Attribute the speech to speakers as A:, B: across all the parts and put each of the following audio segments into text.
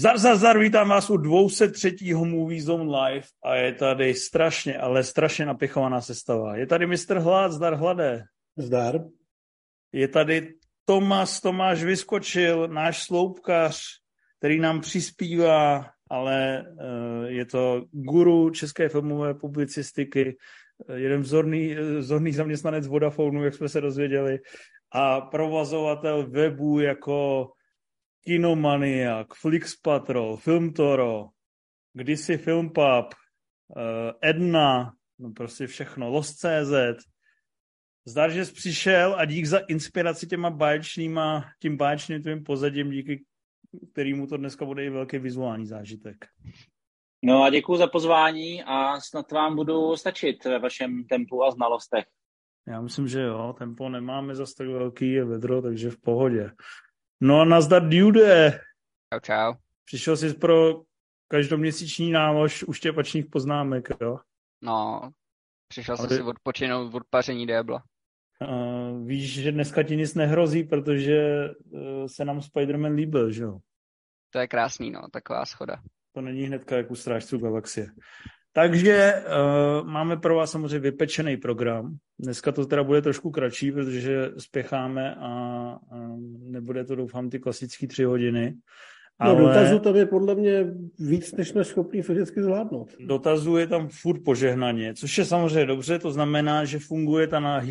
A: Zdar, vítám vás u 203. Movie Zone Live a je tady strašně, ale strašně napichovaná sestava. Je tady Mr. Hlad, zdar Hlade.
B: Zdar.
A: Je tady Tomáš Vyskočil, náš sloupkař, který nám přispívá, ale je to guru české filmové publicistiky, jeden vzorný zaměstnanec Vodafonu, jak jsme se dozvěděli, a provozovatel webů jako Kinomaniak, Flixpatrol, Filmtoro, kdysi Filmpub, Edna, no prostě všechno, Lost.cz. Zdar, že jsi přišel a dík za inspiraci tím báječným tvým pozadím, díky kterému to dneska bude i velký vizuální zážitek.
C: No a děkuju za pozvání a snad vám budu stačit ve vašem tempu a znalostech.
A: Já myslím, že jo, tempo nemáme zas tak velký, je vedro, takže v pohodě. No a nazdar, dude.
D: Čau.
A: Přišel jsi pro každoměsíční nálož uštěpačných poznámek, jo?
D: No, přišel jsem si odpočinout od paření débla.
A: Víš, že dneska ti nic nehrozí, protože se nám Spider-Man líbil, že jo?
D: To je krásný, no, taková shoda.
A: To není hnedka jak u Strážců galaxie. Takže máme pro vás samozřejmě vypečený program. Dneska to teda bude trošku kratší, protože spěcháme a nebude to, doufám, ty klasické 3 hodiny.
B: Ale... No dotazů tam je podle mě víc, než jsme schopni fyzicky zvládnout.
A: Dotazů je tam furt požehnaně, což je samozřejmě dobře, to znamená, že funguje ta na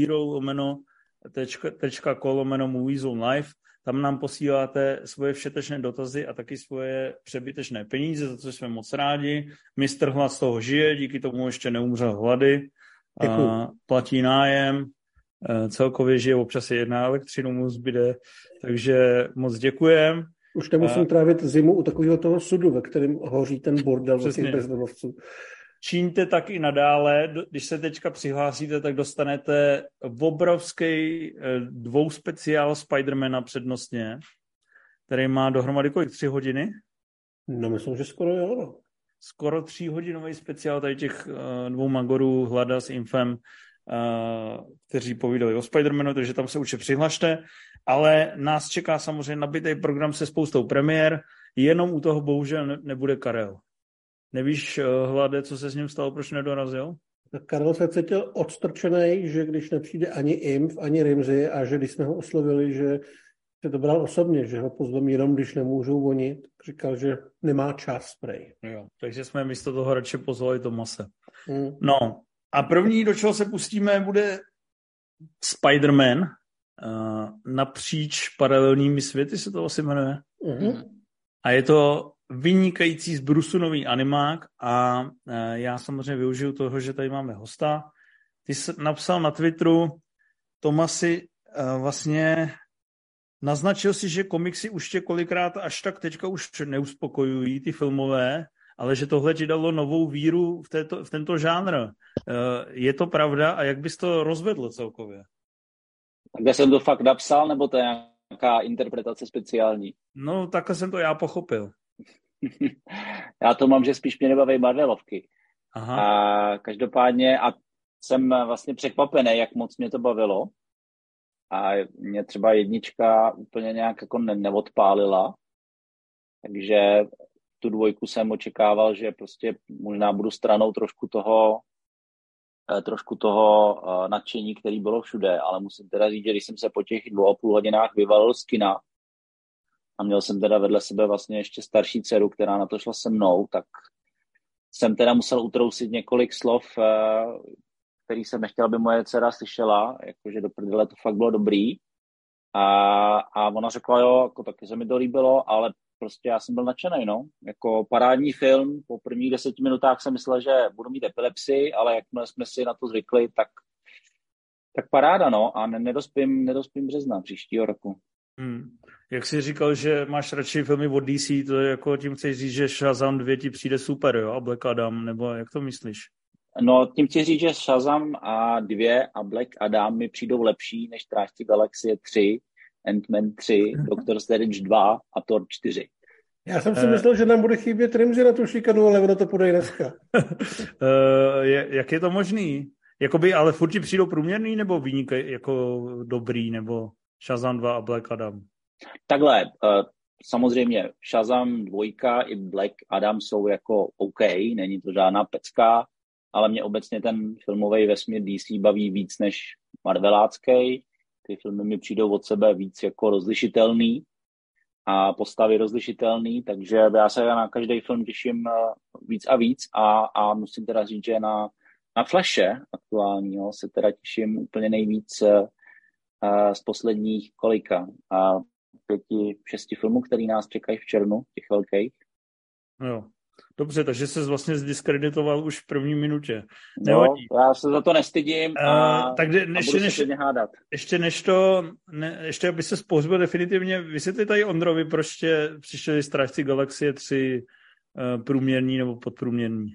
A: hero.co/Movie Zone Live. Tam nám posíláte svoje všetečné dotazy a taky svoje přebytečné peníze, za co jsme moc rádi. Mistr Hlad z toho žije, díky tomu ještě neumřel hlady. Platí nájem, celkově žije, občas je jedna elektřinu mu zbyde, takže moc děkujem.
B: Už nemusím trávit zimu u takového toho sudu, ve kterém hoří ten bordel od těch bezdomovců.
A: Čiňte tak i nadále. Když se teďka přihlásíte, tak dostanete obrovský 2 speciál Spidermana přednostně, který má dohromady kolik? 3 hodiny?
B: No, myslím, že skoro jo. No.
A: Skoro 3hodinový speciál tady těch 2 magorů, Hlada s Infem, kteří povídali o Spidermanu, takže tam se určitě přihlašte. Ale nás čeká samozřejmě nabitý program se spoustou premiér, jenom u toho bohužel nebude Karel. Nevíš, Hlade, co se s ním stalo, proč nedorazil?
B: Tak Karel se cítil odstrčený, že když nepřijde ani Imf, ani Rimzy a že když jsme ho oslovili, že se to bral osobně, že ho pozvem jenom, když nemůžou oni, tak říkal, že nemá čas prej.
A: Jo, takže jsme místo toho radši pozvali Tomase. No a první, do čeho se pustíme, bude Spider-Man napříč paralelními světy, se to asi jmenuje. A je to vynikající zbrusunový animák a já samozřejmě využiju toho, že tady máme hosta. Ty jsi napsal na Twitteru, Tomasi, vlastně naznačil si, že komiksy už tě kolikrát až tak teďka už neuspokojují, ty filmové, ale že tohle ti dalo novou víru v tento žánr. Je to pravda a jak bys to rozvedl celkově?
C: Kde jsem to fakt napsal, nebo to je nějaká interpretace speciální?
A: No, takhle jsem to já pochopil.
C: Já to mám, že spíš mě nebaví Marvelovky.
A: Aha.
C: A každopádně a jsem vlastně překvapený, jak moc mě to bavilo. A mě třeba 1 úplně nějak jako neodpálila. Takže tu 2 jsem očekával, že prostě možná budu stranou trošku toho nadšení, který bylo všude. Ale musím teda říct, že když jsem se po těch 2,5 hodinách vyvalil z kina, a měl jsem teda vedle sebe vlastně ještě starší dceru, která na to šla se mnou, tak jsem teda musel utrousit několik slov, který jsem nechtěl, aby moje dcera slyšela, jakože do prdele to fakt bylo dobrý. A ona řekla, jo, jako taky se mi to líbilo, ale prostě já jsem byl nadšenej, no. Jako parádní film, po prvních 10 minutách jsem myslel, že budu mít epilepsii, ale jakmile jsme si na to zvykli, tak paráda, no. A nedospím března příštího roku.
A: Jak jsi říkal, že máš radši filmy od DC, to je jako tím chceš říct, že Shazam 2 ti přijde super, jo? A Black Adam, nebo jak to myslíš?
C: No, tím chci říct, že Shazam a 2 a Black Adam mi přijdou lepší než Strážci galaxie 3, Ant-Man 3, Doctor Strange 2 a Thor 4.
B: Já jsem si myslel, že nám bude chybět Rimzy na tu šikanu, ale ono to půjde dneska.
A: Jak je to možný? Jakoby, ale furt ti přijdou průměrný, nebo jako dobrý, nebo Shazam 2 a Black Adam?
C: Takhle, samozřejmě Shazam 2 i Black Adam jsou jako OK, není to žádná pecka, ale mě obecně ten filmový vesmír DC baví víc než marvelácký. Ty filmy mi přijdou od sebe víc jako rozlišitelný a postavy rozlišitelný, takže já se na každý film těším víc a víc a musím teda říct, že na Flashe aktuálního se teda těším úplně nejvíc z posledních 5-6 filmů, který nás čekají v červnu, těch velkých.
A: Jo. Dobře, takže se vlastně zdiskreditoval už v první minutě.
C: No, já se za to nestydím a budu se hádat.
A: Ještě aby se pohřbil definitivně, vysvětli tady Ondrovi, proč přišli Strážci galaxie 3 průměrní nebo podprůměrní.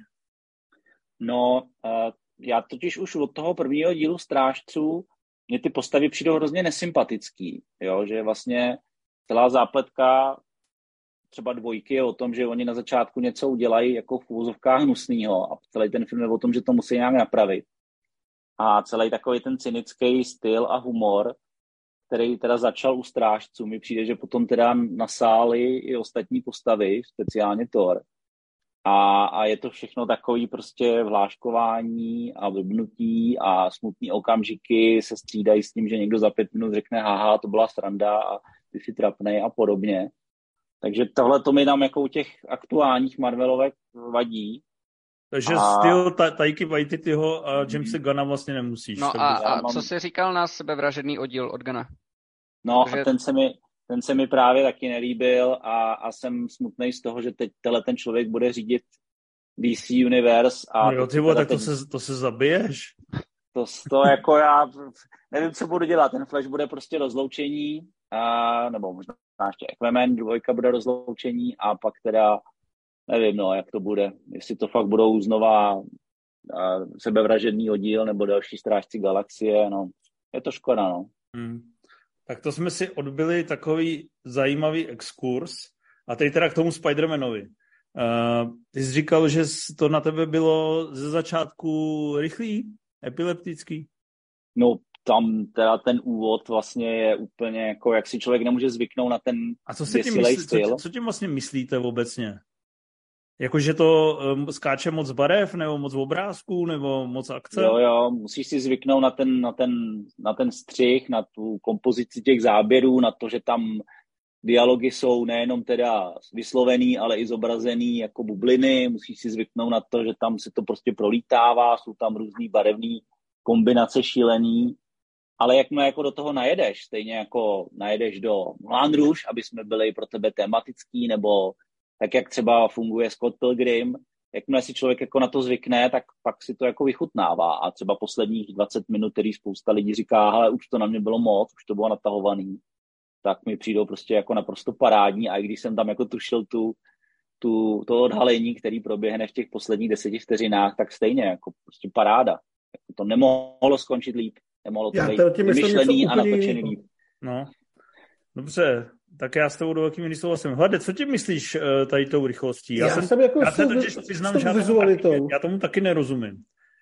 C: No, já totiž už od toho prvního dílu Strážců mě ty postavy přijdou hrozně nesympatický, jo? Že vlastně celá zápletka třeba 2 je o tom, že oni na začátku něco udělají jako v úvozovkách hnusnýho a celý ten film je o tom, že to musí nějak napravit. A celý takový ten cynický styl a humor, který teda začal u Strážců, mi přijde, že potom teda nasály i ostatní postavy, speciálně Thor. A je to všechno takový prostě vláškování a blbnutí a smutný okamžiky se střídají s tím, že někdo za 5 minut řekne haha, to byla sranda a ty si trapnej a podobně. Takže tohle to mi tam jako u těch aktuálních Marvelovek vadí.
A: Takže styl Taiki Waititiho a Jamesa Gunna vlastně nemusíš.
D: No a co jsi říkal na sebevražedný oddíl od Gunna?
C: No takže... a ten se mi právě taky nelíbil a jsem smutnej z toho, že teď ten člověk bude řídit DC Universe. A
A: no jo, tak to se zabiješ?
C: To jako já nevím, co budu dělat. Ten Flash bude prostě rozloučení, nebo možná ještě Aquaman 2 bude rozloučení a pak teda nevím, no, jak to bude. Jestli to fakt budou znova sebevražedný oddíl nebo další Strážci galaxie, no. Je to škoda, no.
A: Tak to jsme si odbyli takový zajímavý exkurs. A teď teda k tomu Spider-Manovi. Ty jsi říkal, že to na tebe bylo ze začátku rychlý, epileptický?
C: No, tam teda ten úvod vlastně je úplně jako, jak si člověk nemůže zvyknout na ten děsilej styl.
A: Co tím vlastně myslíte obecně? Jakože to skáče moc barev, nebo moc obrázků, nebo moc akce?
C: Jo, musíš si zvyknout na ten střih, na tu kompozici těch záběrů, na to, že tam dialogy jsou nejenom teda vyslovený, ale i zobrazený jako bubliny. Musíš si zvyknout na to, že tam se to prostě prolítává, jsou tam různý barevný kombinace šílený. Ale jakmile jako do toho najedeš, stejně jako najedeš do Moulin Rouge, aby jsme byli pro tebe tematický, nebo tak, jak třeba funguje Scott Pilgrim, jakmile si člověk jako na to zvykne, tak pak si to jako vychutnává. A třeba posledních 20 minut, který spousta lidí říká, hele, už to na mě bylo moc, už to bylo natahovaný, tak mi přijdou prostě jako naprosto parádní. A i když jsem tam jako tušil to odhalení, který proběhne v těch posledních 10 vteřinách, tak stejně jako prostě paráda. Jako to nemohlo skončit líp. Nemohlo to být vymyšlený a natočený líp.
A: No, dobře. Tak já s tebou do velký míry souhlasím. Hlade, co ti myslíš tady tou rychlostí? Já se totiž přiznám, že já tomu taky nerozumím.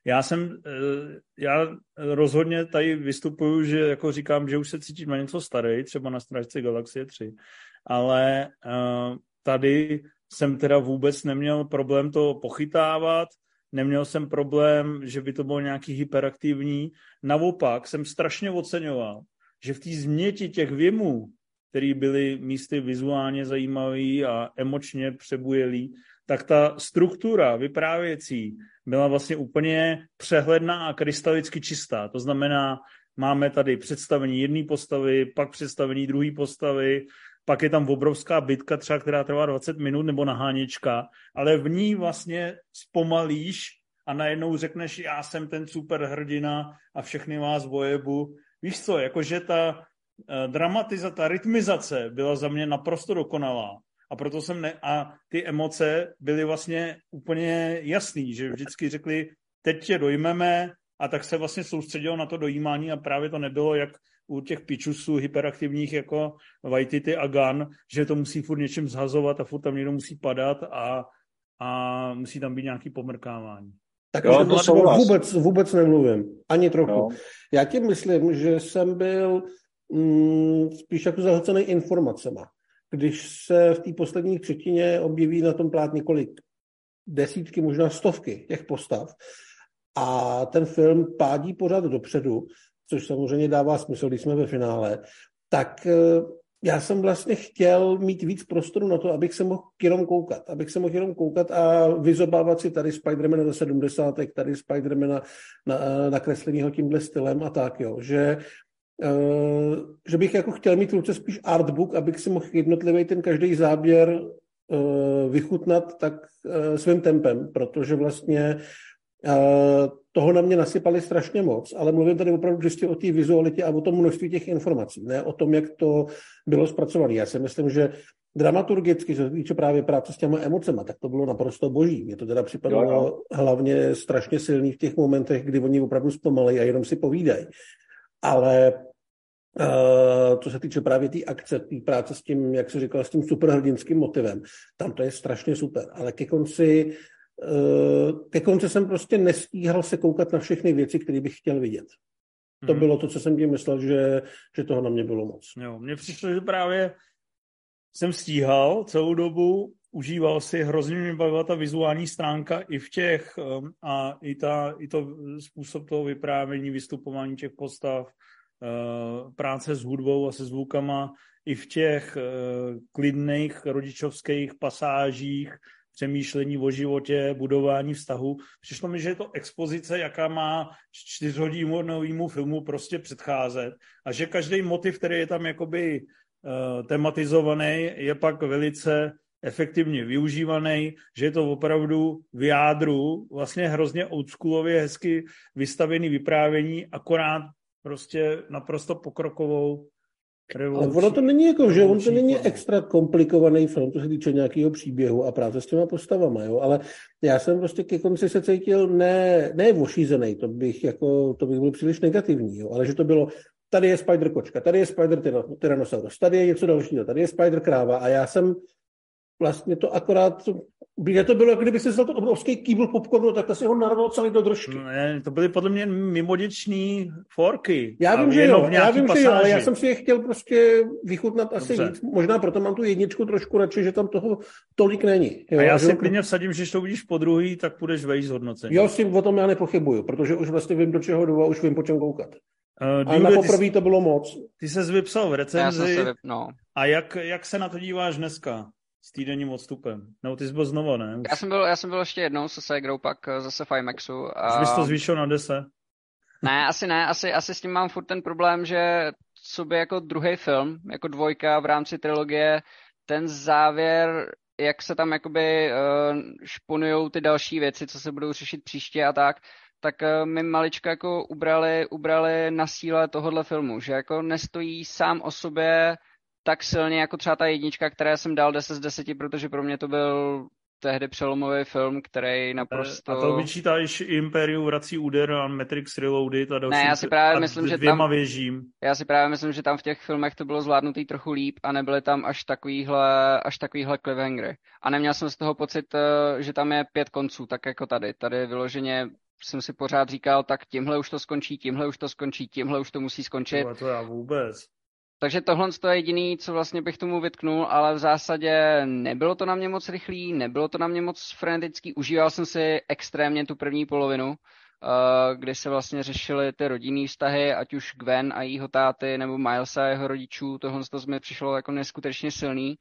A: Já rozhodně tady vystupuju, že jako říkám, že už se cítím na něco starý, třeba na Strážce galaxie 3, ale tady jsem teda vůbec neměl problém to pochytávat, neměl jsem problém, že by to bylo nějaký hyperaktivní. Naopak jsem strašně oceňoval, že v té změti těch věmů, který byly místy vizuálně zajímavý a emočně přebujelý, tak ta struktura vyprávěcí byla vlastně úplně přehledná a krystalicky čistá. To znamená, máme tady představení jedné postavy, pak představení druhé postavy, pak je tam obrovská bitka třeba, která trvá 20 minut nebo naháněčka, ale v ní vlastně zpomalíš a najednou řekneš, já jsem ten superhrdina a všechny vás vojebu. Víš co, jakože ta ta rytmizace byla za mě naprosto dokonalá. A proto a ty emoce byly vlastně úplně jasný, že vždycky řekli, teď tě dojmeme, a tak se vlastně soustředilo na to dojímání a právě to nebylo jak u těch pičusů hyperaktivních jako Waititi a Gunn, že to musí furt něčím zhazovat a furt tam někdo musí padat a musí tam být nějaký pomrkávání.
B: Tak vůbec nemluvím. Ani trochu. Jo. Já ti myslím, že jsem byl spíš jako zahlcený informacema. když se v té poslední třetině objeví na tom plátně několik desítky, možná stovky těch postav a ten film pádí pořád dopředu, což samozřejmě dává smysl, když jsme ve finále, tak já jsem vlastně chtěl mít víc prostoru na to, abych se mohl jenom koukat a vyzobávat si tady Spidermana ze 70. tady Spidermana nakreslenýho tímhle stylem a tak, jo. Že bych jako chtěl mít v ruce spíš artbook, abych si mohl jednotlivý ten každý záběr vychutnat tak svým tempem, protože vlastně toho na mě nasypali strašně moc, ale mluvím tady opravdu čistě o té vizualitě a o tom množství těch informací, ne o tom, jak to bylo zpracované. Já si myslím, že dramaturgicky, co se týče právě práce s těma emocema, tak to bylo naprosto boží. Mně to teda připadalo hlavně strašně silný v těch momentech, kdy oni opravdu zpomalejí a jenom si povídají. Ale co se týče právě té akce, té práce s tím, jak se říkal, s tím superhrdinským motivem, tam to je strašně super. Ale ke konci jsem prostě nestíhal se koukat na všechny věci, které bych chtěl vidět. To bylo to, co jsem tím myslel, že toho na mě bylo moc.
A: Jo, mně přišlo, že právě jsem stíhal celou dobu, užíval si, hrozně mě bavila ta vizuální stránka i v těch, a i to způsob toho vyprávění, vystupování těch postav, práce s hudbou a se zvukama, i v těch klidných rodičovských pasážích, přemýšlení o životě, budování vztahu. Přišlo mi, že je to expozice, jaká má 4hodinovýmu filmu prostě předcházet a že každý motiv, který je tam jakoby tematizovaný, je pak velice efektivně využívaný, že je to opravdu v jádru vlastně hrozně oldschoolově hezky vystavený vyprávění, akorát prostě naprosto pokrokovou revoluci.
B: Ale ono to není jako, že on to není extra komplikovaný film, to se týče nějakého příběhu a práce s těma postavama, jo, ale já jsem prostě ke konci se cítil ne ošízený, to bych byl příliš negativní, jo, ale že to bylo, tady je Spider kočka, tady je Spider Tyrannosaurus, tady je něco dalšího, tady je Spider kráva a já jsem vlastně to akorát, by to bylo, jako kdyby se vzal to obrovský kýbl popcornu, tak si ho narval celý do držky.
A: Ne, to byly podle mě mimoděční forky.
B: Já vím, že jo, ale já jsem si je chtěl prostě vychutnat asi víc. Možná proto mám tu jedničku trošku radši, že tam toho tolik není. Jo,
A: a já si klidně vsadím, že když to uvidíš podruhý, tak půjdeš vejít z hodnocení.
B: Jo, si o tom já nepochybuju, protože už vlastně vím, do čeho jdu a už vím, po čem koukat. A na poprvé to bylo moc.
A: Ty ses vypsal v recenzi. A jak se na to díváš dneska? S týdenním odstupem. No, ty jsi byl znova, ne?
D: Já jsem byl ještě jednou se Segrou, pak zase v IMAXu.
A: Už bys to zvýšil na 10?
D: Ne, asi s tím mám furt ten problém, že co by jako druhý film, jako dvojka v rámci trilogie, ten závěr, jak se tam jakoby šponujou ty další věci, co se budou řešit příště a tak mi maličko jako ubrali na síle tohohle filmu, že jako nestojí sám o sobě tak silně jako třeba ta jednička, které jsem dal 10 z 10, protože pro mě to byl tehdy přelomový film, který naprosto...
A: A to vyčítáš Imperium vrací úder a Matrix Reloaded a další.
D: Ne, já si právě myslím, že tam...
A: věžím.
D: Já si právě myslím, že tam v těch filmech to bylo zvládnutý trochu líp a nebyly tam až takovýhle cliffhangery. A neměl jsem z toho pocit, že tam je 5 konců, tak jako tady. Tady vyloženě jsem si pořád říkal, tak tímhle už to skončí, tímhle už to skončí, tímhle už to musí skončit.
A: To já vůbec.
D: Takže tohle je jediný, co vlastně bych tomu vytknul, ale v zásadě nebylo to na mě moc rychlý, nebylo to na mě moc frenetický. Užíval jsem si extrémně tu první polovinu, kdy se vlastně řešily ty rodinný vztahy, ať už Gwen a jejího táty, nebo Milesa a jeho rodičů. Tohle mi přišlo jako neskutečně silný.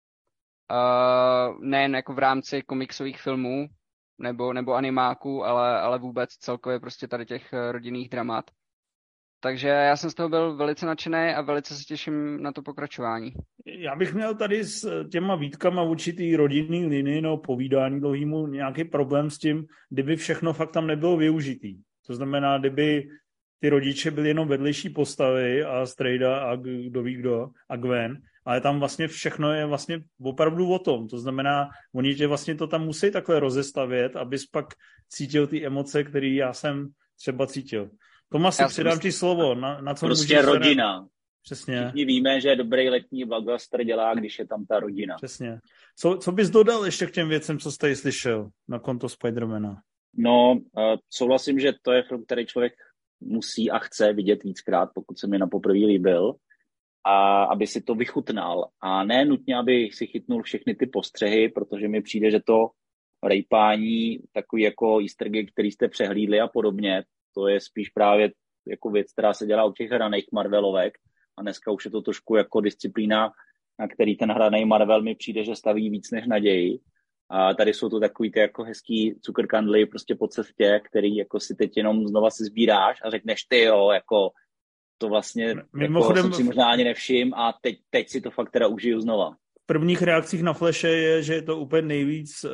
D: Nejen jako v rámci komiksových filmů nebo animáků, ale vůbec celkově prostě tady těch rodinných dramat. Takže já jsem z toho byl velice nadšený a velice se těším na to pokračování.
A: Já bych měl tady s těma výtkama určitý rodinný linii nebo povídání dlouhýmu nějaký problém s tím, kdyby všechno fakt tam nebylo využitý. To znamená, kdyby ty rodiče byly jenom vedlejší postavy a Strejda a kdo ví kdo a Gwen, ale tam vlastně všechno je vlastně opravdu o tom. To znamená, oni tě vlastně to tam musí takhle rozestavět, abys pak cítil ty emoce, které já jsem třeba cítil. Tomasi, předám ti slovo. Na co
C: prostě rodina.
A: Přesně.
C: Všichni víme, že dobrý letní blockbuster dělá, když je tam ta rodina.
A: Přesně. Co bys dodal ještě k těm věcem, co jste slyšel na konto Spidermana?
C: No, souhlasím, že to je film, který člověk musí a chce vidět víckrát, pokud se mi na poprvé líbil. a aby si to vychutnal. A ne nutně, aby si chytnul všechny ty postřehy, protože mi přijde, že to rejpání, takový jako easter egg, který jste přehlídli a podobně, to je spíš právě jako věc, která se dělá u těch hraných Marvelovek a dneska už je to trošku jako disciplína, na který ten hraný Marvel mi přijde, že staví víc než naději. A tady jsou to takový ty jako hezký cukrkandly prostě po cestě, který jako si teď jenom znova si sbíráš a řekneš ty jo, jako to vlastně jako jsem si možná ani nevšim a teď si to fakt teda užiju znova.
A: V prvních reakcích na Flashe je, že je to úplně nejvíc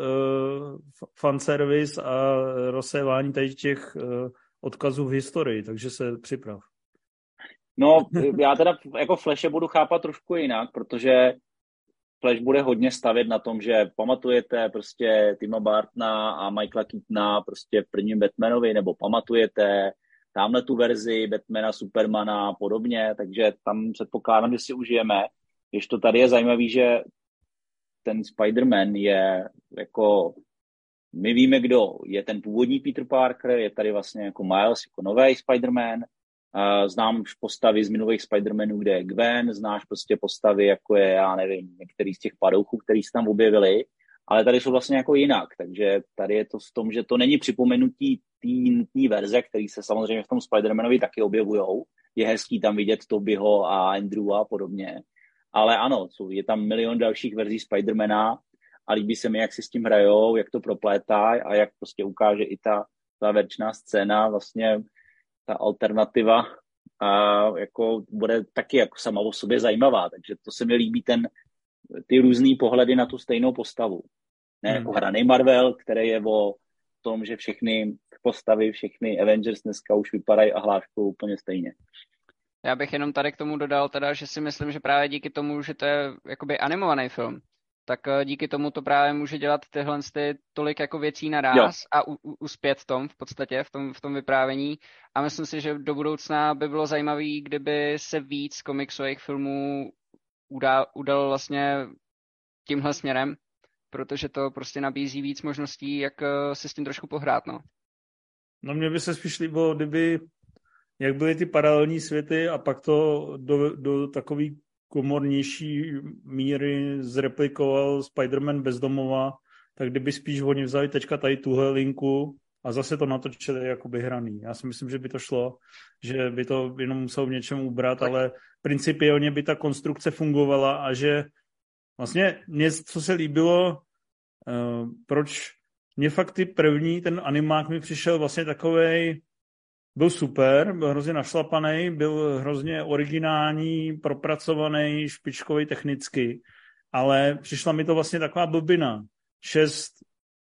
A: fanservice a rozsévání tady těch odkazů v historii, takže se připrav.
C: No, já teda jako Flashe budu chápat trošku jinak, protože Flash bude hodně stavět na tom, že pamatujete prostě Tima Bartona a Michaela Keatona prostě v prvním Batmanovi, nebo pamatujete tamhle tu verzi Batmana, Supermana a podobně, takže tam předpokládám, že si užijeme. Když to tady je zajímavý, že ten Spider-Man je jako, my víme, kdo je ten původní Peter Parker, je tady vlastně jako Miles, jako nový Spider-Man, znám už postavy z minulých Spider-Manů, kde je Gwen, znáš prostě postavy, jako je, já nevím, některý z těch padouchů, který se tam objevili, ale tady jsou vlastně jako jinak, takže tady je to v tom, že to není připomenutí té verze, který se samozřejmě v tom Spider-Manovi taky objevujou. Je hezký tam vidět Tobyho a Andrewa a podobně, ale ano, je tam milion dalších verzí Spider-Mana a líbí se mi, jak si s tím hrajou, jak to proplétají a jak prostě ukáže i ta závěrečná scéna, vlastně ta alternativa a jako bude taky jako sama o sobě zajímavá, takže to se mi líbí ty různý pohledy na tu stejnou postavu. Ne jako hraný Marvel, který je o tom, že všechny postavy, všechny Avengers dneska už vypadají a hláškou úplně stejně.
D: Já bych jenom tady k tomu dodal teda, že si myslím, že právě díky tomu, že to je jakoby animovaný film, tak díky tomu to právě může dělat tyhle tolik jako věcí naráz a uspět v podstatě v tom vyprávění. A myslím si, že do budoucna by bylo zajímavý, kdyby se víc komiksových filmů udal vlastně tímhle směrem, protože to prostě nabízí víc možností, jak si s tím trošku pohrát, no.
A: No mně by se spíš líbilo, jak byly ty paralelní světy a pak to do takový komornější míry zreplikoval Spider-Man bezdomova, tak kdyby spíš oni vzali teďka tady tuhle linku a zase to natočili jakoby hraný. Já si myslím, že by to šlo, že by to jenom musel v něčem ubrat, ale principiálně by ta konstrukce fungovala a že vlastně mě, co se líbilo, proč mě fakt ten animák mi přišel vlastně takovej, byl super, byl hrozně našlapaný, byl hrozně originální, propracovaný, špičkový technicky, ale přišla mi to vlastně taková blbina. 6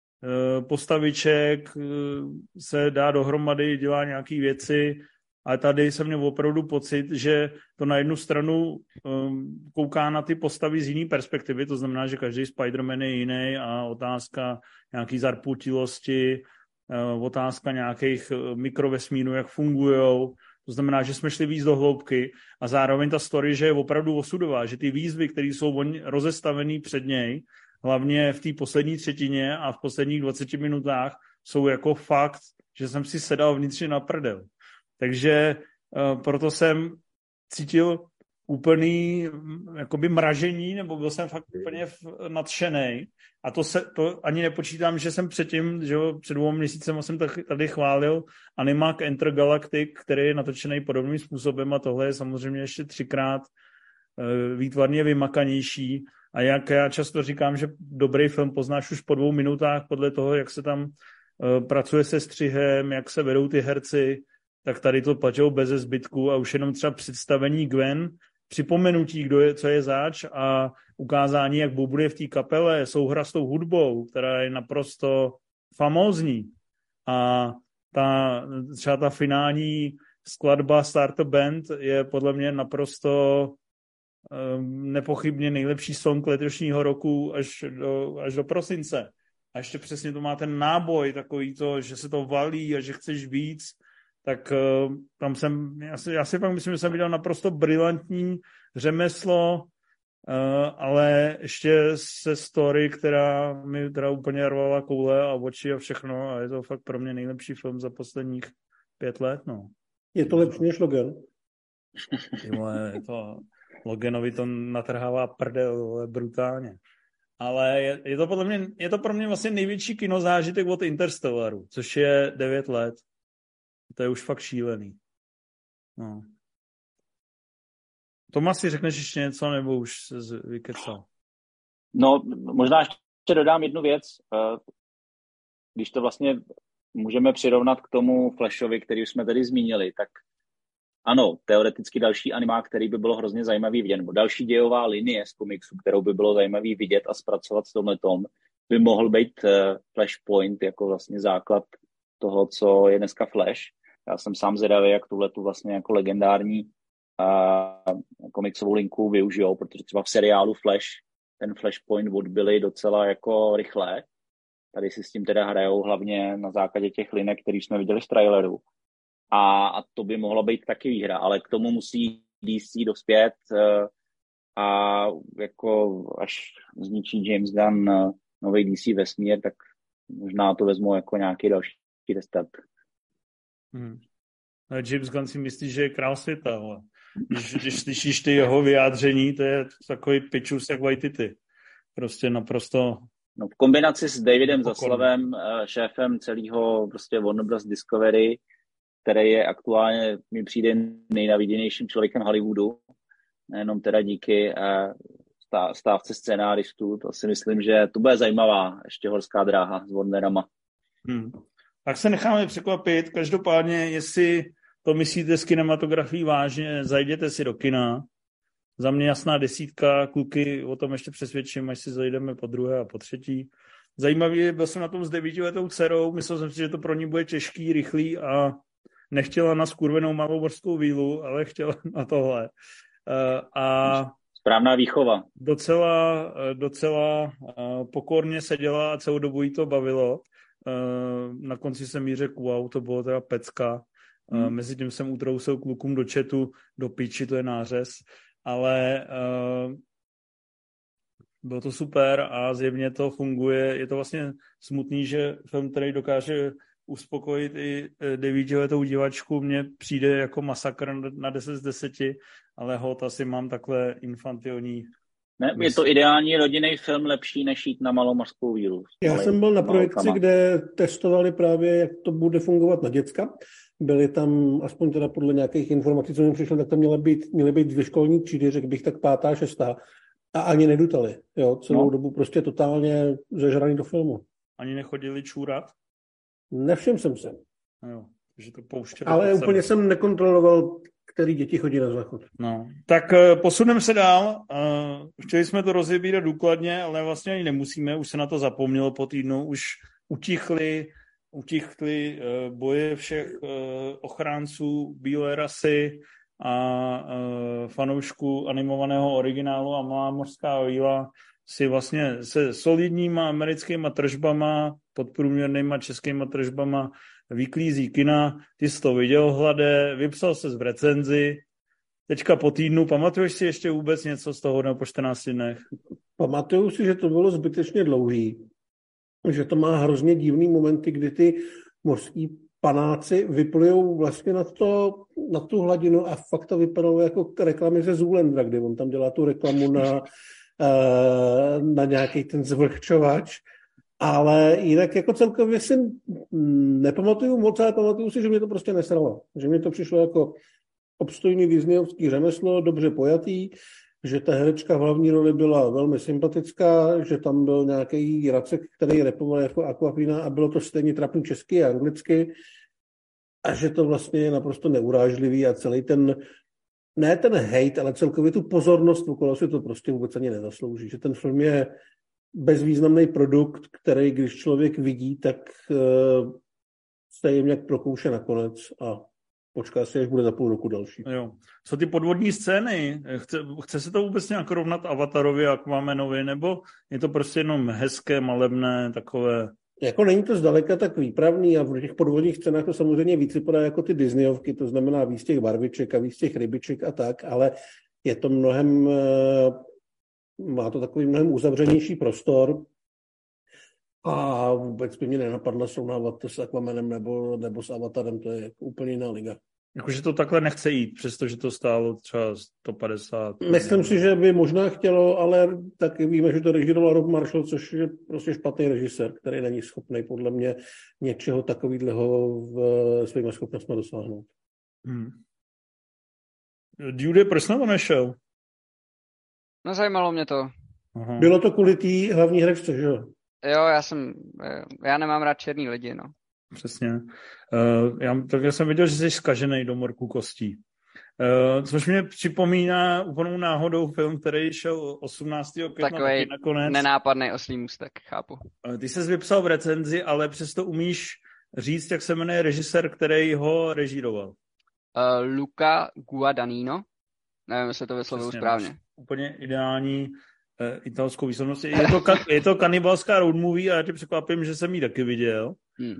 A: postaviček se dá dohromady, dělá nějaký věci, ale tady jsem měl opravdu pocit, že to na jednu stranu kouká na ty postavy z jiné perspektivy, to znamená, že každý Spider-Man je jiný a otázka nějaký zarputilosti, otázka nějakých mikrovesmírů, jak fungujou. To znamená, že jsme šli víc do hloubky a zároveň ta story, že je opravdu osudová, že ty výzvy, které jsou rozestavený před něj, hlavně v té poslední třetině a v posledních 20 minutách, jsou jako fakt, že jsem si sedal vnitřně na prdel. Takže proto jsem cítil úplný jakoby mražení, nebo byl jsem fakt úplně nadšenej. A to ani nepočítám, že jsem předtím, že před 2 měsícem jsem tady chválil animák Intergalactic, který je natočený podobným způsobem a tohle je samozřejmě ještě 3x výtvarně vymakanější. A jak já často říkám, že dobrý film poznáš už po 2 minutách podle toho, jak se tam pracuje se střihem, jak se vedou ty herci, tak tady to plačou beze zbytku a už jenom třeba představení Gwen, připomenutí, co je zač a ukázání, jak bude v té kapele, souhra s tou hudbou, která je naprosto famózní. A třeba ta finální skladba Start the Band je podle mě naprosto nepochybně nejlepší song letošního roku až do prosince. A ještě přesně to má ten náboj, takový to, že se to valí a že chceš víc, tak tam já si fakt myslím, že jsem viděl naprosto brilantní řemeslo, ale ještě se story, která mi teda úplně rvala koule a oči a všechno a je to fakt pro mě nejlepší film za posledních 5 let, no.
B: Je to lepší než Logan?
A: Tyhle, Loganovi to natrhává prdel brutálně. Ale je to pro mě vlastně největší kinozážitek od Interstellaru, což je 9 let. To je už fakt šílený. No. Tomáš, si řekneš ještě něco, nebo už se vykecal?
C: No, možná ještě dodám jednu věc. Když to vlastně můžeme přirovnat k tomu Flashovi, který už jsme tady zmínili, tak ano, teoreticky další animák, který by bylo hrozně zajímavý vidět, nebo další dějová linie z komiksu, kterou by bylo zajímavý vidět a zpracovat s tomhletom, by mohl být Flashpoint jako vlastně základ toho, co je dneska Flash. Já jsem sám zvědavý, jak tuhletu vlastně jako legendární komiksovou linku využijou, protože třeba v seriálu Flash ten Flashpoint odbyli docela jako rychle. Tady si s tím teda hrajou hlavně na základě těch linek, který jsme viděli v traileru. A to by mohla být taky výhra, ale k tomu musí DC dospět a jako až zničí James Gunn nový DC vesmír, tak možná to vezmu jako nějaký další restart.
A: James Gunn si myslí, že je král světa, ale když slyšíš ty jeho vyjádření, to je takový pičus jak Waititi. Prostě naprosto...
C: No, v kombinaci s Davidem Zaslavem, šéfem celého prostě Warner Bros. Discovery, který je aktuálně, mi přijde nejnaviděnějším člověkem Hollywoodu, nejenom teda díky stávce scénáristů, to si myslím, že to bude zajímavá ještě horská dráha s Warnerama.
A: Tak se necháme překvapit, každopádně, jestli to myslíte s kinematografií vážně, zajděte si do kina. Za mě jasná 10, kluky o tom ještě přesvědčím, až si zajdeme po druhé a po třetí. Zajímavý, byl jsem na tom s 9letou dcerou, myslel jsem si, že to pro ní bude těžký, rychlý a nechtěla na skurvenou malou mořskou vílu, ale chtěla na tohle. A
C: správná výchova.
A: Docela pokorně seděla a celou dobu jí to bavilo. Na konci jsem jí řekl, wow, to bylo teda pecka. Mezitím jsem utrousil klukům do chatu, do piči, to je nářez. Ale bylo to super a zjevně to funguje. Je to vlastně smutný, že film, který dokáže uspokojit i 9letou divačku, mně přijde jako masakr na 10 z 10, ale hod asi mám takhle infantilní...
C: Ne, je to ideální rodinný film, lepší než jít na malou mořskou vílu.
B: Já jsem byl na projekci, kde testovali právě, jak to bude fungovat na děcka. Byli tam, aspoň teda podle nějakých informací, co mi přišlo, tak tam měly být 2 školní třídy, řekl bych tak 5., 6. A ani nedutali. Jo, celou dobu prostě totálně zežraný do filmu.
A: Ani nechodili čůrat?
B: Nevšiml jsem se.
A: Jo, že to pouštěli.
B: Ale úplně jsem nekontroloval, který děti chodí na záchod.
A: No, tak posuneme se dál. Chtěli jsme to rozebírat důkladně, ale vlastně ani nemusíme, už se na to zapomnělo po týdnu, už utichly boje všech ochránců bílé rasy a fanoušků animovaného originálu a Malá mořská víla si vlastně se solidníma americkýma tržbama, podprůměrnýma českýma tržbama vyklízí kina. Ty jsi to viděl, Hlade, vypsal ses v recenzi. Teďka po týdnu, pamatuješ si ještě vůbec něco z toho, nebo po 14 dnech?
B: Pamatuju si, že to bylo zbytečně dlouhý. Že to má hrozně divný momenty, kdy ty mořský panáci vyplujou vlastně na tu hladinu a fakt to vypadalo jako reklamy ze Zoolendra, kdy on tam dělá tu reklamu na nějaký ten zvlhčovač. Ale jinak jako celkově si nepamatuju moc, ale pamatuju si, že mě to prostě nesralo. Že mi to přišlo jako obstojný disneyovský řemeslo, dobře pojatý, že ta herečka v hlavní roli byla velmi sympatická, že tam byl nějaký Racek, který repoval jako Aquafina a bylo to stejně trapný česky a anglicky a že to vlastně je naprosto neurážlivý a celý ne ten hejt, ale celkově tu pozornost okolo si to prostě vůbec ani nezaslouží. Že ten film je bezvýznamný produkt, který když člověk vidí, tak se jim nějak prokouše nakonec a počká si, až bude za půl roku další.
A: Jo. Co ty podvodní scény? Chce se to vůbec nějak rovnat Avatarovi a Aquamanovi, nebo je to prostě jenom hezké, malebné, takové...
B: Jako není to zdaleka tak výpravný a v těch podvodních scénách to samozřejmě víc vypadá jako ty Disneyovky, to znamená víc těch barviček a víc těch rybiček a tak, ale je to má to takový mnohem uzavřenější prostor a vůbec by mě nenapadlo srovnávat to s Aquamanem nebo s Avatarem, to je úplně jiná liga.
A: Jakože to takhle nechce jít, přestože to stálo třeba 150.
B: Myslím si, že by možná chtělo, ale taky víme, že to režíroval Rob Marshall, což je prostě špatný režisér, který není schopný podle mě něčeho takového v svými schopnostmi dosáhnout.
A: Dude, proč jsi na to nešel?
D: No zajímalo mě to.
A: Aha.
B: Bylo to kvůli té hlavní herečce, že jo?
D: Jo, já nemám rád černý lidi, no.
A: Přesně. Já jsem viděl, že jsi zkažený do morku kostí. Což mě připomíná úplnou náhodou film, který šel 18. května.
D: Takovej
A: nakonec.
D: Nenápadný oslý můstek, chápu.
A: Ty jsi vypsal v recenzi, ale přesto umíš říct, jak se jmenuje režisér, který ho režíroval.
D: Luca Guadagnino. Nevím, jestli to vyslovil správně.
A: Úplně ideální italskou výslovnost. Je to kanibalská road movie a já tě překvapím, že jsem ji taky viděl.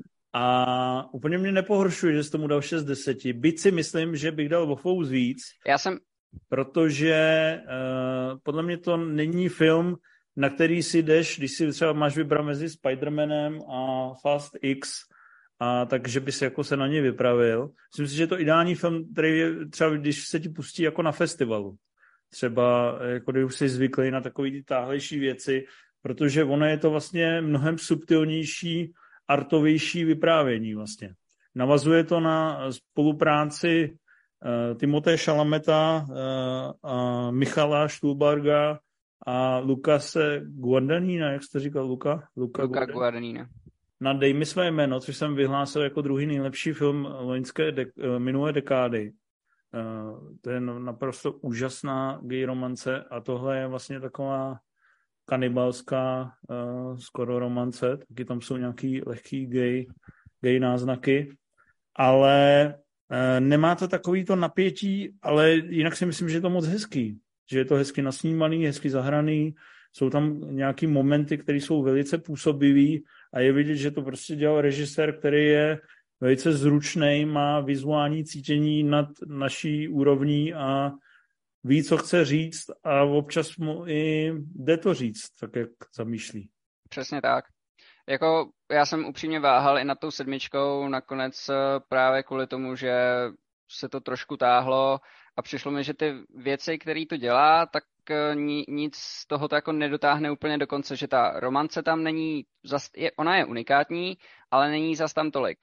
A: A úplně mě nepohoršuje, že jsi tomu dal 6 z 10. Byť si myslím, že bych dal o fous víc. Protože podle mě to není film, na který si jdeš, když si třeba máš vybrat mezi Spider-Manem a Fast X, a takže bys jako se na něj vypravil. Myslím si, že je to ideální film, který je třeba, když se ti pustí jako na festivalu. Třeba, jako když už jsi zvyklý na takový ty táhlejší věci, protože ono je to vlastně mnohem subtilnější, artovější vyprávění vlastně. Navazuje to na spolupráci Timothée Chalameta a Michala Stuhlbarga a Lukase Guadagnina, jak jste říkal, Luca
D: Guadagnina.
A: Na Dej mi své jméno, což jsem vyhlásil jako druhý nejlepší film minulé dekády. To je naprosto úžasná gay romance a tohle je vlastně taková kanibalská skoro romance, taky tam jsou nějaký lehký gay náznaky, ale nemá to takový to napětí, ale jinak si myslím, že je to moc hezký, že je to hezky nasnímaný, hezky zahraný, jsou tam nějaký momenty, které jsou velice působivý a je vidět, že to prostě dělal režisér, který je velice zručný, má vizuální cítění nad naší úrovní a ví, co chce říct a občas mu i jde to říct, tak jak zamýšlí.
D: Přesně tak. Jako já jsem upřímně váhal i nad tou 7, nakonec právě kvůli tomu, že se to trošku táhlo a přišlo mi, že ty věci, které to dělá, tak nic z toho to jako nedotáhne úplně do konce, že ta romance tam není, ona je unikátní, ale není zas tam tolik.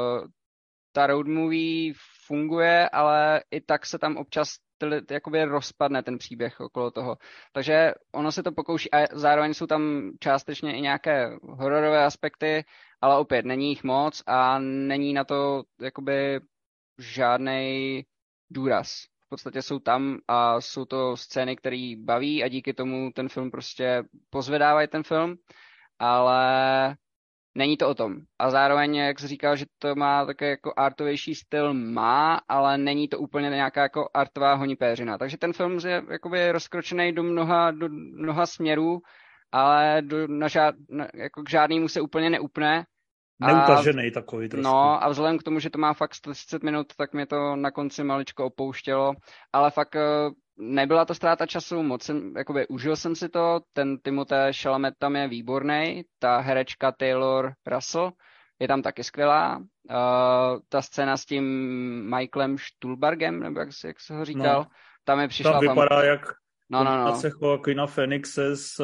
D: Ta road movie funguje, ale i tak se tam občas jakoby rozpadne ten příběh okolo toho. Takže ono se to pokouší a zároveň jsou tam částečně i nějaké hororové aspekty, ale opět není jich moc a není na to jakoby žádnej důraz. V podstatě jsou tam a jsou to scény, které baví a díky tomu ten film prostě pozvedávají ten film, ale není to o tom. A zároveň, jak jsi říkal, že to má také jako artovější styl, ale není to úplně nějaká jako artová honipéřina. Takže ten film je jakoby rozkročený do mnoha směrů, ale jako k žádnému se úplně neupne.
A: Neutažený takový trošku.
D: No a vzhledem k tomu, že to má fakt 130 minut, tak mě to na konci maličko opouštělo, ale fakt nebyla to ztráta času, užil jsem si to, ten Timothée Chalamet tam je výborný, ta herečka Taylor Russell je tam taky skvělá, ta scéna s tím Michaelem Stuhlbargem, nebo jak se ho říkal, tam mi přišla...
A: Tam vypadá jak
D: kombinace
A: Joaquina Phoenixe s...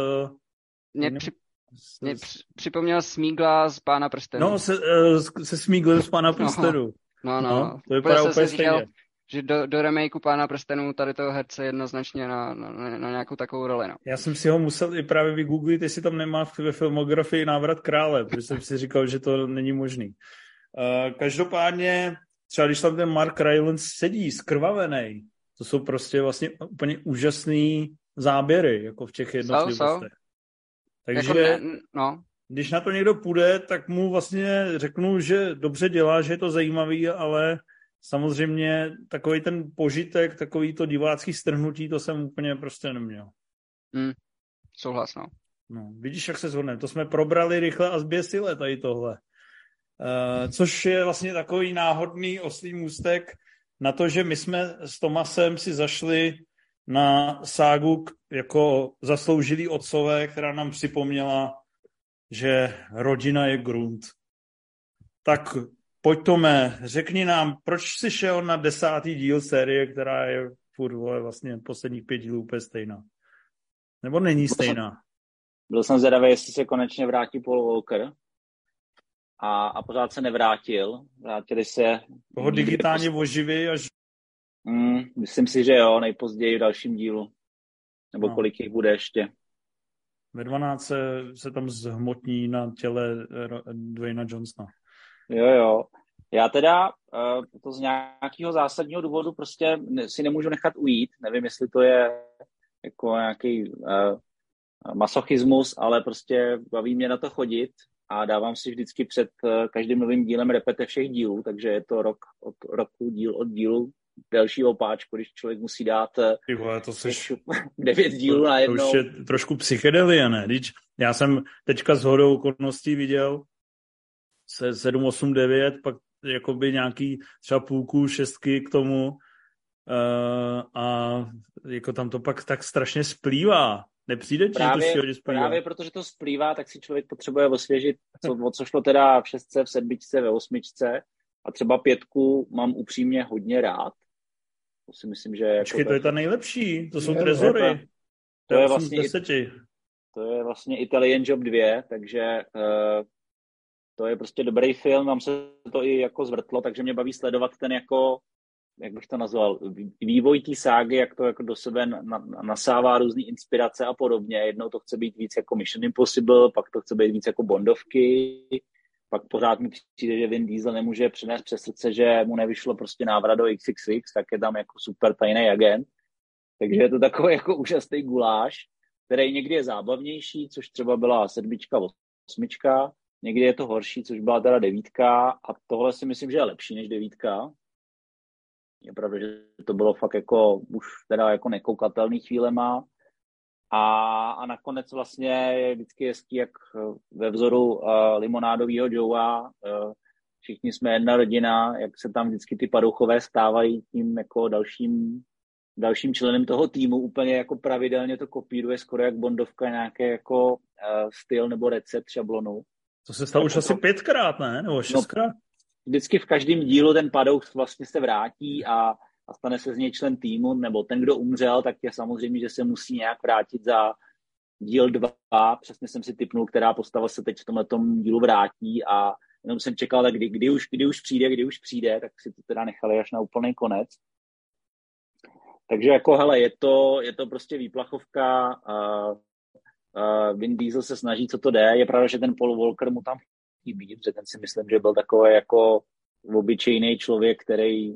D: Mě připomněl Smeagla z Pána prstenů.
A: No, se Smeaglem z Pána prstenů.
D: No.
A: To vypadá úplně stejně.
D: Že do remakeu Pána prstenů tady toho herce jednoznačně na nějakou takovou roli. No.
A: Já jsem si ho musel i právě vygooglit, jestli tam nemá ve filmografii Návrat krále, protože jsem si říkal, že to není možný. Každopádně, třeba když tam ten Mark Rylance sedí skrvavený, to jsou prostě vlastně úplně úžasný záběry, jako v těch jednotlivostech. Takže když na to někdo půjde, tak mu vlastně řeknu, že dobře dělá, že je to zajímavý, ale samozřejmě takový ten požitek, takový to divácký strhnutí, to jsem úplně prostě neměl.
D: Souhlas,
A: no. Vidíš, jak se shodneme. To jsme probrali rychle a zběsile tady tohle. Což je vlastně takový náhodný oslý můstek na to, že my jsme s Tomasem si zašli na ságu jako zasloužilí otcové, která nám připomněla, že rodina je grunt. Tak pojď Tome, řekni nám, proč jsi šel na 10. díl série, která je furt vlastně posledních 5 dílů úplně stejná? Nebo není stejná?
C: Byl jsem zvědavý, jestli se konečně vrátí Paul Walker. A pořád se nevrátil. Vrátili se...
A: Toho digitálně oživí až...
C: Myslím si, že jo, nejpozději v dalším dílu. Nebo kolik jich bude ještě.
A: Ve 12 se tam zhmotní na těle Dwayna Johnsona.
C: Jo. Já teda to z nějakého zásadního důvodu prostě si nemůžu nechat ujít. Nevím, jestli to je jako nějaký masochismus, ale prostě baví mě na to chodit a dávám si vždycky před každým novým dílem repete všech dílů, takže je to rok od roku, díl od dílu, delší opáčku, když člověk musí dát 9 dílů na jednou.
A: To už je trošku psychedelie, ne? Já jsem teďka s hodou okolností viděl 7, 8, 9, pak jakoby nějaký třeba půlku, 6 k tomu a jako tam to pak tak strašně splývá. Nepřijde ti, že to si splývá?
C: Právě protože to splývá, tak si člověk potřebuje osvěžit, o co šlo teda v 6, v 7, ve 8 a třeba 5 mám upřímně hodně rád. To si myslím, že...
A: Počkej, to je ta nejlepší, to jsou trezory.
C: To je vlastně Italian Job 2, takže to je prostě dobrý film, tam se to i jako zvrtlo, takže mě baví sledovat ten jako, jak bych to nazval, vývoj té ságy, jak to jako do sebe nasává různé inspirace a podobně. Jednou to chce být víc jako Mission Impossible, pak to chce být víc jako Bondovky, pak pořád mi přijde, že Vin Diesel nemůže přenést přes srdce, že mu nevyšlo prostě návrat do XXX, tak je tam jako super tajný agent. Takže je to takový jako úžasný guláš, který někdy je zábavnější, což třeba byla 7, 8, někdy je to horší, což byla teda 9 a tohle si myslím, že je lepší než 9. Je pravda, že to bylo fakt jako už teda jako nekoukatelný chvílema a nakonec vlastně je vždycky hezký, jak ve vzoru limonádovýho Joea, všichni jsme jedna rodina, jak se tam vždycky ty padouchové stávají tím jako dalším členem toho týmu, úplně jako pravidelně to kopíruje skoro jak Bondovka nějaký jako styl nebo recept šablonu.
A: To se stalo už asi 5krát, ne? Nebo 6krát?
C: No, vždycky v každém dílu ten padouch vlastně se vrátí a stane se z něj člen týmu, nebo ten, kdo umřel, tak je samozřejmě, že se musí nějak vrátit za díl 2. Přesně jsem si tipnul, která postava se teď v tomhletom dílu vrátí a jenom jsem čekal, tak kdy už přijde, tak si to teda nechali až na úplný konec. Takže jako hele, je to prostě výplachovka. Vin Diesel se snaží, co to jde. Je pravda, že ten Paul Walker mu tam chybí, protože ten si myslím, že byl takový jako obyčejný člověk, který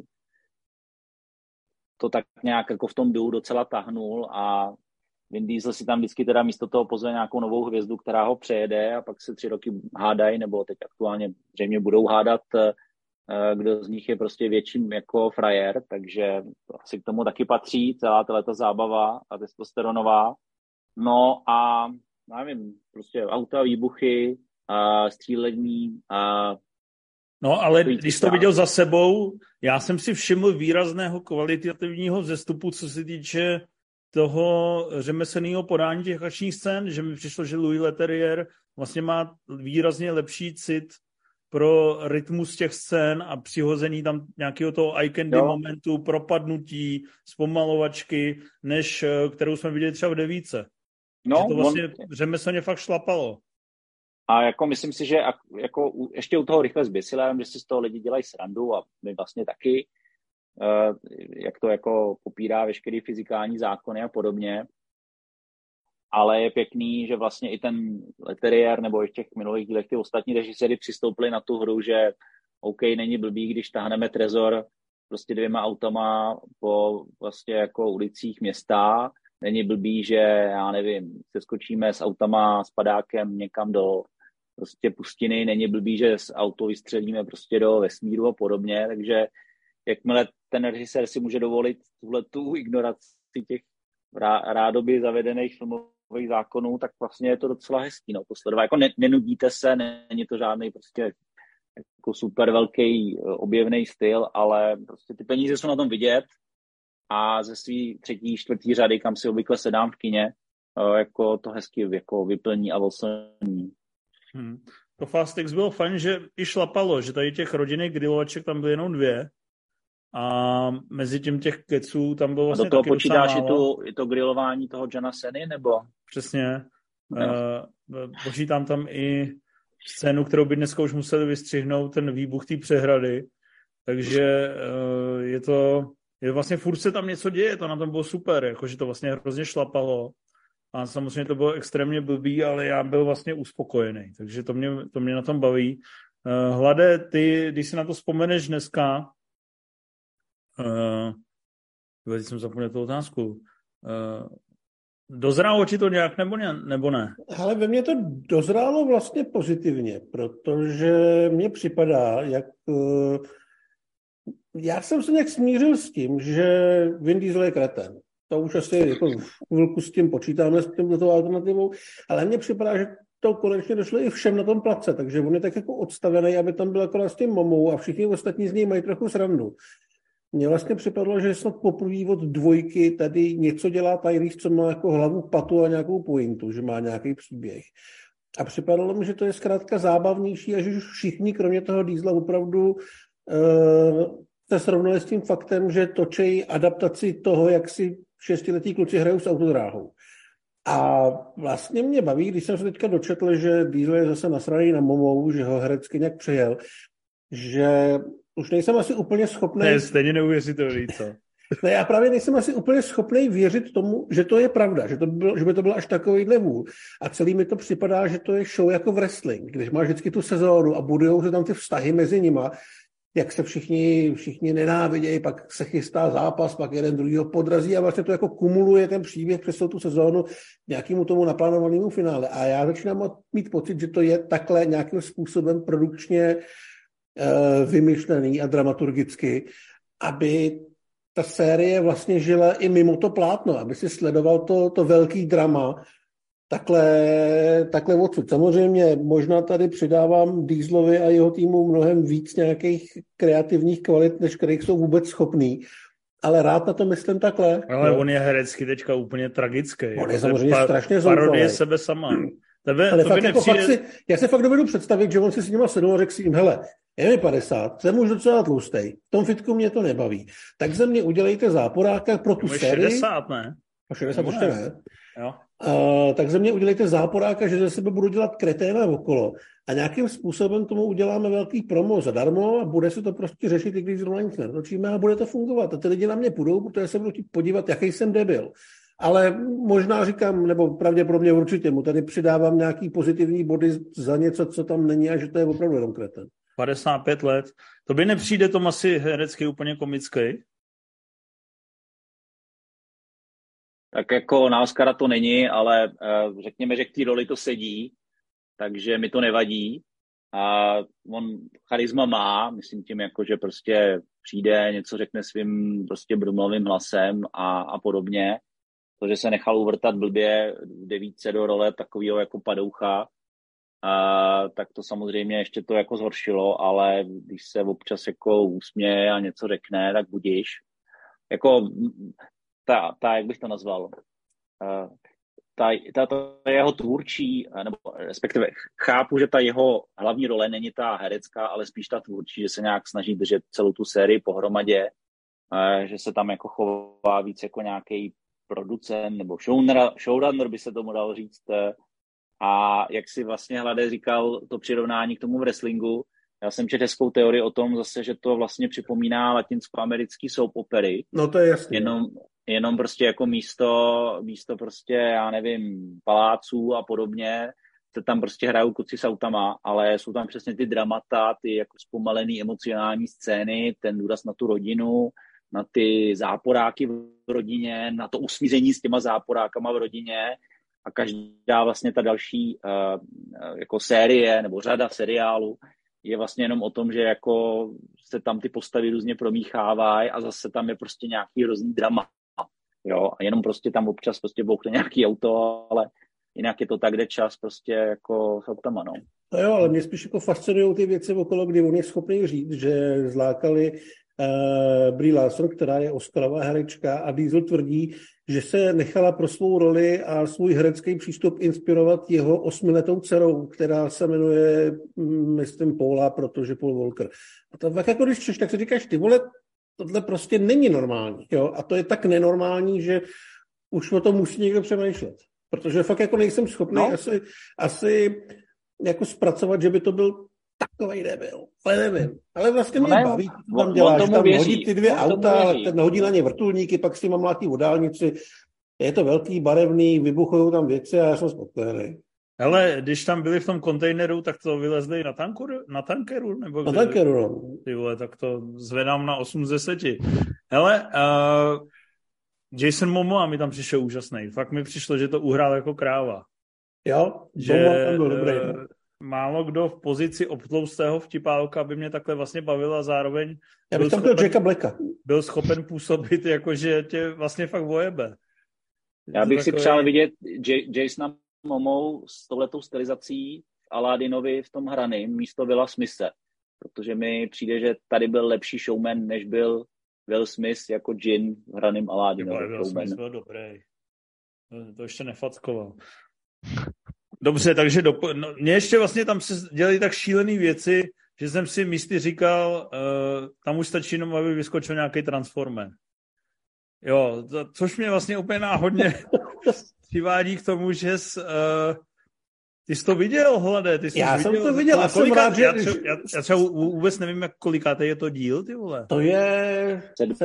C: to tak nějak jako v tom duchu docela tahnul a Vin Diesel si tam vždycky teda místo toho pozve nějakou novou hvězdu, která ho přejede a pak se 3 roky hádají, nebo teď aktuálně zřejmě budou hádat, kdo z nich je prostě větším jako frajer, takže asi k tomu taky patří celá tato zábava a testosteronová. No a nevím, prostě auta, výbuchy, střílení.
A: No ale když to viděl za sebou, já jsem si všiml výrazného kvalitativního vzestupu, co se týče toho řemeslného podání těch akčních scén, že mi přišlo, že Louis Leterrier vlastně má výrazně lepší cit pro rytmus těch scén a přihození tam nějakého toho eye candy momentu, propadnutí, zpomalovačky, než kterou jsme viděli třeba v 9. No, že to vlastně řemeslně fakt šlapalo.
C: A jako myslím si, že jako ještě u toho rychle zběsilém, že si z toho lidi dělají srandu a my vlastně taky, jak to jako popírá veškerý fyzikální zákony a podobně. Ale je pěkný, že vlastně i ten Leterrier nebo i v těch minulých dílech ty ostatní režiséry přistoupili na tu hru, že OK, není blbý, když táhneme trezor prostě 2 autama po vlastně jako ulicích města, není blbý, že já nevím, se skočíme s autama, s padákem někam do prostě pustiny, není blbý, že s auto vystřelíme prostě do vesmíru a podobně, takže jakmile ten režisér si může dovolit tuhletu ignoraci těch rádoby zavedených filmových zákonů, tak vlastně je to docela hezký, no, posledovat. Jako nenudíte se, není to žádný prostě jako super velký objevný styl, ale prostě ty peníze jsou na tom vidět a ze svý 3., 4. řady, kam si obvykle sedám v kině, jako to hezky jako vyplní a oslní.
A: to Fast X bylo fajn, že i šlapalo, že tady těch rodinných grilovaček tam byly jenom 2 a mezi tím těch keců tam bylo vlastně
C: a do toho
A: taky
C: počítáš i to grilování toho Johna Ceny, nebo?
A: Přesně. Počítám tam i scénu, kterou by dneska už museli vystřihnout, ten výbuch té přehrady, takže je vlastně furt se tam něco děje, to na tom bylo super, jakože to vlastně hrozně šlapalo a samozřejmě to bylo extrémně blbý, ale já byl vlastně uspokojený, takže to mě na tom baví. Hlade, ty, když si na to vzpomeneš dneska, teď jsem zapomněl tu otázku, dozrálo ti to nějak nebo ne?
B: Ale ve mně to dozrálo vlastně pozitivně, protože mně připadá, já jsem se nějak smířil s tím, že Vin Diesel je kreten. To už asi jako chvilku s tím počítáme, s tímto alternativou, ale mně připadá, že to konečně došlo i všem na tom place, takže on je tak jako odstavený, aby tam byl akorát s tím momou a všichni ostatní z něj mají trochu srandu. Mně vlastně připadlo, že snad poprvé od 2 tady něco dělá Tyrese, co má jako hlavu, patu a nějakou pointu, že má nějaký příběh. A připadalo mi, že to je zkrátka zábavnější a že už všichni, kromě toho Diesela, opravdu se srovnali s tím faktem, že točí adaptaci toho, jak si 6letí kluci hrajou s autodráhou. A vlastně mě baví, když jsem se teďka dočetl, že Diesel je zase nasraný na momou, že ho herecky nějak přejel, že už nejsem asi úplně schopný...
A: Ne, stejně neuvěřitelný, co?
B: Ne, já právě nejsem asi úplně schopný věřit tomu, že to je pravda, že by to bylo až takovýhle vůl. A celý mi to připadá, že to je show jako v wrestling, když máš vždycky tu sezónu a budujou se tam ty vztahy mezi nima, jak se všichni nenávidějí, pak se chystá zápas, pak jeden druhýho podrazí a vlastně to jako kumuluje ten příběh přes tu sezónu nějakému tomu naplánovanému finále. A já začínám mít pocit, že to je takhle nějakým způsobem produkčně vymyšlený a dramaturgicky, aby ta série vlastně žila i mimo to plátno, aby si sledoval to velký drama takhle odsud. Samozřejmě možná tady přidávám Dieselovi a jeho týmu mnohem víc nějakých kreativních kvalit, než kterých jsou vůbec schopný, ale rád na to myslím takhle.
A: Ale on je herecky teďka úplně tragický.
B: On je samozřejmě strašně zoufalý.
A: Parodie sebe sama.
B: Ale fakt, jako já se fakt dovedu představit, že on si s nima sedl a řekl si jim, hele, je mi 50, jsem už docela tlustej, v tom fitku mě to nebaví. Tak ze mě udělejte záporáka pro tu sérii.
A: 60, ne?
B: A 60 ještě ne.
A: Jo.
B: Tak ze mě udělejte záporáka, že ze sebe budu dělat kreténa okolo. A nějakým způsobem tomu uděláme velký promo zadarmo a bude se to prostě řešit, i když zrovna nic netočíme a bude to fungovat. A ty lidi na mě půjdou, protože se budu chtít podívat, jaký jsem debil. Ale možná říkám, nebo pravděpodobně určitě mu tady přidávám nějaký pozitivní body za něco, co tam není a že to je opravdu jenom kreten.
A: 55 let. To by nepřijde Tomasi herecky úplně komický?
C: Tak jako na Oscara to není, ale řekněme, že k té roli to sedí, takže mi to nevadí. A on charisma má, myslím tím, jako, že prostě přijde, něco řekne svým prostě brumlovým hlasem a podobně. To, že se nechal uvrtat blbě v 9 do role takového jako padoucha, tak to samozřejmě ještě to jako zhoršilo, ale když se občas jako usměje a něco řekne, tak budíš. Jako ta jak bych to nazval, ta jeho tvůrčí, nebo respektive chápu, že ta jeho hlavní role není ta herecká, ale spíš ta tvůrčí, že se nějak snaží držet celou tu sérii pohromadě, že se tam jako chová víc jako nějaký producent nebo showrunner by se tomu dalo říct. A jak si vlastně Hlade říkal to přirovnání k tomu wrestlingu, já jsem četl hezkou teorii o tom zase, že to vlastně připomíná latinskoamerický soap opery.
B: No to je jasný.
C: Jenom prostě jako místo prostě, já nevím, paláců a podobně, se tam prostě hrajou kluci s autama, ale jsou tam přesně ty dramata, ty jako zpomalený emocionální scény, ten důraz na tu rodinu, na ty záporáky v rodině, na to usmíření s těma záporákama v rodině a každá vlastně ta další jako série nebo řada seriálu je vlastně jenom o tom, že jako se tam ty postavy různě promíchávají a zase tam je prostě nějaký hrozný drama. Jo, a jenom prostě tam občas prostě bouchne nějaký auto, ale jinak je to tak, kde čas prostě jako s autama, no.
B: No jo, ale mě spíš jako fascinují ty věci okolo, kdy on je schopný říct, že zlákali Brie Larson, která je Oscarová herečka, a Diesel tvrdí, že se nechala pro svou roli a svůj herecký přístup inspirovat jeho 8letou dcerou, která se jmenuje, myslím, Paula, protože Paul Walker. A to tak jako když čteš, tak si říkáš, ty vole, tohle prostě není normální. Jo? A to je tak nenormální, že už o tom musí někdo přemýšlet. Protože fakt jako nejsem schopný asi jako zpracovat, že by to byl takovej debil. Ale nevím. Ale vlastně mě baví, co tam děláš. Tam hodí ty dvě auta, ten hodí na ně vrtulníky, pak si mám mlátí o dálnici. Je to velký, barevný, vybuchují tam věci a já jsem spokojený.
A: Hele, když tam byli v tom kontejneru, tak to vylezli na tankeru? Nebo
B: na tankeru, no.
A: Ty vole, tak to zvedám na 8 z 10. Hele, Jason Momoa mi tam přišel úžasný. Fakt mi přišlo, že to uhrál jako kráva.
B: Jo,
A: že tam byl dobrý. Málo kdo v pozici obtloustého vtipálka by mě takhle vlastně bavil a zároveň
B: já bych tam chtěl Jacka Blacka.
A: Byl schopen působit jako, že tě vlastně fakt vojebe.
C: Já bych si přál vidět Jasona Momou s touhletou stylizací v Aladdinovi v tom hraným místo Willa Smithe, protože mi přijde, že tady byl lepší showman, než byl Will Smith jako Djinn v hraným Aladdinovi.
A: Will Smith byl dobrý. To ještě nefackoval. Dobře, takže mě ještě vlastně tam se dělají tak šílený věci, že jsem si místy říkal, tam už stačí jenom, aby vyskočil nějaký Transformer. Jo, což mě vlastně úplně náhodně přivádí k tomu, že ty jsi to viděl, Hlade?
B: Já jsem to viděl a jsem rád, že...
A: Já třeba vůbec nevím, jak kolikáte je to díl, ty vole.
B: To je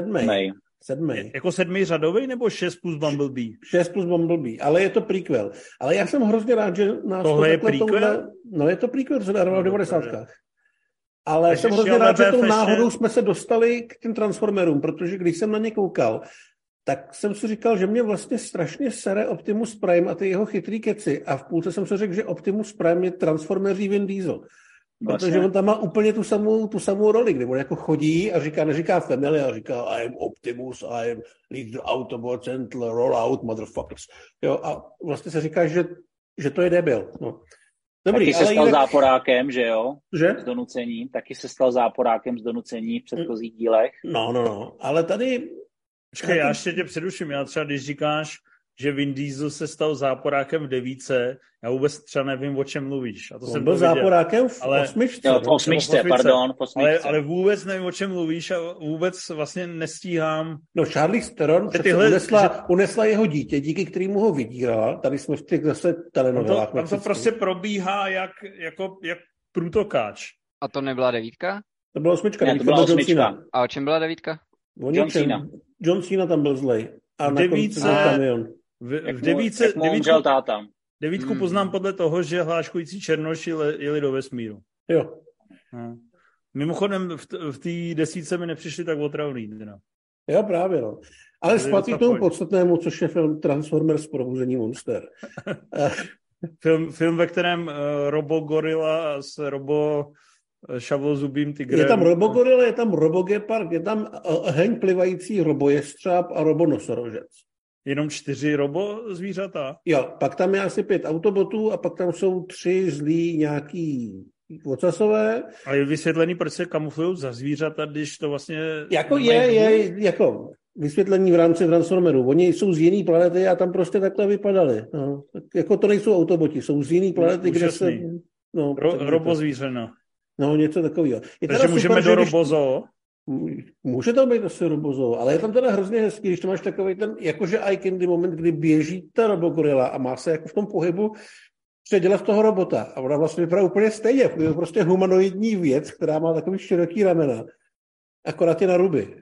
B: 7.
A: Jako 7. řadový nebo 6 plus Bumblebee?
B: 6 plus Bumblebee, ale je to prequel. Ale já jsem hrozně rád, že nás
A: tohle je prequel?
B: No je to prequel, co dávalo v 90kách. Ale jsem hrozně rád, že tou náhodou jsme se dostali k těm Transformerům, protože když jsem na ně koukal, tak jsem si říkal, že mě vlastně strašně sere Optimus Prime a ty jeho chytrý keci. A v půlce jsem si řekl, že Optimus Prime je Transformeří Vin Diesel. Protože on tam má úplně tu samou roli, kdy on jako chodí a neříká family, a říká I am Optimus, I am lead the Autobots and roll out motherfuckers. Jo, a vlastně se říká, že to je debil. No.
C: Dobrý, taky se stal záporákem, že jo?
B: Že?
C: Z donucení. Taky se stal záporákem z donucení v předchozích dílech.
B: No. Ale tady...
A: Počkej, já ještě tě předuším. Já třeba, když říkáš, že Vin Diesel se stal záporákem v 9, já vůbec třeba nevím, o čem mluvíš. A to jsem
B: byl záporákem v 8.
C: Jo, v 8, pardon. V 8.
A: Ale vůbec nevím, o čem mluvíš a vůbec vlastně nestíhám.
B: No, Charlize Theron unesla jeho dítě, díky kterému ho vydírala. Tady jsme v těch zase telenovelách.
A: Tam to prostě probíhá jak průtokáč.
D: A to nebyla 9?
B: To byla 8.
C: Ne, to byla 8.
D: A o čem byla 9?
B: John Cena tam byl zlej. A
A: v 9 poznám podle toho, že hláškující černoši jeli do vesmíru.
B: Jo.
A: Mimochodem v té 10 mi nepřišli tak otravný. Teda.
B: Jo, právě. No. Ale zpátky k tomu podstatnému, což je film Transformers Probuzení monster.
A: film, ve kterém Robogorilla s šavlozubým tigrem.
B: Je tam Robogorilla, je tam Robogepard, je tam heň plivající robojestřáb a robonosorožec.
A: Jenom 4 zvířata?
B: Jo, pak tam je asi 5 autobotů a pak tam jsou 3 zlí nějaký ocasové.
A: A je vysvětlený, proč se kamuflují za zvířata, když to vlastně...
B: Jako je jako vysvětlení v rámci Transformerů. Oni jsou z jiný planety a tam prostě takhle vypadali. No. Jako to nejsou autoboti, jsou z jiný planety, kde se... No,
A: robozvířena.
B: No, něco takového.
A: Takže můžeme do Robozo?
B: Může to být asi Robozo, ale je tam teda hrozně hezký, když to máš takový ten, jakože eye candy moment, kdy běží ta Robogorilla a má se jako v tom pohybu předělat toho robota. A ona vlastně vypadá úplně stejně. Je to prostě humanoidní věc, která má takový široký ramena. Akorát je na ruby.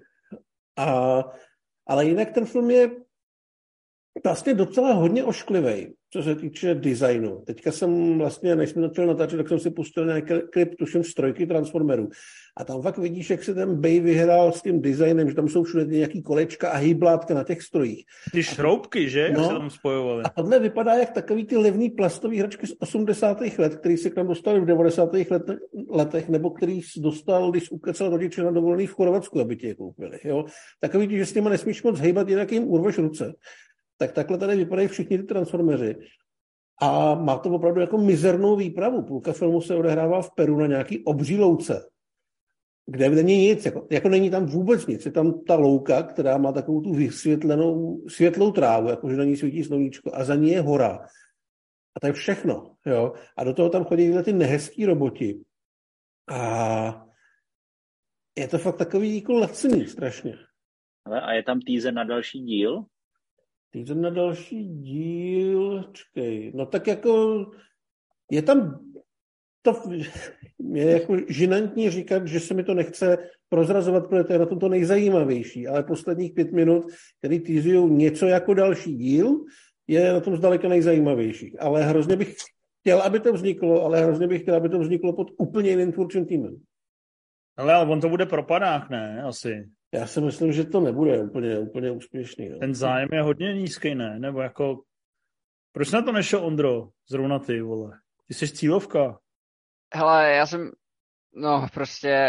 B: Ale jinak ten film je vlastně docela hodně ošklivej, co se týče designu. Teďka jsem vlastně, než jsme začali natáčet, tak jsem si pustil nějaký klip, tuším, z 3 Transformerů. A tam fakt vidíš, jak se ten Bay vyhrál s tím designem, že tam jsou všude nějaký kolečka a hýblátka na těch strojích.
A: Ty šroubky, že? Jak se tam spojovaly.
B: A tohle vypadá jak takový ty levný plastový hračky z 80. let, který se k nám dostali v 90. letech, nebo který jsi dostal, když ukecal rodiče na dovolený v Chorvatsku, aby ti je koupili. Jo? Takový, že s nima nesmíš moc hejbat, jinak jim urveš ruce. Tak takhle tady vypadají všichni ty Transformeři. A má to opravdu jako mizernou výpravu. Půlka filmu se odehrává v Peru na nějaký obří louce. kde není nic, jako není tam vůbec nic. Je tam ta louka, která má takovou tu vysvětlenou světlou trávu, jakože na ní svítí sluníčko a za ní je hora. A to je všechno. Jo? A do toho tam chodí tyhle ty nehezký roboti. A je to fakt takový jako laciný strašně.
C: A je tam teaser na další díl?
B: Teaser na další díl, čekej, no tak jako je tam, to je jako žinantní říkat, že se mi to nechce prozrazovat, protože to je na tom to nejzajímavější, ale posledních 5 minut, který teasujou něco jako další díl, je na tom zdaleka nejzajímavější. Ale hrozně bych chtěl, aby to vzniklo, pod úplně jiným tvůrčím týmem.
A: Ale on to bude propadák, ne? Asi.
B: Já si myslím, že to nebude úplně úspěšný. No.
A: Ten zájem je hodně nízký, ne? Nebo jako... Proč na to nešel, Ondro? Zrovna ty, vole. Ty jsi cílovka.
D: Hele, já jsem... No, prostě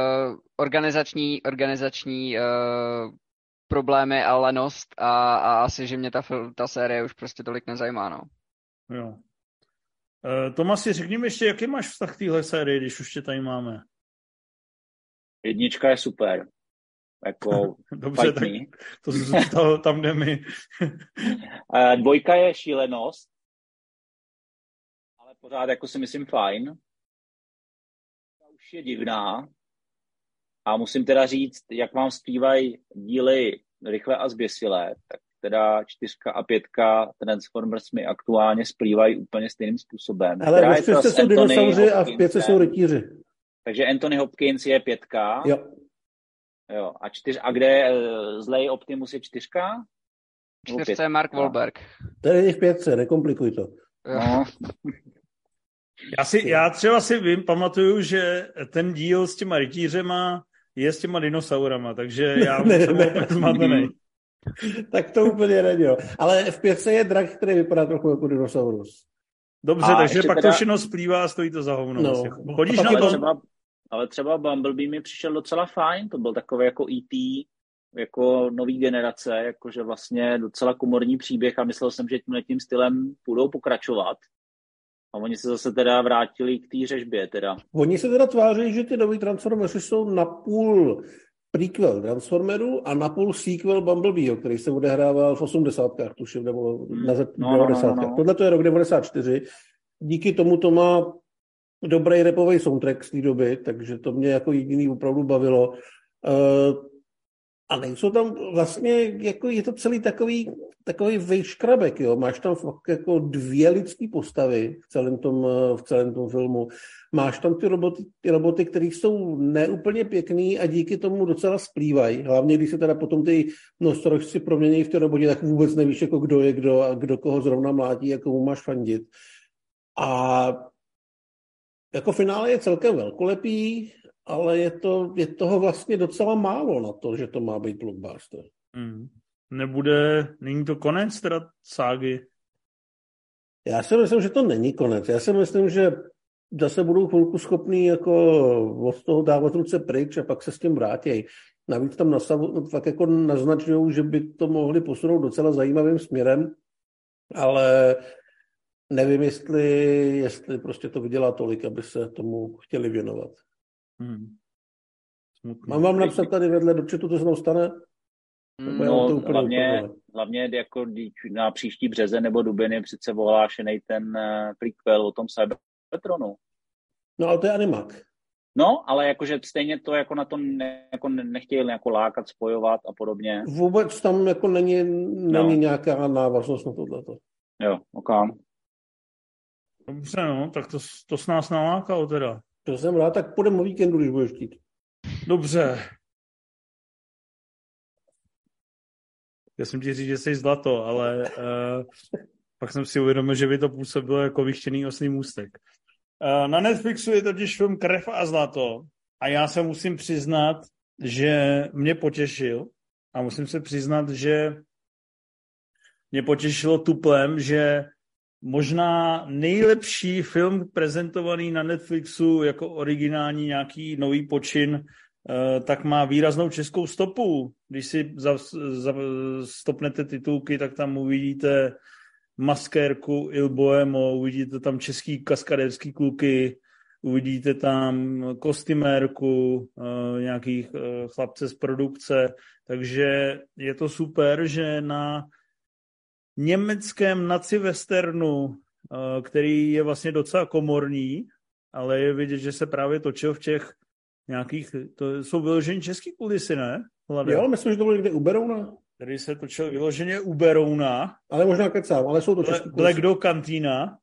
D: organizační problémy a lenost a asi, že mě ta série už prostě tolik nezajímá, no.
A: Jo. Tomasi, řekni mi ještě, jaký máš vztah k téhle sérii, když už tě tady máme?
C: 1 je super. Jako
A: dobře, tak to zůstalo tam, kde my.
C: 2 je šílenost, ale pořád jako si myslím fajn. Ta už je divná. A musím teda říct, jak vám zpívají díly Rychle a zběsilé, tak teda 4 a 5 Transformers mi aktuálně zpívají úplně stejným způsobem.
B: Ale ve 4 jsou dinosauři a v 5 jsou rytíři.
C: Takže Anthony Hopkins je 5.
B: Jo.
C: Jo. A kde zlej Optimus je 4?
D: 4 je Mark Wahlberg.
B: To je v 5, nekomplikuj to.
C: No.
A: Já třeba si pamatuju, že ten díl s těma rytířema je s těma dinosaurama, takže já jsem opět zmatený.
B: Tak to úplně není, jo. Ale v 5 je drak, který vypadá trochu jako dinosaurus.
A: Dobře, takže pak to všechno splývá a stojí to za hovno.
B: No.
A: Chodíš na to?
C: Ale třeba Bumblebee mi přišel docela fajn, to byl takový jako E.T., jako nový generace, jakože vlastně docela komorní příběh a myslel jsem, že tím stylem budou pokračovat. A oni se zase teda vrátili k té řežbě teda.
B: Oni se teda tváří, že ty nový Transformeři jsou napůl prequel Transformeru a napůl sequel Bumblebeeho, který se odehrával v 80. tuším, nebo na 90.
C: No.
B: Tohle to je rok 94. Díky tomu to má dobrý rapový soundtrack z té doby, takže to mě jako jediný opravdu bavilo. A nejsou tam vlastně, jako je to celý takový vejškrabek, jo. Máš tam fakt jako 2 lidský postavy v celém tom filmu. Máš tam ty roboty, které jsou neúplně pěkný a díky tomu docela splývají. Hlavně, když se teda potom ty nosorožci promění v ty roboti, tak vůbec nevíš, jako kdo je kdo a kdo koho zrovna mlátí a komu máš fandit. A jako finále je celkem velkolepý, ale je toho vlastně docela málo na to, že to má být blockbuster.
A: Není to konec teda ságy?
B: Já si myslím, že to není konec. Já si myslím, že zase budou chvilku schopný jako od toho dávat ruce pryč a pak se s tím vrátí. Navíc tam fakt jako naznačují, že by to mohli posunout docela zajímavým směrem, ale nevím, jestli prostě to vydělá tolik, aby se tomu chtěli věnovat. Mám vám napsat tady vedle do chatu, to se tam stane?
C: No, hlavně jako na příští březen nebo duben je přece ohlášený ten prequel o tom Cybertronu.
B: No, ale to je animák.
C: No, ale jakože stejně to jako na tom jako nechtějí jako lákat, spojovat a podobně.
B: Vůbec tam jako není nějaká návaznost na tohleto.
C: Jo, ok.
A: Dobře, no, tak to s nás nalákalo teda.
B: To jsem rád, tak půjdeme o víkendu, když budeš chtít.
A: Dobře. Já jsem ti říct, že jsi zlato, ale pak jsem si uvědomil, že by to působilo jako vychtěný oslý můstek. Na Netflixu je totiž film Krev a zlato a já se musím přiznat, že mě potěšil a musím se přiznat, že mě potěšilo tuplem, že možná nejlepší film prezentovaný na Netflixu jako originální nějaký nový počin, tak má výraznou českou stopu. Když si stopnete titulky, tak tam uvidíte Maskérku, Il Bohemo, uvidíte tam český kaskadérský kluky uvidíte tam kostymérku, nějakých chlapce z produkce, takže je to super, že na německém naci-westernu, který je vlastně docela komorní, ale je vidět, že se právě točil v těch nějakých, to jsou vyloženě český kulisy, ne? Hlade.
B: Jo, myslím, že to bylo někde u Berouna.
A: Který se točil vyloženě u Berouna.
B: Ale možná kecám, ale jsou to český kulisy.
A: Black Dog Cantina.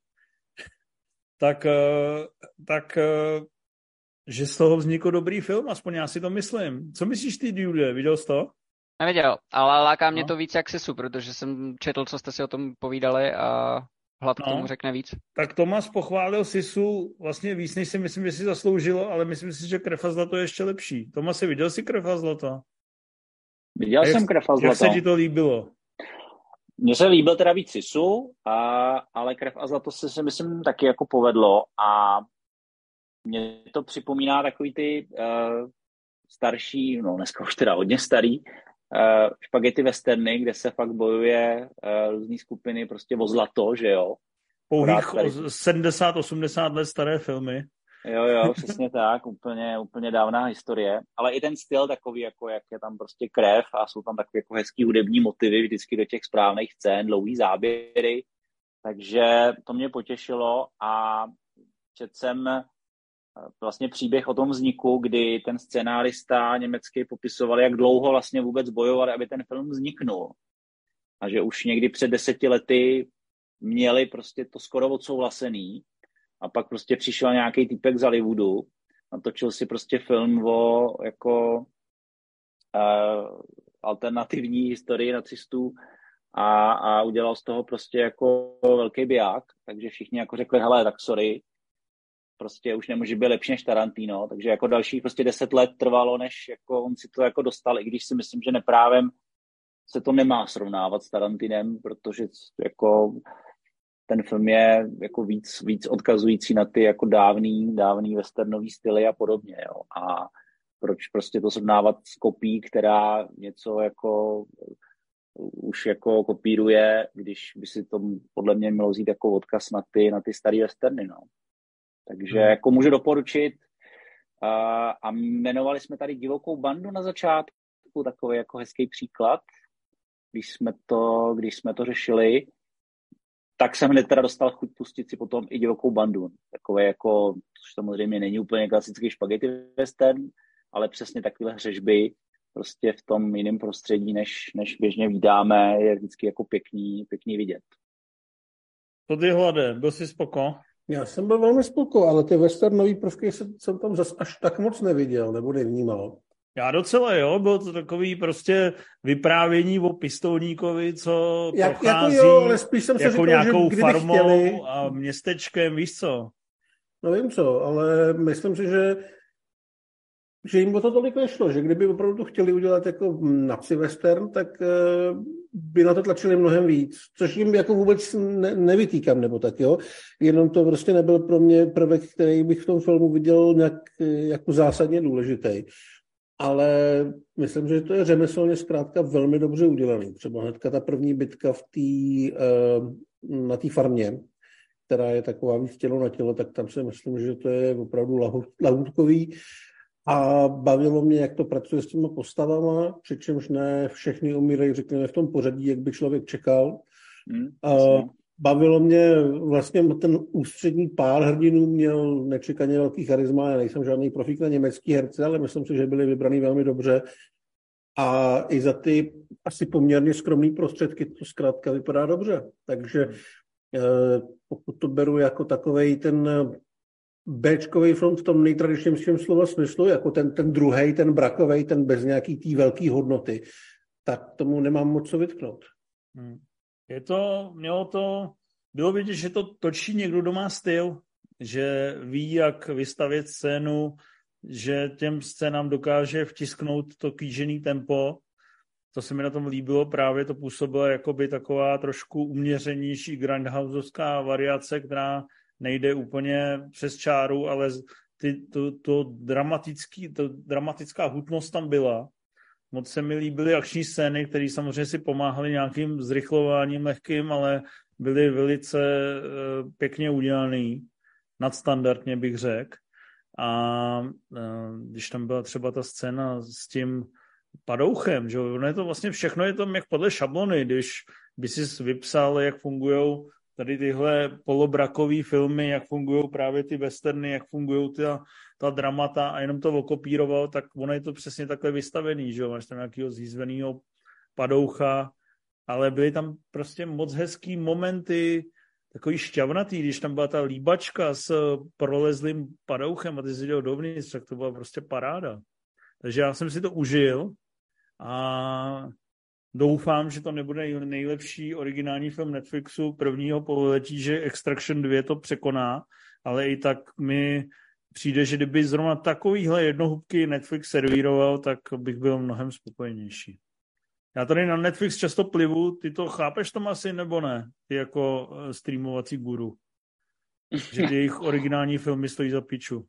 A: Tak že z toho vznikl dobrý film, aspoň já si to myslím. Co myslíš ty, Dude? Viděl jsi to?
D: Neviděl, ale láká mě to víc jak Sisu, protože jsem četl, co jste si o tom povídali a Hlad k tomu řekne víc.
A: Tak Tomas pochválil Sisu vlastně víc, než si myslím, že si zasloužilo, ale myslím si, že Krev a zlato je ještě lepší. Tomasi, viděl jsi Krev a zlato?
C: Viděl jsem Krev a zlato.
A: Jak se ti to líbilo?
C: Mně se líbil teda víc Sisu, ale Krev a zlato se si myslím taky jako povedlo a mě to připomíná takový ty starší, no dneska už teda hodně starý, špagety westerny, kde se fakt bojuje různý skupiny prostě o zlato, že jo.
A: Pouhých 70-80 let staré filmy.
C: Jo, přesně tak, úplně dávná historie, ale i ten styl takový, jako jak je tam prostě krev a jsou tam takové jako hezký hudební motivy vždycky do těch správných scén, dlouhý záběry, takže to mě potěšilo a četl jsem vlastně příběh o tom vzniku, kdy ten scenárista německý popisoval, jak dlouho vlastně vůbec bojovali, aby ten film vzniknul. A že už někdy před 10 lety měli prostě to skoro odsouhlasený a pak prostě přišel nějaký týpek z Hollywoodu, natočil si prostě film o jako alternativní historii nacistů a udělal z toho prostě jako velký biják, takže všichni jako řekli, hele, tak sorry, prostě už nemůže být lepší než Tarantino, takže jako dalších prostě 10 let trvalo, než jako on si to jako dostal, i když si myslím, že neprávem se to nemá srovnávat s Tarantinem, protože jako ten film je jako víc odkazující na ty jako dávný westernový styly a podobně, jo. A proč prostě to srovnávat s kopií, která něco jako už jako kopíruje, když by si to podle mě mělo vzít jako odkaz na ty starý westerny, no. Takže jako můžu doporučit a jmenovali jsme tady Divokou bandu na začátku, takový jako hezký příklad, když jsme to řešili, tak jsem hned teda dostal chuť pustit si potom i Divokou bandu. Takové jako, což samozřejmě není úplně klasický špagety western, ale přesně takové hřežby prostě v tom jiném prostředí, než běžně vídáme, je vždycky jako pěkný vidět.
A: To ty Hlade, byl jsi spoko?
B: Já jsem byl velmi spoko, ale ty westernové prvky jsem tam zas až tak moc neviděl, nebo nevnímal.
A: Já docela, jo, bylo to takový prostě vyprávění o pistolníkovi, co prochází
B: jako jo, ale spíš jsem
A: jako
B: říkal,
A: nějakou
B: že
A: farmou
B: chtěli...
A: a městečkem, víš co?
B: No vím co, ale myslím si, že jim o to tolik nešlo, že kdyby opravdu to chtěli udělat jako naci western, tak by na to tlačili mnohem víc, což jim jako vůbec nevytýkám, nebo tak, jo. Jenom to prostě nebyl pro mě prvek, který bych v tom filmu viděl nějak jako zásadně důležitý. Ale myslím, že to je řemeslně zkrátka velmi dobře udělaný. Třeba hnedka ta první bitka na té farmě, která je taková víc tělo na tělo, tak tam si myslím, že to je opravdu lahůdkový. A bavilo mě, jak to pracuje s těma postavama, přičemž ne všechny umírají, řekněme, v tom pořadí, jak by člověk čekal. Bavilo mě vlastně ten ústřední pár hrdinů měl nečekaně velký charisma. Já nejsem žádný profík na německý herce, ale myslím si, že byli vybraný velmi dobře. A i za ty asi poměrně skromné prostředky to zkrátka vypadá dobře. Takže pokud to beru jako takovej ten Bčkový film v tom nejtradičnějším slova smyslu, jako ten druhej, ten brakovej, ten bez nějaký tý velký hodnoty, tak tomu nemám moc co vytknout.
A: Bylo vidět, že to točí někdo, kdo má styl, že ví, jak vystavět scénu, že těm scénám dokáže vtisknout to kýžený tempo. To se mi na tom líbilo, právě to působilo jakoby taková trošku uměřenější grindhouseovská variace, která nejde úplně přes čáru, ale dramatická hutnost tam byla. Moc se mi líbily akční scény, které samozřejmě si pomáhaly nějakým zrychlováním lehkým, ale byly velice pěkně udělaný, nadstandardně bych řekl. A když tam byla třeba ta scéna s tím padouchem, že ono je to vlastně všechno je tam jak podle šablony, když by si vypsal, jak fungujou tady tyhle polobrakový filmy, jak fungují právě ty westerny, jak fungují ta dramata a jenom to okopíroval, tak ono je to přesně takhle vystavený, že jo, máš tam nějakého zjízvenýho padoucha, ale byly tam prostě moc hezký momenty, takový šťavnatý, když tam byla ta líbačka s prolezlým padouchem a ty si jdou dovnitř, tak to byla prostě paráda. Takže já jsem si to užil a doufám, že to nebude nejlepší originální film Netflixu prvního pololetí, že Extraction 2 to překoná, ale i tak mi přijde, že kdyby zrovna takovýhle jednohubky Netflix servíroval, tak bych byl mnohem spokojenější. Já tady na Netflix často plivu, ty to chápeš tam asi nebo ne? Ty jako streamovací guru. Že ty jejich originální filmy stojí za piču.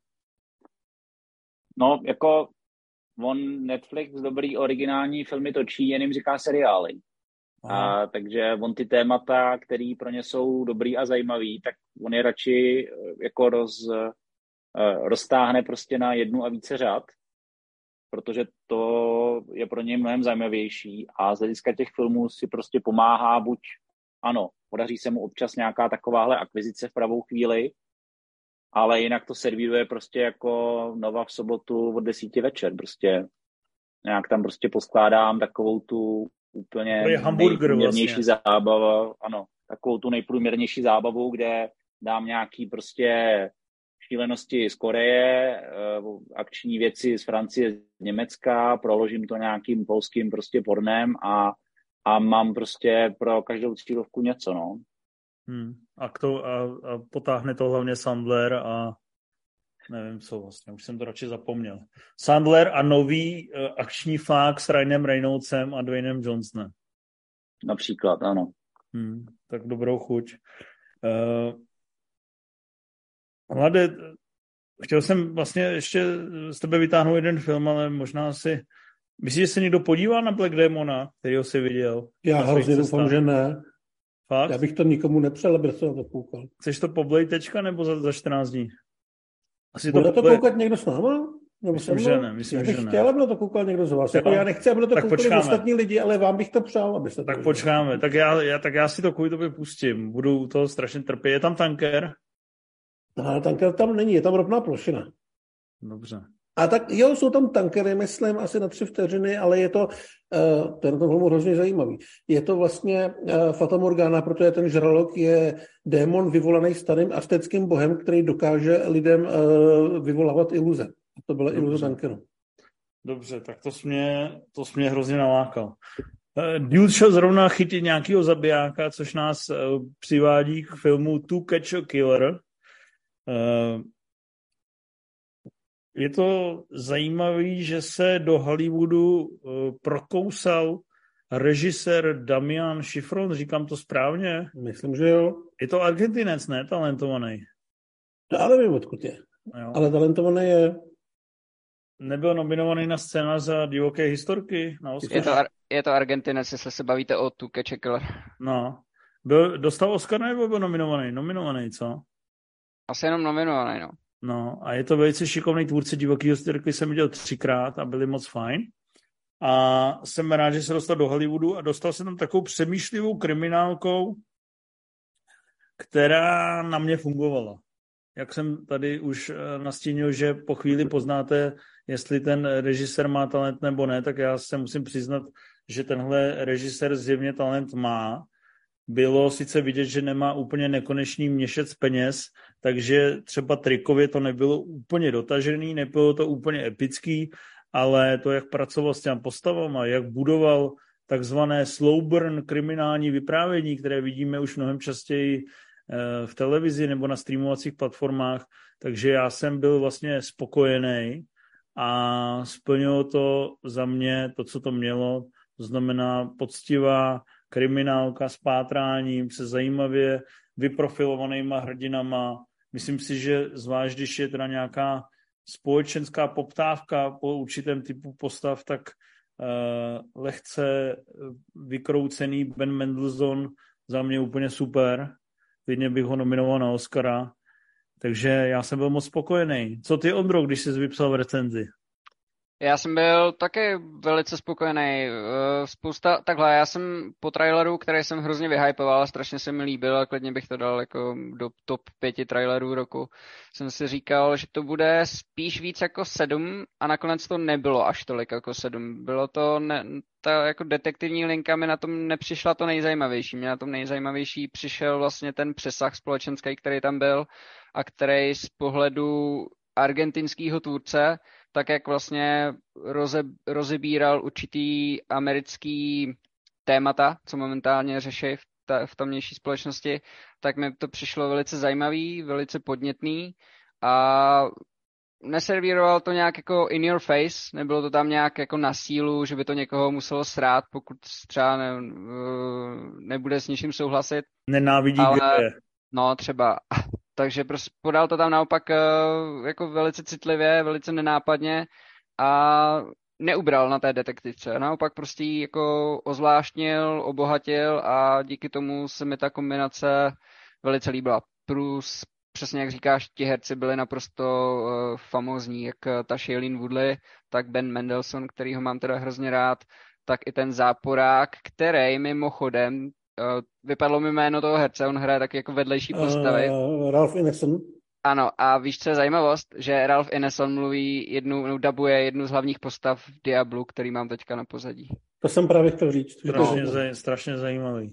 C: No, jako on Netflix dobrý originální filmy točí, jen jim říká seriály. Takže on ty témata, které pro ně jsou dobrý a zajímavý, tak on je radši jako roztáhne prostě na jednu a více řad, protože to je pro ně mnohem zajímavější a z hlediska těch filmů si prostě pomáhá buď, ano, podaří se mu občas nějaká takováhle akvizice v pravou chvíli, ale jinak to servíruje prostě jako Nova v sobotu od 10 večer, prostě nějak tam prostě poskládám takovou tu úplně nejprůměrnější vlastně zábavu, ano, takovou tu nejprůměrnější zábavu, kde dám nějaký prostě šílenosti z Koreje, akční věci z Francie, z Německa, proložím to nějakým polským prostě pornem a mám prostě pro každou cílovku něco, no.
A: A potáhne to hlavně Sandler a nevím co vlastně, už jsem to radši zapomněl. Sandler a nový akční flák s Ryanem Reynoldsem a Dwaynem Johnsonem.
C: Například, ano.
A: Tak dobrou chuť. Hlade, chtěl jsem vlastně ještě z tebe vytáhnout jeden film, ale možná si... Myslíš, že se někdo podívá na Black Demona, kterýho jsi viděl?
B: Já hrozně doufám, že ne.
A: Fakt?
B: Já bych to nikomu nepřel, aby se na to koukal.
A: Chceš to poblej tečka nebo za 14 dní?
B: Bude to koukat někdo s náma?
A: Myslím, že ne.
B: Já bych chtěl, aby to koukal někdo z vás. Jako já nechci, aby to koukali ostatní lidi, ale vám bych to přál, abyste to
A: tak počkáme. Tak já si to kvůli tobě pustím. Budu toho strašně trpět. Je tam tanker?
B: Ale tanker tam není, je tam ropná plošina.
A: Dobře.
B: A tak jo, jsou tam tankery, myslím, asi na 3 vteřiny, ale je to ten film hrozně zajímavý. Je to vlastně Fata Morgana, protože ten žralok je démon vyvolaný starým aztéckým bohem, který dokáže lidem vyvolávat iluze. A to byla iluze tankeru.
A: Dobře, tak to mě hrozně nalákal. Dude šel zrovna chytit nějakého zabijáka, což nás přivádí k filmu To Catch a Killer. Je to zajímavý, že se do Hollywoodu prokousal režisér Damian Schifron, říkám to správně?
B: Myslím, že jo.
A: Je to Argentinec, ne? Talentovaný.
B: Já nevím, odkud je.
A: Jo.
B: Ale talentovaný je.
A: Nebyl nominovaný na scénář za Divoké historky?
D: Je to Argentinec, jestli se bavíte o Tu Catch a Killer.
A: No. Dostal Oscar nebo byl nominovaný? Nominovaný, co?
D: Asi jenom nominovaný, no.
A: No a je to velice šikovný tvůrce Divoký historky, jsem viděl 3krát a byli moc fajn. A jsem rád, že se dostal do Hollywoodu a dostal se tam takovou přemýšlivou kriminálkou, která na mě fungovala. Jak jsem tady už nastínil, že po chvíli poznáte, jestli ten režisér má talent nebo ne, tak já se musím přiznat, že tenhle režisér zjevně talent má. Bylo sice vidět, že nemá úplně nekonečný měšec peněz, takže třeba trikově to nebylo úplně dotažený, nebylo to úplně epický, ale to, jak pracoval s těmi postavama, jak budoval takzvané slow burn kriminální vyprávění, které vidíme už mnohem častěji v televizi nebo na streamovacích platformách, takže já jsem byl vlastně spokojený a splnilo to za mě to, co to mělo, to znamená poctivá kriminálka s pátráním, se zajímavě vyprofilovanýma hrdinama. Myslím si, že zvlášť, když je teda nějaká společenská poptávka po určitém typu postav, tak lehce vykroucený Ben Mendelsohn za mě úplně super. Klidně bych ho nominoval na Oscara. Takže já jsem byl moc spokojený. Co ty, Ondro, když jsi vypsal v recenzi?
D: Já jsem byl taky velice spokojený. Takhle, já jsem po traileru, který jsem hrozně vyhypoval, strašně se mi líbil a klidně bych to dal jako do top 5 trailerů roku. Jsem si říkal, že to bude spíš víc jako 7 a nakonec to nebylo až tolik jako 7. Bylo to, ta jako detektivní linka mi na tom nepřišla to nejzajímavější. Mě na tom nejzajímavější přišel vlastně ten přesah společenský, který tam byl a který z pohledu argentinského tvůrce, tak jak vlastně rozebíral určitý americký témata, co momentálně řeší v tamnější společnosti, tak mi to přišlo velice zajímavý, velice podnětný a neservíroval to nějak jako in your face, nebylo to tam nějak jako na sílu, že by to někoho muselo srát, pokud třeba nebude s něčím souhlasit.
A: Nenávidí geje.
D: No třeba. Takže prostě podal to tam naopak jako velice citlivě, velice nenápadně a neubral na té detektivce. Naopak prostě ji jako ozvláštnil, obohatil a díky tomu se mi ta kombinace velice líbila. Plus přesně jak říkáš, ti herci byli naprosto famózní, jak ta Shailene Woodley, tak Ben Mendelsohn, kterýho mám teda hrozně rád, tak i ten záporák, který mimochodem vypadlo mi jméno toho herce, on hraje taky jako vedlejší postavy.
B: Ralph Ineson.
D: Ano, a víš, co je zajímavost? Že Ralph Ineson dabuje jednu z hlavních postav v Diablu, který mám teďka na pozadí.
B: To jsem právě chtěl říct.
A: Strašně zajímavý.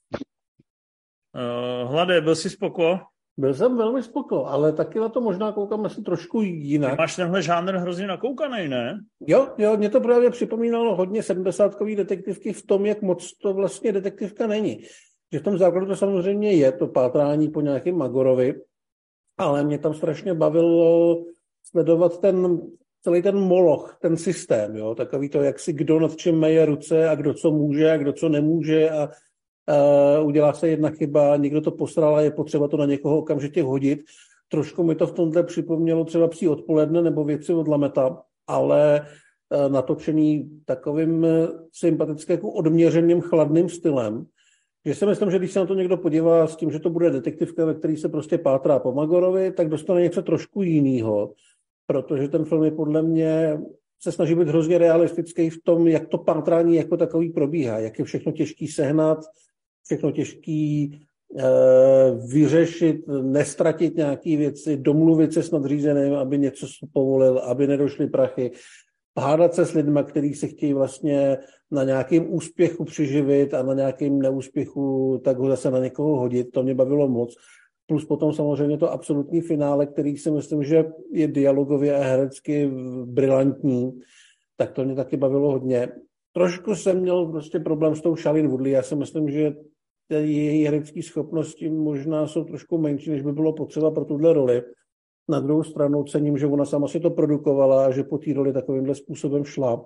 A: Hlade, byl jsi spoko?
B: Byl jsem velmi spoko, ale taky na to možná koukám asi trošku jinak.
A: Ty máš tenhle žánr hrozně nakoukaný, ne?
B: Jo, mě to právě připomínalo hodně 70kový detektivky v tom, jak moc to vlastně detektivka není. Že v tom základu to samozřejmě je to pátrání po nějakém Magorovi, ale mě tam strašně bavilo sledovat celý ten moloch, ten systém, jo? Takový to, jak si kdo nad čím meje ruce a kdo co může a kdo co nemůže a udělá se jedna chyba, někdo to posral a je potřeba to na někoho okamžitě hodit. Trošku mi to v tomhle připomnělo třeba Psí odpoledne nebo Věci od Lameta, ale natočený takovým sympatickým, jako odměřeným, chladným stylem. Že si myslím, že když se na to někdo podívá s tím, že to bude detektivka, ve který se prostě pátrá po Magorovi, tak dostane něco trošku jinýho, protože ten film je podle mě se snaží být hrozně realistický v tom, jak to pátrání jako takový probíhá, jak je všechno těžký sehnat, všechno těžký vyřešit, nestratit nějaké věci, domluvit se s nadřízeným, aby něco povolil, aby nedošly prachy, hádat se s lidma, kteří se chtějí vlastně na nějakém úspěchu přiživit a na nějakém neúspěchu tak ho zase na někoho hodit. To mě bavilo moc. Plus potom samozřejmě to absolutní finále, který si myslím, že je dialogově a herecky brilantní, tak to mě taky bavilo hodně. Trošku jsem měl prostě problém s tou Shailene Woodley. Já si myslím, že její herecké schopnosti možná jsou trošku menší, než by bylo potřeba pro tuhle roli. Na druhou stranu cením, že ona sama si to produkovala a že po té roli takovýmhle způsobem šla.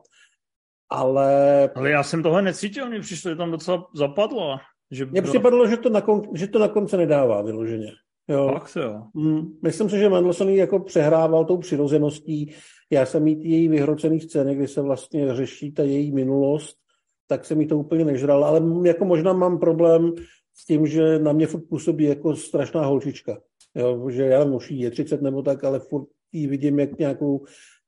B: Ale
A: já jsem tohle necítil, mně přišlo, že tam docela zapadlo.
B: Mně připadlo, že to na konci nedává vyloženě. Jo.
A: Fakt jo.
B: Myslím si, že Mendelsohn jako přehrával tou přirozeností. Já jsem mít její vyhrocený scény, kdy se vlastně řeší ta její minulost, tak se mi to úplně nežral, ale jako možná mám problém s tím, že na mě furt působí jako strašná holčička. Jo, že já už jí je 30 nebo tak, ale furt jí vidím jak nějakou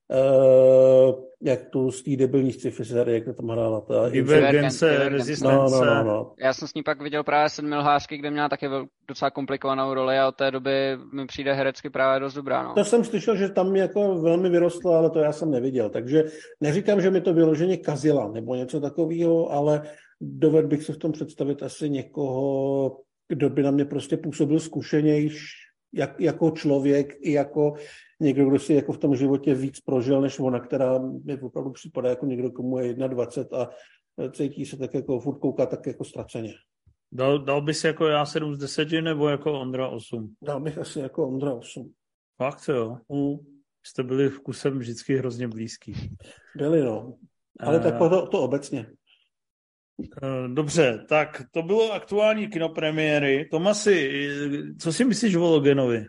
B: jak tu z té debilní sci-fi série, jak to tam hrála.
A: Divergence, rezistence.
B: No.
D: Já jsem s ní pak viděl právě 7 lhářky, kde měla taky docela komplikovanou roli a od té doby mi přijde herecky právě dost dobrá. No.
B: To jsem slyšel, že tam jako velmi vyrostla, ale to já jsem neviděl. Takže neříkám, že mi to vyloženě kazila nebo něco takového, ale dovedl bych se v tom představit asi někoho, kdo by na mě prostě působil zkušenější jako člověk i jako někdo, kdo si jako v tom životě víc prožil než ona, která mi opravdu připadá jako někdo, komu je 21 a cítí se tak jako furt kouká tak jako ztraceně.
A: Dal bys jako já 7 z 10 nebo jako Ondra 8?
B: Dal bych asi jako Ondra 8.
A: Fakt jo? Jste byli vkusem vždycky hrozně blízký.
B: Byli, no. Ale tak to obecně.
A: Dobře, tak to bylo aktuální kinopremiéry. Tomasi, co si myslíš o Loganovi?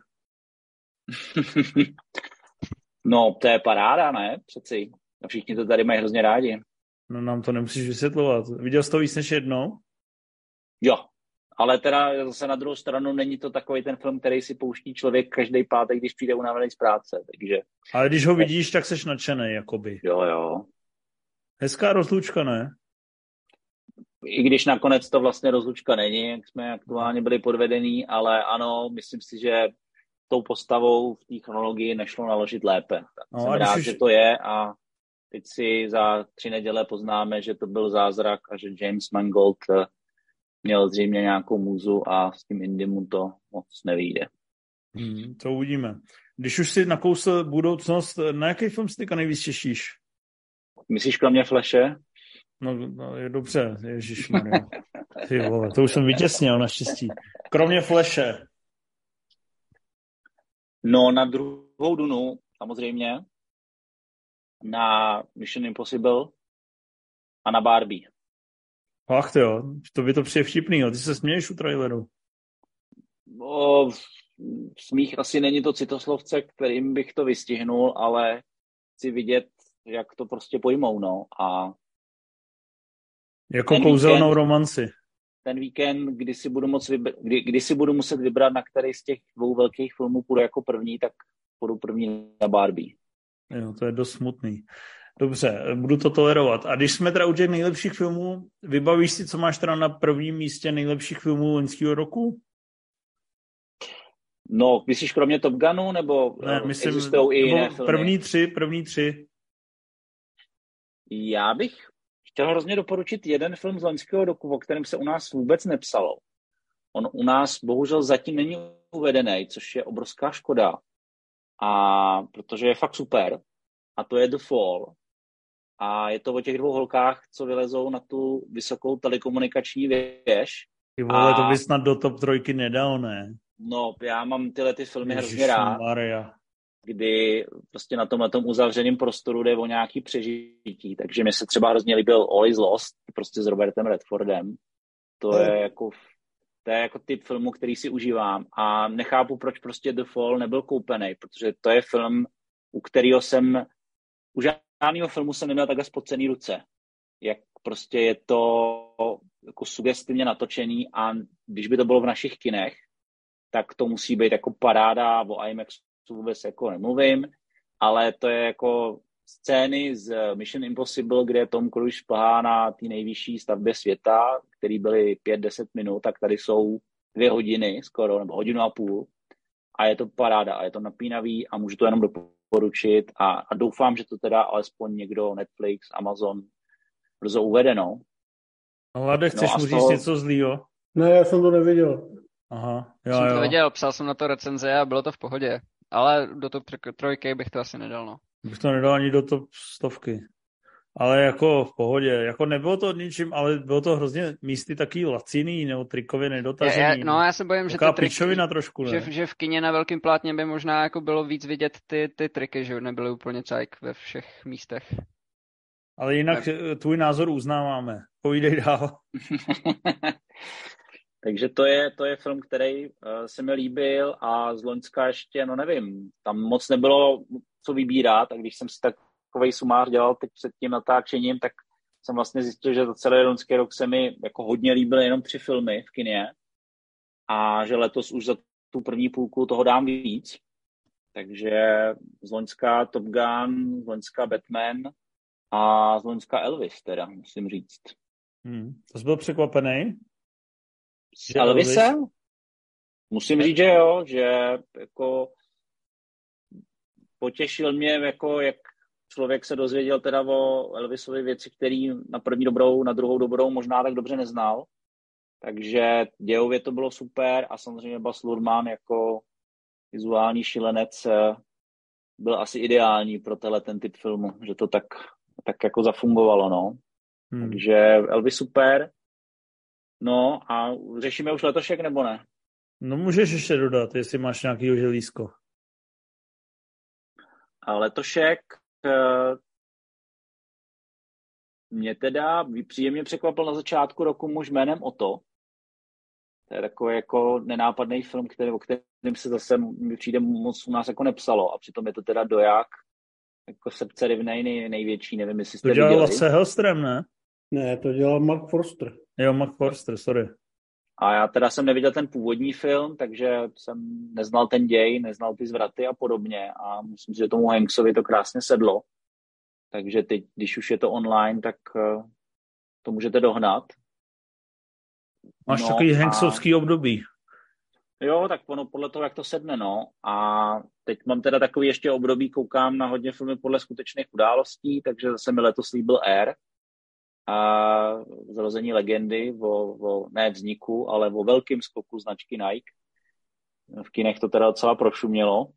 C: No, to je paráda, ne? Přeci. Všichni to tady mají hrozně rádi.
A: No, nám to nemusíš vysvětlovat. Viděl jsi to víc než jednou?
C: Jo. Ale teda zase na druhou stranu není to takový ten film, který si pouští člověk každý pátek, když přijde unavený z práce, takže...
A: Ale když ho vidíš, tak seš nadšenej, jakoby.
C: Jo.
A: Hezká rozlučka, ne?
C: I když nakonec to vlastně rozlučka není, jak jsme aktuálně byli podvedení, ale ano, myslím si, že tou postavou v té chronologii nešlo naložit lépe. Tak jsem rád, že to je a teď si za 3 neděle poznáme, že to byl zázrak a že James Mangold měl zřejmě nějakou můzu a s tím Indy mu to moc nevyjde.
A: To uvidíme. Když už si nakousl budoucnost, na jaký film si teďka nejvíc těšíš?
C: Myslíš kromě Flashe?
A: No je dobře, ježišmarja. Ty vole, to už jsem vytěsnil naštěstí. Kromě Flashe.
C: No na druhou Dunu, samozřejmě, na Mission Impossible a na Barbie.
A: Fakt jo, to by to přijde vtipný, jo. Ty se směješ u traileru.
C: Smích asi není to citoslovce, kterým bych to vystihnul, ale chci vidět, jak to prostě pojmou, no. A
A: jako kouzelnou romanci.
C: Ten víkend, kdy si budu muset vybrat, na který z těch 2 velkých filmů půjdu jako první, tak půjdu první na Barbie.
A: Jo, to je dost smutný. Dobře, budu to tolerovat. A když jsme teda u těch nejlepších filmů, vybavíš si, co máš teda na prvním místě nejlepších filmů loňského roku?
C: No, myslíš kromě Top Gunu, nebo
A: ne, myslím,
C: existují i jiné filmy?
A: První tři.
C: Já bych chtěl hrozně doporučit jeden film z loňského roku, o kterém se u nás vůbec nepsalo. On u nás bohužel zatím není uvedený, což je obrovská škoda. A protože je fakt super. A to je The Fall. A je to o těch 2 holkách, co vylezou na tu vysokou telekomunikační věž.
A: Ty vole, to by snad do top 3 nedal, ne?
C: No, já mám tyhle ty filmy hrozně rád.
A: Maria.
C: Kdy prostě na tom uzavřeném prostoru jde o nějaký přežití. Takže mi se třeba hrozně líbil All is Lost, prostě s Robertem Redfordem. To je jako typ filmu, který si užívám. A nechápu, proč prostě The Fall nebyl koupený, protože to je film, u kterého jsem u žádného filmu jsem neměl takhle spocený ruce. Jak prostě je to jako sugestivně natočený a když by to bylo v našich kinech, tak to musí být jako paráda, o IMAXu vůbec jako nemluvím, ale to je jako scény z Mission Impossible, kde Tom Cruise šplhá na té nejvyšší stavbě světa, který byly 5-10 minut, tak tady jsou 2 hodiny skoro, nebo 1,5 hodiny a je to paráda a je to napínavý a můžu to jenom doporučit a doufám, že to teda alespoň někdo, Netflix, Amazon brzo uvede, no.
A: Hlade, chceš mu říct něco zlýho?
B: Ne, já jsem to neviděl.
A: Aha,
D: jsem to viděl, psal jsem na to recenze a bylo to v pohodě. Ale do top 3 bych to asi nedal, no.
A: Bych to nedal ani do top 100. Ale jako v pohodě. Jako nebylo to ničím, ale bylo to hrozně místy taky laciný nebo trikově nedotažený.
D: Já se bojím, že
A: ty triky, trošku,
D: že v kině na velkým plátně by možná jako bylo víc vidět ty triky, že nebyly úplně cajk ve všech místech.
A: Ale jinak tvůj názor uznáváme. Povídej dál.
C: Takže to je film, který se mi líbil a z loňska ještě, no nevím, tam moc nebylo co vybírat a když jsem si takovej sumář dělal teď před tím natáčením, tak jsem vlastně zjistil, že za celý loňský rok se mi jako hodně líbily jenom 3 filmy v kině a že letos už za tu první půlku toho dám víc. Takže z loňska Top Gun, z loňska Batman a z loňska Elvis teda, musím říct.
A: To jsi byl překvapený?
C: S Elvisem? Musím říct, že jo, že jako potěšil mě, jako jak člověk se dozvěděl teda o Elvisovi věci, který na první dobrou, na druhou dobrou možná tak dobře neznal. Takže dějově to bylo super a samozřejmě Baz Luhrmann jako vizuální šilenec byl asi ideální pro ten typ filmu, že to tak jako zafungovalo, no. Takže Elvis super. No a řešíme už letošek, nebo ne?
A: No můžeš ještě dodat, jestli máš nějakýho želízko.
C: A letošek mě teda příjemně překvapil na začátku roku muž jménem Otto. To je takový jako nenápadný film, o kterém se zase mi přijde moc u nás jako nepsalo a přitom je to teda doják jako srdce rivnej největší, nevím, jestli jste viděli.
A: To dělal Lasse Hallström, ne?
B: Ne, to dělal Mark Forster.
A: Jo, Mark Forster, sorry.
C: A já teda jsem neviděl ten původní film, takže jsem neznal ten děj, neznal ty zvraty a podobně. A myslím si, že tomu Hanksovi to krásně sedlo. Takže teď, když už je to online, tak to můžete dohnat.
A: Máš takový Hanksovský období.
C: Jo, tak ono podle toho, jak to sedne, no. A teď mám teda takový ještě období, koukám na hodně filmy podle skutečných událostí, takže zase mi letos líbil Air. A Zrození legendy o ne vzniku, ale o velkým skoku značky Nike. V kinech to teda docela prošumělo.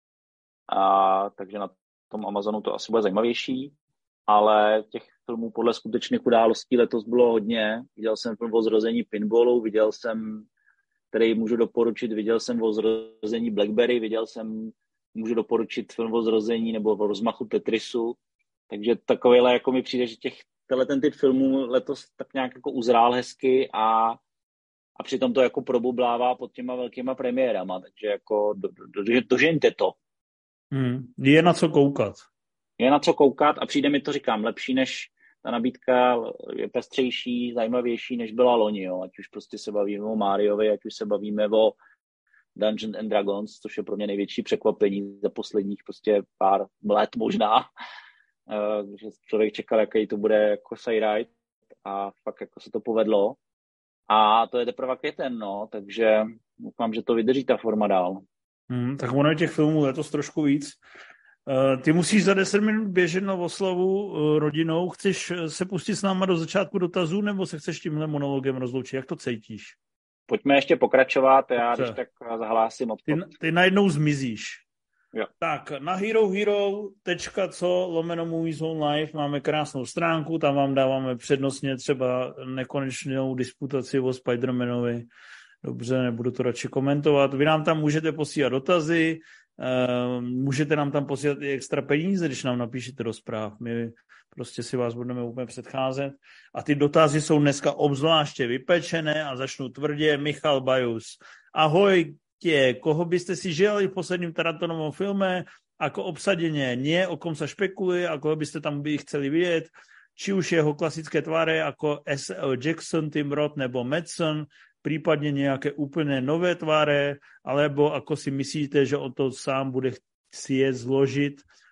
C: Takže na tom Amazonu to asi bude zajímavější. Ale těch filmů podle skutečných událostí letos bylo hodně. Viděl jsem film o zrození pinballu, který můžu doporučit, viděl jsem o zrození Blackberry, můžu doporučit film o zrození nebo o rozmachu Tetrisu. Takže takovýhle jako mi přijde, že ten typ filmů letos tak nějak jako uzrál hezky a přitom to jako probublává pod těma velkýma premiérama, takže jako dožeňte to.
A: Je na co koukat.
C: Je na co koukat a přijde mi to, říkám, lepší než ta nabídka, je pestřejší, zajímavější, než byla loni, jo. Ať už prostě se bavíme o Mariovi, ať už se bavíme o Dungeons and Dragons, což je pro mě největší překvapení za posledních prostě pár let možná. Že člověk čekal, jaký to bude jako sci-ride a fakt jako se to povedlo. A to je teprve květen, no, takže doufám, že to vydrží ta forma dál.
A: Tak ono je těch filmů letos trošku víc. Ty musíš za 10 minut běžet na oslavu rodinou. Chceš se pustit s náma do začátku dotazů, nebo se chceš tímhle monologem rozloučit? Jak to cítíš?
C: Pojďme ještě pokračovat, já když tak zahlásím odchod.
A: Ty najednou zmizíš.
C: Jo.
A: Tak, na herohero.co/Movies on Live máme krásnou stránku, tam vám dáváme přednostně třeba nekonečnou disputaci o Spider-Manovi. Dobře, nebudu to radši komentovat. Vy nám tam můžete posílat dotazy, můžete nám tam posílat i extra peníze, když nám napíšete do zpráv. My prostě si vás budeme úplně předcházet. A ty dotazy jsou dneska obzvláště vypečené a začnu tvrdě. Michal Bajus. Ahoj, koho byste si želali v posledním Tarantinovém filme ako obsadeně? Nie, o kom sa špekuluje, a koho byste tam by chceli vidět? Či už jeho klasické tváře jako S.L. Jackson, Tim Roth nebo Madsen, prípadne nejaké úplne nové tváre, alebo ako si myslíte, že on to sám bude chcieť zložiť,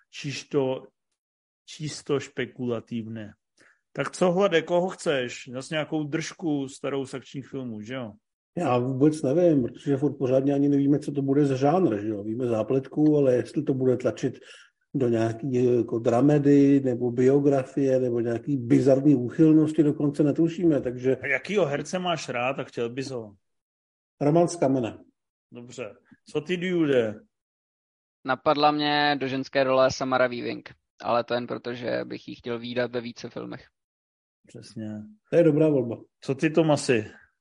A: čisto špekulatívne. Tak co, Hlade, koho chceš? Zase nějakou držku starou z akčních filmů, že jo?
B: Já vůbec nevím, protože furt pořádně ani nevíme, co to bude za žánr, že jo? Víme zápletku, ale jestli to bude tlačit do nějaký jako dramedy, nebo biografie, nebo nějaký bizarní úchylnosti, dokonce netušíme, takže...
A: A jakýho herce máš rád a chtěl bys ho?
B: Roman z Kamene.
A: Dobře. Co ty, Dude?
D: Napadla mě do ženské role Samara Weaving, ale to jen proto, že bych ji chtěl vídat ve více filmech.
A: Přesně.
B: To je dobrá volba.
A: Co ty, Tomasi?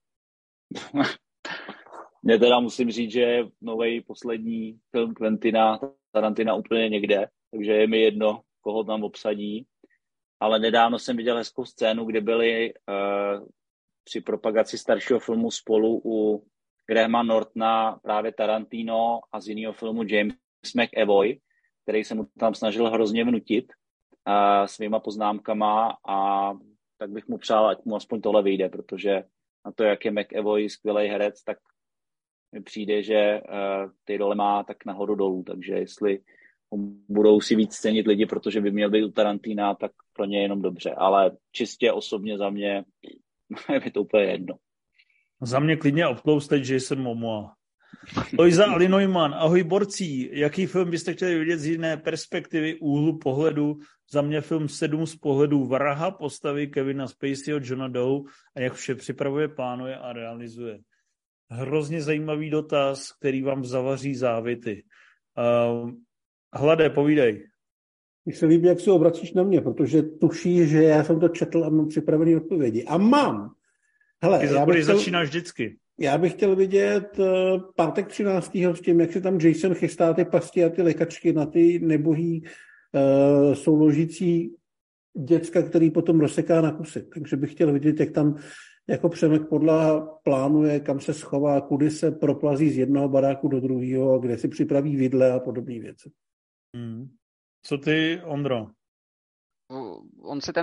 C: Mně teda musím říct, že je novej poslední film Quentina Tarantina úplně někde, takže je mi jedno, koho tam obsadí. Ale nedávno jsem viděl hezkou scénu, kde byli při propagaci staršího filmu spolu u Grahama Nortona právě Tarantino a z jiného filmu James McAvoy, který se mu tam snažil hrozně vnutit svýma poznámkama, a tak bych mu přál, ať mu aspoň tohle vyjde, protože na to, jak je McAvoy skvělý herec, tak mi přijde, že ty role má tak nahoru dolů, takže jestli budou si víc cenit lidi, protože by měl být u Tarantina, tak pro ně jenom dobře, ale čistě osobně za mě je to úplně jedno.
A: Za mě klidně obtloustej Jason Momoa. Lojza Ali Neumann, ahoj borcí, jaký film byste chtěli vidět z jiné perspektivy, úhlu pohledu? Za mě film 7 z pohledu vraha postavy Kevina Spaceyho, Johna Doe, a jak vše připravuje, plánuje a realizuje. Hrozně zajímavý dotaz, který vám zavaří závity. Hlade, povídej.
B: Mně se líbí, jak se obracíš na mě, protože tuší, že já jsem to četl a mám připravený odpovědi. A mám! Hele,
A: začínáš vždycky.
B: Já bych chtěl vidět pátek 13. s tím, jak se tam Jason chystá ty pasti a ty lékačky na ty nebohý souložící děcka, který potom rozseká na kusy. Takže bych chtěl vidět, jak tam jako Přemek Podlaha plánuje, kam se schová, kudy se proplazí z jednoho baráku do druhého, kde si připraví vidle a podobné věci.
A: Co ty, Ondro?
D: On si ten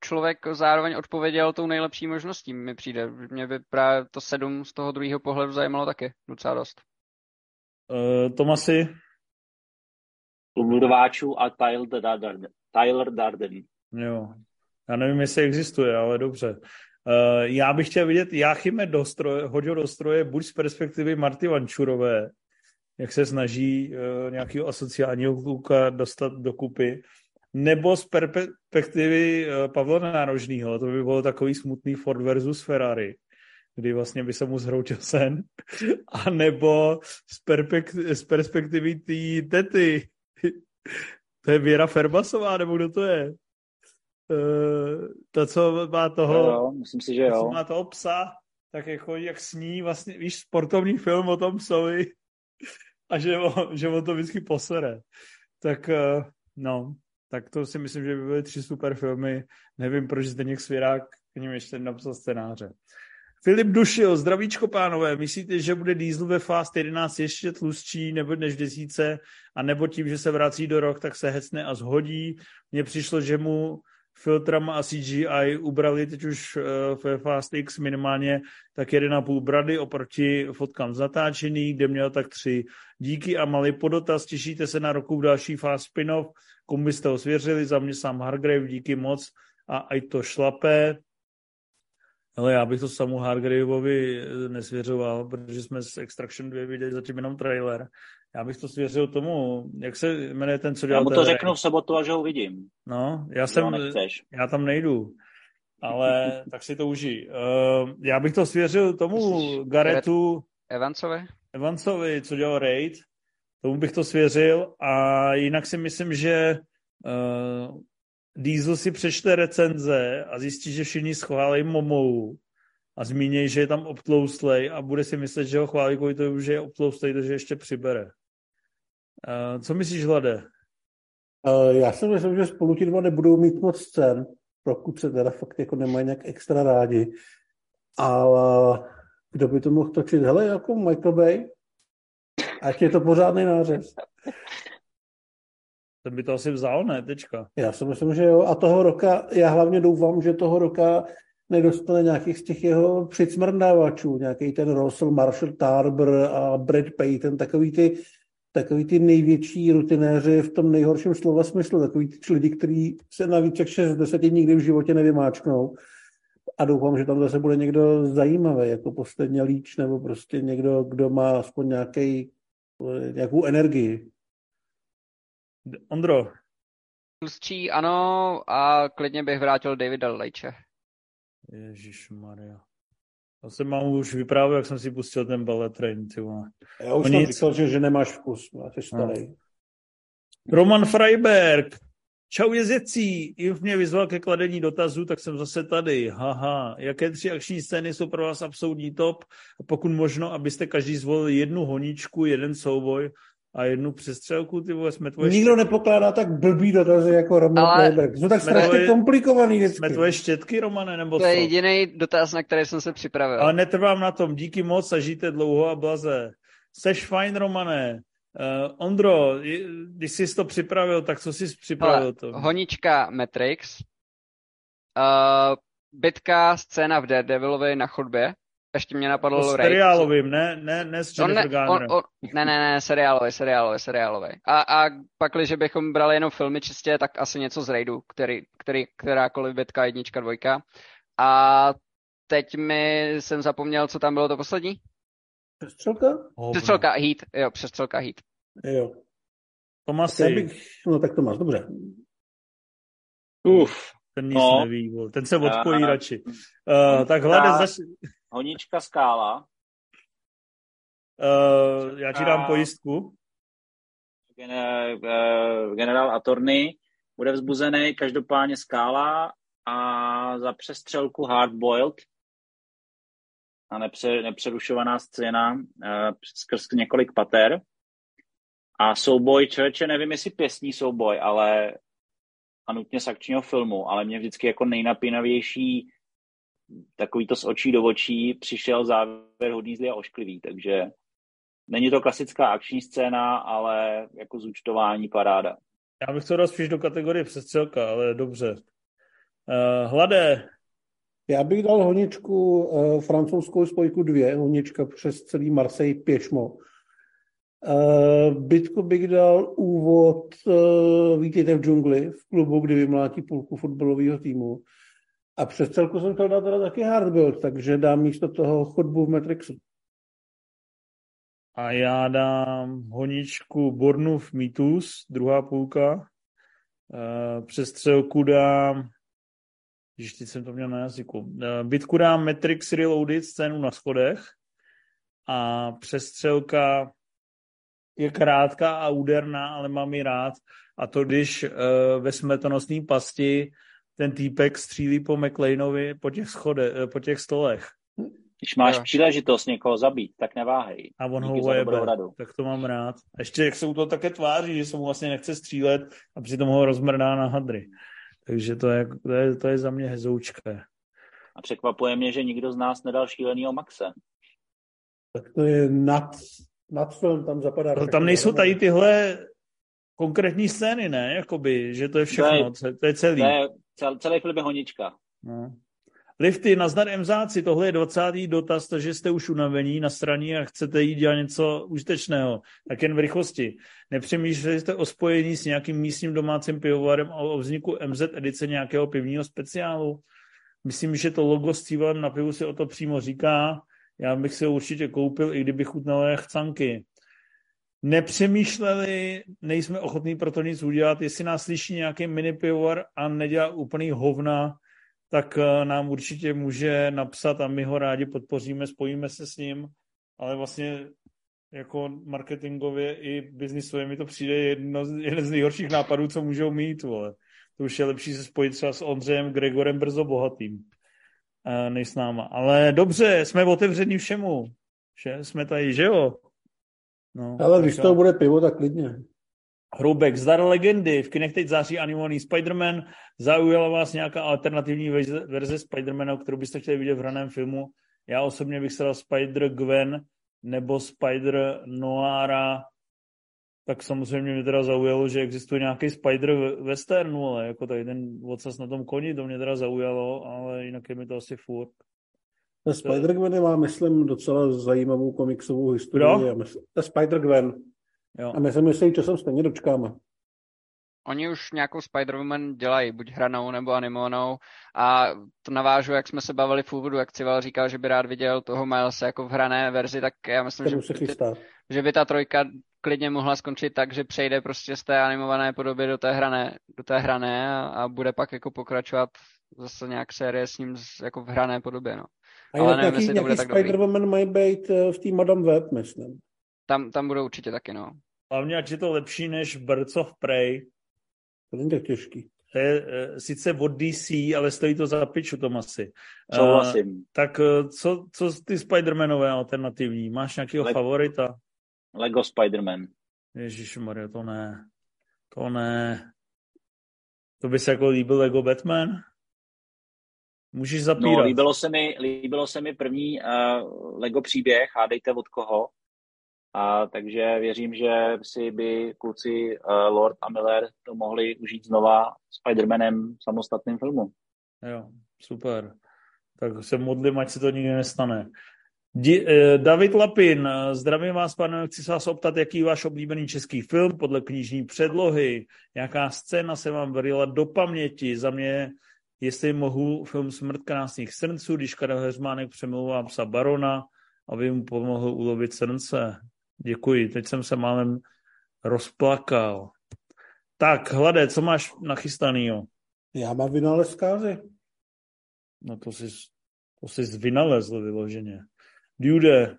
D: člověk zároveň odpověděl tou nejlepší možností, mi přijde. Mě by právě to 7 z toho druhého pohledu zajímalo taky docela dost.
A: Tomasi?
C: Klub ludováčů a Tyler Durden.
A: Jo. Já nevím, jestli existuje, ale dobře. Já bych chtěl vidět Jáchyme Hoďo do stroje buď z perspektivy Marty Vančurové, jak se snaží nějakého asociálního kluka dostat dokupy, nebo z perspektivy Pavla Nárožnýho. To by bylo takový smutný Ford versus Ferrari, kdy vlastně by se mu zhroutil sen. A nebo z perspektivy té tety. To je Věra Ferbasová, nebo kdo to je? To, co má toho...
C: Jo, myslím si, že jo.
A: Co má toho psa, tak jako jak sní vlastně, víš, sportovní film o tom psovi a že on to vždycky posere. Tak no, tak to si myslím, že by byly 3 super filmy. Nevím, proč Zdeněk Svěrák k ním ještě napsal scénáře. Filip Dušil, zdravíčko pánové, myslíte, že bude Diesel ve Fast 11 ještě tlustší nebo než v 10, a nebo tím, že se vrací do rok, tak se hecne a zhodí? Mně přišlo, že mu filtrama a CGI ubrali teď už ve Fast X minimálně tak 1,5 brady oproti fotkám z natáčený, kde měl tak 3. Díky a malý podotaz, těšíte se na roku v další Fast spin-off, komu byste ho svěřili? Za mě sám Hargrave, díky moc a aj to šlapé. Ale já bych to samu Hargraveovi nesvěřoval, protože jsme z Extraction 2 viděli zatím jenom trailer. Já bych to svěřil tomu, jak se jmenuje ten, co dělal.
C: Já mu to řeknu v sobotu, až ho uvidím.
A: No, já tam nejdu, ale tak si to užij. Já bych to svěřil tomu Garethu Evansovi, co dělal Raid. Tomu bych to svěřil a jinak si myslím, že Diesel si přečte recenze a zjistí, že všichni schválí Momou a zmínějí, že je tam obtloustlej a bude si myslet, že ho chválí kvůli tomu, že je obtloustlej, takže ještě přibere. Co myslíš, Hlade?
B: Já si myslím, že spolu ti dva nebudou mít moc scén, pokud se teda fakt jako nemají nějak extra rádi. Ale kdo by to mohl točit? Hele, jako Michael Bay? Ať je to pořádný nářez.
A: Ten by to asi vzal, ne? Tečka.
B: Já si myslím, že jo. A toho roka, já hlavně doufám, že toho roka nedostane nějakých z těch jeho přicmrdávačů, nějaký ten Russell, Marshall Tarber a Brad Payton, takový ty největší rutinéři v tom nejhorším slova smyslu, takový ty lidi, kteří se na více jak 6 z 10 nikdy v životě nevymáčknou. A doufám, že tam zase bude někdo zajímavý, jako posledně Líč, nebo prostě někdo, kdo má aspoň nějakou energii.
A: Ondro.
D: Tlustší, ano, a klidně bych vrátil Davida Leitche.
A: Ježišmarja. To jsem mám už vyprávěl, jak jsem si pustil ten Ballet Train, ty vole.
B: Já už jsem říkal, že nemáš vkus, jsi starý.
A: No. Roman Freiberg. Čau jezecí, Inf mě vyzval ke kladení dotazů, tak jsem zase tady. Haha, jaké 3 akční scény jsou pro vás absolutní top? A pokud možno, abyste každý zvolil 1 honíčku, 1 souboj a 1 přestřelku, ty vole, jsme tvoje...
B: Nikdo nepokládá tak blbý dotazy jako Roman Freiberg. Jsou tak strašně komplikovaný vždycky.
A: Jsme tvoje štětky, Romane, nebo
D: to je jediný dotaz, na který jsem se připravil.
A: Ale netrvám na tom, díky moc a žijte dlouho a blaze. Seš fajn, Romane. Ondro, když jsi to připravil, tak co jsi připravil? To?
D: Honička Matrix, bitka, scéna v Daredevilovi na chodbě, ještě mě napadl Raid.
A: Seriálovým, ne s Jennifer Garner.
D: Ne, seriálový. A pakliže bychom brali jenom filmy čistě, tak asi něco z Raidu, kterákoliv bitka, 1, 2. A teď jsem zapomněl, co tam bylo to poslední. Přestřelka Heat.
B: Jo.
A: Tomasi.
B: No tak Tomáš, dobře.
A: Ten nic neví, ten se odpojí radši. Tak Hlade,
C: Honička Skála.
A: Já ti dám pojistku.
C: Generál Attorney bude vzbuzený, každopádně Skála a za přestřelku Hardboiled a nepřerušovaná scéna skrz několik pater. A souboj, člověče, nevím, jestli pěstní souboj, ale a nutně z akčního filmu, ale mě vždycky jako nejnapínavější takový to z očí do očí přišel závěr hodný, zlý a ošklivý, takže není to klasická akční scéna, ale jako zúčtování paráda.
A: Já bych to dal spíš do kategorie přestřelka, ale dobře. Hlade.
B: Já bych dal honičku francouzskou spojku 2, honička přes celý Marseille pěšmo. Bitku bych dal úvod Vítejte v džungli v klubu, kdy vymlátí půlku fotbalového týmu. A přestřelku jsem chtěl dát teda taky Hardboiled, takže dám místo toho Chodbu v Matrixu.
A: A já dám honičku Bournemouth Mythos, druhá půlka. Přestřelku dám, když teď jsem to měl na jazyku, bitku dám Matrix Reloaded, scénu na schodech. A přestřelka je krátká a úderná, ale mám ji rád. A to, když ve smrtonosné pasti ten týpek střílí po McLeanovi po těch stolech.
C: Když máš příležitost někoho zabít, tak neváhej.
A: A on ho ujebe, tak to mám rád. Ještě jak se u toho také tváří, že se mu vlastně nechce střílet a přitom ho rozmrdá na hadry. Takže to je za mě hezoučké.
C: A překvapuje mě, že nikdo z nás nedal Šílenýho Maxe.
B: Tak to je nad film, tam zapadá.
A: No, tam nejsou tady tyhle konkrétní scény, ne? Jakoby, že to je všechno, to je celý.
C: Celý film je honička.
A: No. Lifty, nazdar MZáci, tohle je 20. dotaz, takže jste už unavení, nasraní a chcete jít dělat něco užitečného. Tak jen v rychlosti. Nepřemýšleli jste o spojení s nějakým místním domácím pivovarem a o vzniku MZ edice nějakého pivního speciálu? Myslím, že to logo s cílem na pivu si o to přímo říká. Já bych si ho určitě koupil, i kdyby chutnalo jak chcanky. Nepřemýšleli, nejsme ochotní pro to nic udělat. Jestli nás slyší nějaký mini pivovar a nedělá úplný hovna, tak nám určitě může napsat a my ho rádi podpoříme, spojíme se s ním, ale vlastně jako marketingově i biznisově mi to přijde jeden z nejhorších nápadů, co můžou mít, vole. To už je lepší se spojit třeba s Ondřejem Gregorem Brzo Bohatým, než s náma. Ale dobře, jsme otevření všemu. Jsme tady, že jo? No,
B: ale když to bude pivo, tak klidně.
A: Hroubek, zdar legendy. V kinech teď září animovaný Spider-Man. Zaujala vás nějaká alternativní verze Spider-Mana, kterou byste chtěli vidět v hraném filmu? Já osobně bych se dal Spider-Gwen nebo Spider-Noara. Tak samozřejmě mě teda zaujalo, že existuje nějaký Spider-Western, ale jako tady ten ocas na tom koni, to mě teda zaujalo, ale jinak je mi to asi furt.
B: Spider-Gwen má, myslím, docela zajímavou komiksovou historii. Spider-Gwen.
A: Jo.
B: A my si myslí, že se stejně dočkáme.
D: Oni už nějakou Spider-Woman dělají, buď hranou nebo animovanou. A to navážu, jak jsme se bavili v úvodu, jak Cival říkal, že by rád viděl toho Milese jako v hrané verzi, tak já myslím, že by ta trojka klidně mohla skončit tak, že přejde prostě z té animované podoby do té hrané a bude pak jako pokračovat zase nějak série s ním jako v hrané podobě. No.
B: Ale nevím, jestli to bude tak dobrý. Spider-Woman mají být v té Madame Web, myslím.
D: Tam budou určitě taky, no.
A: Hlavně, ať je to lepší než Birds of Prey.
B: To není tak těžký.
A: To je sice od DC, ale stojí to za piču, Tomasi.
C: Souhlasím.
A: Tak co ty Spider-Manové alternativní? Máš nějakého favorita?
C: Lego Spider-Man.
A: Ježišmarja, to ne. To ne. To by se jako líbil Lego Batman? Můžeš zapírat.
C: No, líbilo se mi první Lego příběh, hádejte od koho. Takže věřím, že si by kluci Lord a Miller to mohli užít znova Spider-Manem v samostatném filmu.
A: Jo, super. Tak se modlím, ať se to nikdy nestane. David Lapin, zdravím vás, pane, chci se vás optat, jaký je váš oblíbený český film podle knižní předlohy, jaká scéna se vám vrila do paměti, za mě, jestli mohu, film Smrt krásných srnců, když Karel Heřmánek přemlouvá psa Barona, aby mu pomohl ulovit srnce. Děkuji, teď jsem se málem rozplakal. Tak, Hlade, co máš nachystanýho?
B: Já mám vynálezkáři.
A: No to jsi vynalezl vyloženě. Dude.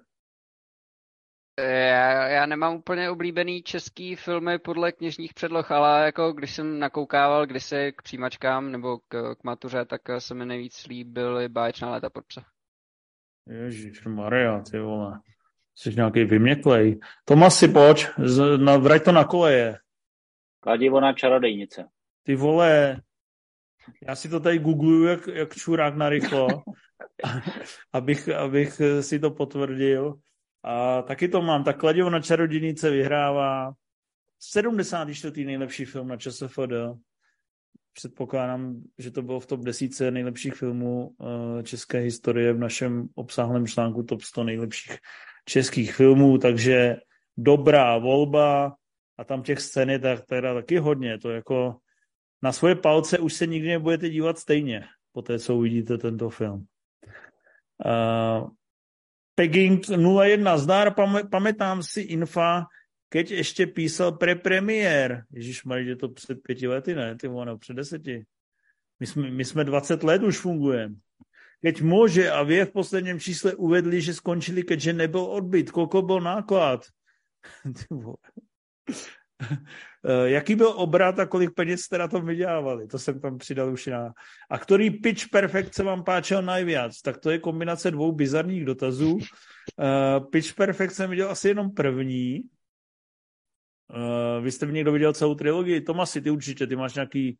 D: Já nemám úplně oblíbený český filmy podle knižních předloh, ale jako když jsem nakoukával kdysi k přijímačkám nebo k matuře, tak se mi nejvíc líbily Báječná léta pod psa.
A: Ježišmarja, ty vole. Jsi nějaký vyměklej. Tomasi, pojď, vrať to na koleje.
C: Kladivo na čarodejnice.
A: Ty vole, já si to tady googluju jak čurák narychlo, abych si to potvrdil. A taky to mám. Tak Kladivo na čarodějnice vyhrává 74. nejlepší film na ČSFD. předpokládám, že to bylo v top 10 nejlepších filmů české historie v našem obsáhlém článku top 100 nejlepších českých filmů, takže dobrá volba a tam těch scén je teda taky hodně. To jako na svoje palce už se nikdy nebudete dívat stejně po té, co uvidíte tento film. Pegging 01, zdar, pamätám si infa, keď ešte písal pre premiér. Ježišmarja, je to před 5 lety, ne? Ty vole, před 10. My jsme 20 let už fungujeme. Keď môže a vie v posledním čísle uvedli, že skončili, keďže nebyl odbyt. Koľko byl náklad? Ty vole. Jaký byl obrat a kolik peněz jste na tom vydělávali? To jsem tam přidal už na... A který pitch perfect se vám páčil najviac? Tak to je kombinace 2 bizarních dotazů. Pitch perfect jsem viděl asi jenom první. Vy jste někdo viděl celou trilogii? Tomasi, ty určitě, ty máš nějaký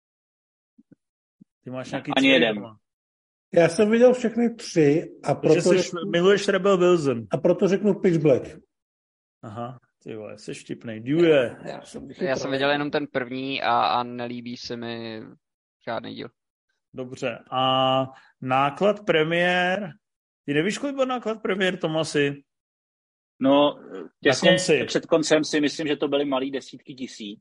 C: ani jeden.
B: Já jsem viděl všechny 3 a proto
A: miluješ Rebel Wilson.
B: A proto řeknu Pitch Black.
A: Aha, ty vole, jsi štipnej. Due.
D: Já jsem viděl jenom ten první a nelíbí se mi žádný díl.
A: Dobře. A náklad premiér? Ty nevíš, kolik byl náklad premiér, Tomasi?
C: No, těsně před koncem si myslím, že to byly malý desítky tisíc.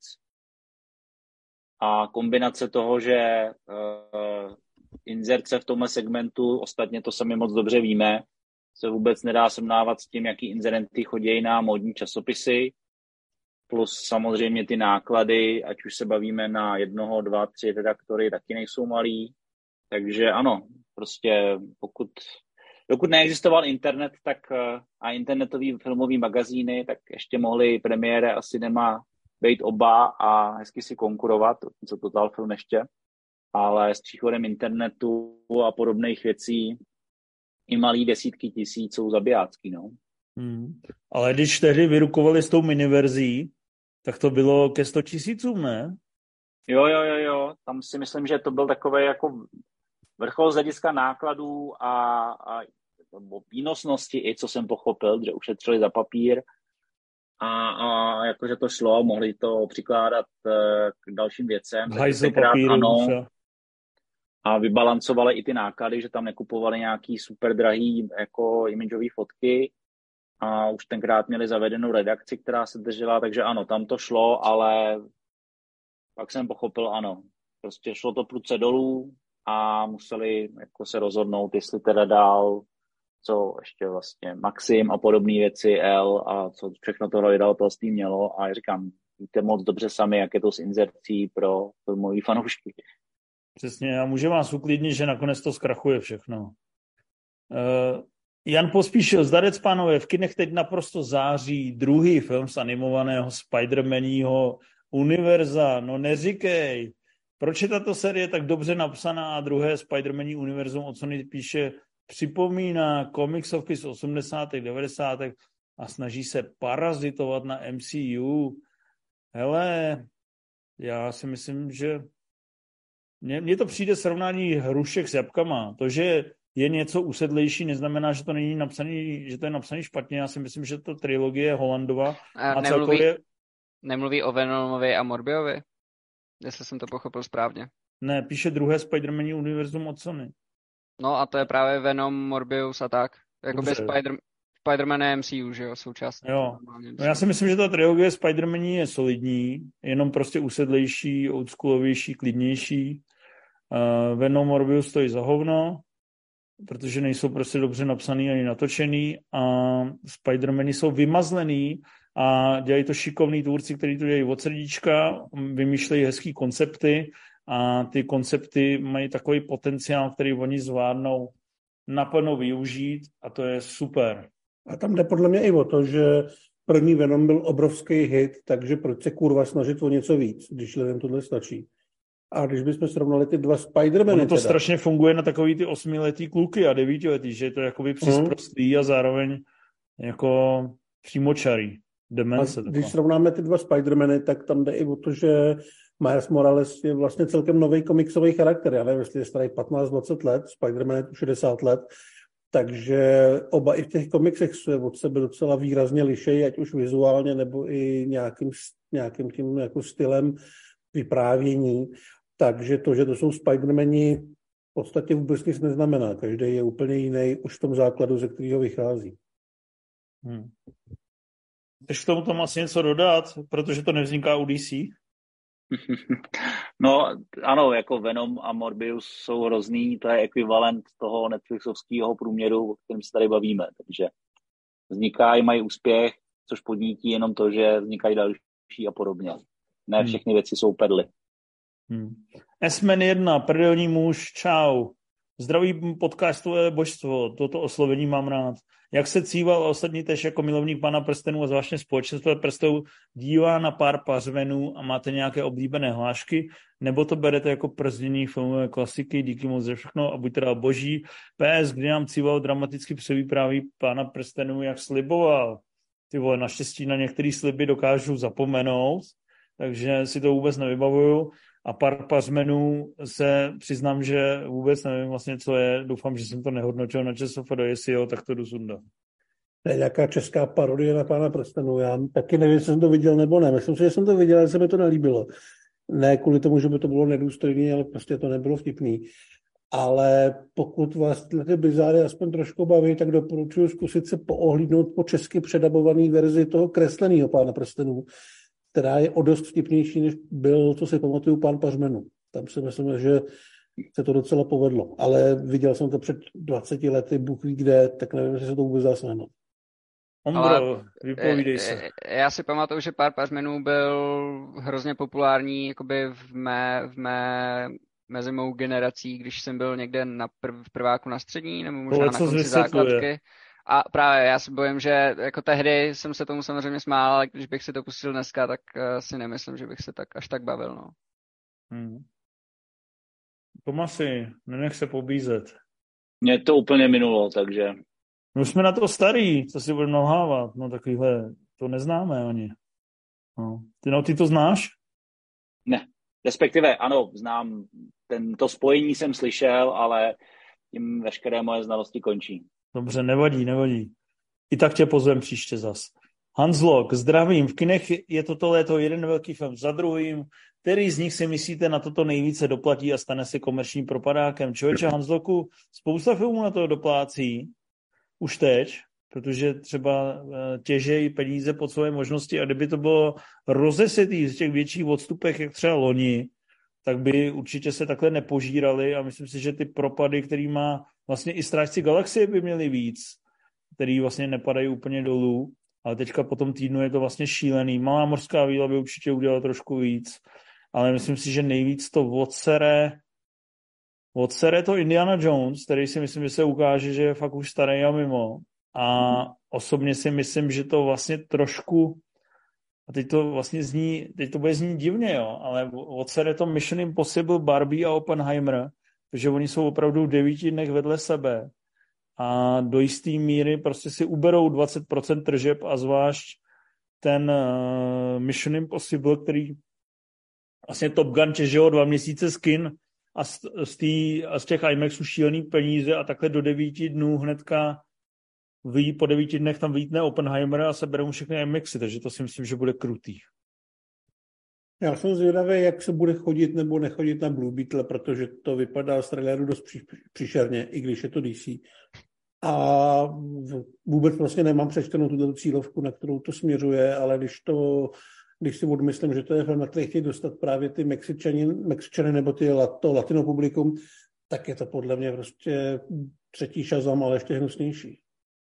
C: A kombinace toho, že inzerce v tomhle segmentu, ostatně to sami moc dobře víme, se vůbec nedá srovnávat s tím, jaký inzerenty chodí na módní časopisy, plus samozřejmě ty náklady, ať už se bavíme na 1, 2, 3 redaktory, taky nejsou malý. Takže ano, prostě dokud neexistoval internet, tak a internetový filmový magazíny, tak ještě mohly premiére a cinema být oba a hezky si konkurovat, co Total Film ještě. Ale s příchodem internetu a podobných věcí i malý desítky tisíc jsou zabijácký, no.
A: Ale když tehdy vyrukovali s tou miniverzí, tak to bylo ke 100 000, ne?
C: Jo. Tam si myslím, že to byl takový jako vrchol z hlediska nákladů a výnosnosti, i co jsem pochopil, že ušetřili za papír a jakože to šlo, mohli to přikládat k dalším věcem.
A: Papíru,
C: a vybalancovali i ty náklady, že tam nekupovali nějaký super drahý jako imageový fotky a už tenkrát měli zavedenou redakci, která se držela, takže ano, tam to šlo, ale pak jsem pochopil, ano, prostě šlo to prudce dolů a museli jako se rozhodnout, jestli teda dál, co ještě vlastně Maxim a podobné věci, L a co všechno to vydavatelství mělo a říkám, víte moc dobře sami, jak je to s inzercí pro filmový fanoušky.
A: Přesně, a může vás uklidnit, že nakonec to zkrachuje všechno. Jan Pospíšil, zdarec pánové, v kinech teď naprosto září druhý film z animovaného Spider-Maního univerza. No neříkej, proč je tato série tak dobře napsaná a druhé Spider-Maní univerzum od Sony píše, připomíná komiksovky z 80. 90. a snaží se parazitovat na MCU. Hele, já si myslím, že mně to přijde srovnání hrušek s jabkama. To, že je něco usedlejší, neznamená, že to není napsaný, že to je napsaný špatně. Já si myslím, že to trilogie Hollandova a celkově...
D: Nemluví o Venomovi a Morbiovi? Jestli jsem to pochopil správně.
A: Ne, píše druhé Spider-Maní univerzum od Sony.
D: No a to je právě Venom, Morbius a tak. Jakoby Spider-Man je MCU, že jo, součástí.
A: Jo. No já si myslím, že ta trilogie Spider-Maní je solidní, jenom prostě usedlejší, oldschoolovější, klidnější. Venom, Morbius stojí za hovno, protože nejsou prostě dobře napsaný ani natočený a Spider-Many jsou vymazlený a dělají to šikovní tvůrci, kteří to dělají od srdíčka, vymýšlejí hezký koncepty a ty koncepty mají takový potenciál, který oni zvládnou naplno využít a to je super.
B: A tam jde podle mě i o to, že první Venom byl obrovský hit, takže proč se kurva snažit o něco víc, když lidem tohle stačí. A když bychom srovnali ty dva Spider-Many...
A: Ono to strašně funguje na takový ty 8letý kluky a 9letý, že je to jakoby přísprostý a zároveň jako přímočarý. Demence.
B: A když srovnáme ty dva Spider-Many, tak tam jde i o to, že Miles Morales je vlastně celkem nový komiksový charakter. Já nevím, jestli je starý 15-20 let, Spider-Man je tu 60 let, takže oba i v těch komiksech se od sebe docela výrazně lišejí, ať už vizuálně, nebo i nějakým tím jako stylem vyprávění. Takže to, že to jsou Spider-Mani, v podstatě vůbec nic neznamená. Každý je úplně jiný už v tom základu, ze kterého vychází.
A: Chceš k tomu tam asi něco dodat, protože to nevzniká u DC?
C: No ano, jako Venom a Morbius jsou hrozný, to je ekvivalent toho Netflixovského průměru, o kterém se tady bavíme, takže vznikají, mají úspěch, což podnítí jenom to, že vznikají další a podobně. Ne všechny věci jsou perly.
A: S-Man 1, Prdelní muž, čau. Zdraví podcastové božstvo, toto oslovení mám rád. Jak se Cíval a ostatní tež jako milovník Pána prstenů a zvláštně společenství prstenů dívá na pár pařvenů a máte nějaké oblíbené hlášky, nebo to berete jako przdění filmové klasiky, díky moc za všechno a buď teda boží. PS, kdy nám Cíval dramaticky převypráví Pána prstenů, jak sliboval. Ty vole, naštěstí na některé sliby dokážu zapomenout, takže si to vůbec nevybavuju. A pár pařmenů se přiznám, že vůbec nevím vlastně, co je. Doufám, že jsem to nehodnotil na ČSFD, jestli jo, tak to jdu sundat.
B: To je nějaká česká parodie na Pána prstenů. Já taky nevím, jestli jsem to viděl nebo ne. Myslím si, že jsem to viděl, ale se mi to nelíbilo. Ne kvůli tomu, že by to bylo nedůstojné, ale prostě to nebylo vtipný. Ale pokud vás ty bizáry aspoň trošku baví, tak doporučuji zkusit se poohlídnout po česky předabované verzi toho kresleného Pána prstenů, která je o dost vtipnější, než byl, co si pamatuju, Pán pařmenů. Tam si myslím, že se to docela povedlo. Ale viděl jsem to před 20 lety, Bůh ví kde, tak nevím, jestli se to vůbec dá sehnout.
A: Ondro, vypovídej se.
D: Já si pamatuju, že Pár pařmenů byl hrozně populární jakoby mezi mou generací, když jsem byl někde v prváku na střední, nebo možná na konci základky. A právě já si bojím, že jako tehdy jsem se tomu samozřejmě smál, ale když bych si to pustil dneska, tak si nemyslím, že bych se až tak bavil. No.
A: Tomasi, nenech se pobízet.
C: Mě to úplně minulo, takže...
A: No jsme na to starý, co si budeme nalhávat. No takovýhle, to neznáme ani. No. Ty to znáš?
C: Ne, respektive ano, znám. To spojení jsem slyšel, ale tím veškeré moje znalosti končí.
A: Dobře, nevadí. I tak tě pozvem příště zas. Hanslok, zdravím. V kinech je toto léto jeden velký film za druhým. Který z nich si myslíte na toto nejvíce doplatí a stane se komerčním propadákem? Člověče, Hansloku, spousta filmů na to doplácí. Už teď, protože třeba těžejí peníze pod svoje možnosti a kdyby to bylo rozesetý z těch větších odstupech, jak třeba loni, tak by určitě se takhle nepožírali a myslím si, že ty propady, který má vlastně i Strážci galaxie by měli víc, který vlastně nepadají úplně dolů, ale teďka po tom týdnu je to vlastně šílený. Malá mořská víla by určitě udělala trošku víc, ale myslím si, že nejvíc to odsere to Indiana Jones, který si myslím, že se ukáže, že je fakt už starý a mimo. A osobně si myslím, že to vlastně trošku, a teď to bude znít divně, jo, ale odsere to Mission Impossible, Barbie a Oppenheimer, protože oni jsou opravdu v 9 dnech vedle sebe a do jisté míry prostě si uberou 20% tržeb a zvlášť ten Mission Impossible, který vlastně Top Gun těžilo 2 měsíce z kin a z těch IMAXů šílený peníze a takhle do 9 dnů hnedka po 9 dnech tam vítne Oppenheimer a seberou všechny IMAXy, takže to si myslím, že bude krutý.
B: Já jsem zvědavý, jak se bude chodit nebo nechodit na Blue Beetle, protože to vypadá z traileru dost příšerně, i když je to DC. A vůbec vlastně nemám přečtenou tuto cílovku, na kterou to směřuje, ale když si odmyslím, že to je film, na který chtějí dostat právě ty Mexičany nebo to latino publikum, tak je to podle mě prostě třetí Shazam, ale ještě hnusnější.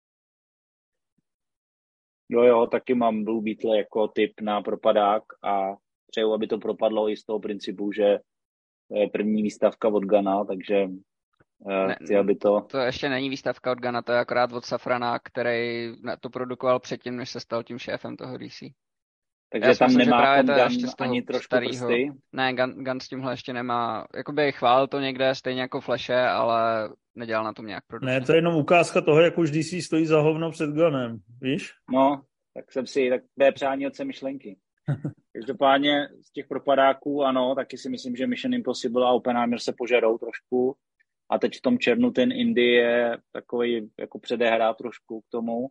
C: Jo, taky mám Blue Beetle jako tip na propadák a přeju, aby to propadlo i z toho principu, že to je první výstavka od Gana, takže chci, aby to...
D: To ještě není výstavka od Gana, to je akorát od Safrana, který to produkoval předtím, než se stal tím šéfem toho DC.
C: Takže tam nemá Gun ani trošku
D: starýho
C: prsty?
D: Ne, Gun s tímhle ještě nemá. Jakoby chválil to někde, stejně jako Flashe, ale nedělal na tom nějak produkci.
A: Ne, to je jenom ukázka toho, jak už DC stojí za hovno před Gunem, víš?
C: No, tak to je přání otce myšlenky. Každopádně z těch propadáků, ano, taky si myslím, že Mission Impossible a Oppenheimer se požerou trošku. A teď v tom červnu ten Indie je takový jako předehra trošku k tomu.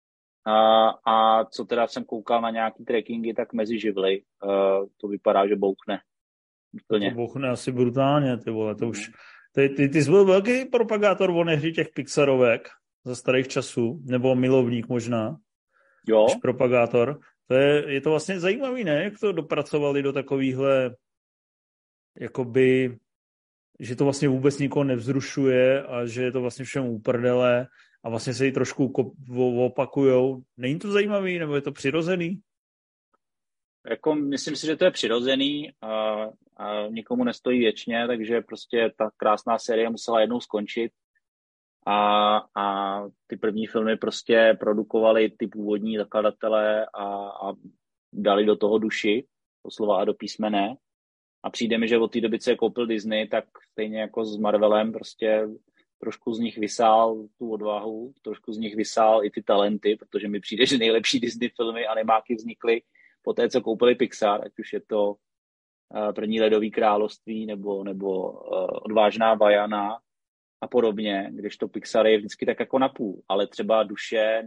C: A co teda jsem koukal na nějaký trackingy, tak mezi živly to vypadá, že bouchne. Plně.
A: To bochne asi brutálně, ty vole, to už... Ty jsi byl velký propagátor onehdy těch Pixarovek za starých časů, nebo milovník možná,
C: Jo.
A: Propagátor. Je to vlastně zajímavý, ne? Jak to dopracovali do takovýhle, jakoby, že to vlastně vůbec nikoho nevzrušuje a že je to vlastně všem uprdele a vlastně se jí trošku opakujou. Není to zajímavý, nebo je to přirozený?
C: Jako, myslím si, že to je přirozený a nikomu nestojí věčně, takže prostě ta krásná série musela jednou skončit a ty první filmy prostě produkovali ty původní zakladatelé a dali do toho duši, doslova a do písmene. A přijde mi, že od té doby, co je koupil Disney, tak stejně jako s Marvelem prostě trošku z nich vysál tu odvahu, trošku z nich vysál i ty talenty, protože mi přijde, že nejlepší Disney filmy a nemáky vznikly po té, co koupili Pixar, ať už je to První ledový království nebo Odvážná Vajana a podobně, kdežto Pixar je vždycky tak jako napůl, ale třeba Duše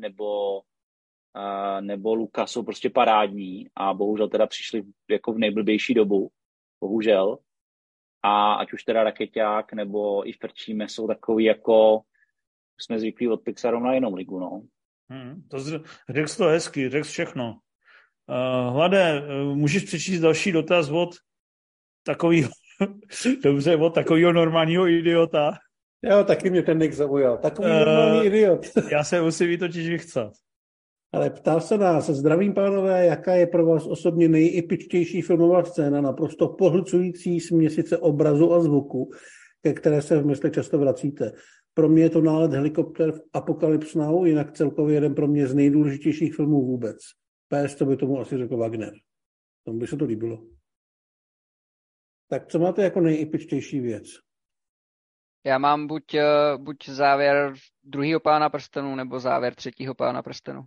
C: nebo Luka jsou prostě parádní a bohužel teda přišli jako v nejblbější dobu, bohužel. A ať už teda Rakeťák nebo i Frčíme jsou takový jako jsme zvyklí od Pixaru na jinou ligu, no.
A: Řekl to hezky, řekl všechno. Hlade, můžeš přečíst další dotaz od takovýho, dobře, od takovýho normálního idiota.
B: Jo, taky mě ten Nick zaujal. Takový normální idiot.
A: Já se musím jí totiž vychcat.
B: Ale ptá se nás, zdravím pánové, jaká je pro vás osobně nejepičtější filmová scéna, naprosto pohlcující směsice obrazu a zvuku, ke které se v myslech často vracíte. Pro mě je to nálet helikopter v Apocalypse Now, jinak celkově jeden pro mě z nejdůležitějších filmů vůbec. PS, to by tomu asi řekl Wagner. Tomu by se to líbilo. Tak co máte jako nejepičtější věc?
D: Já mám buď závěr druhého Pána prstenů, nebo závěr třetího Pána prstenů.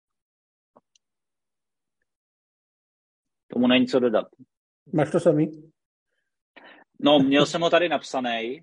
C: Tomu není co dodat.
B: Máš to samý?
C: No, měl jsem ho tady napsaný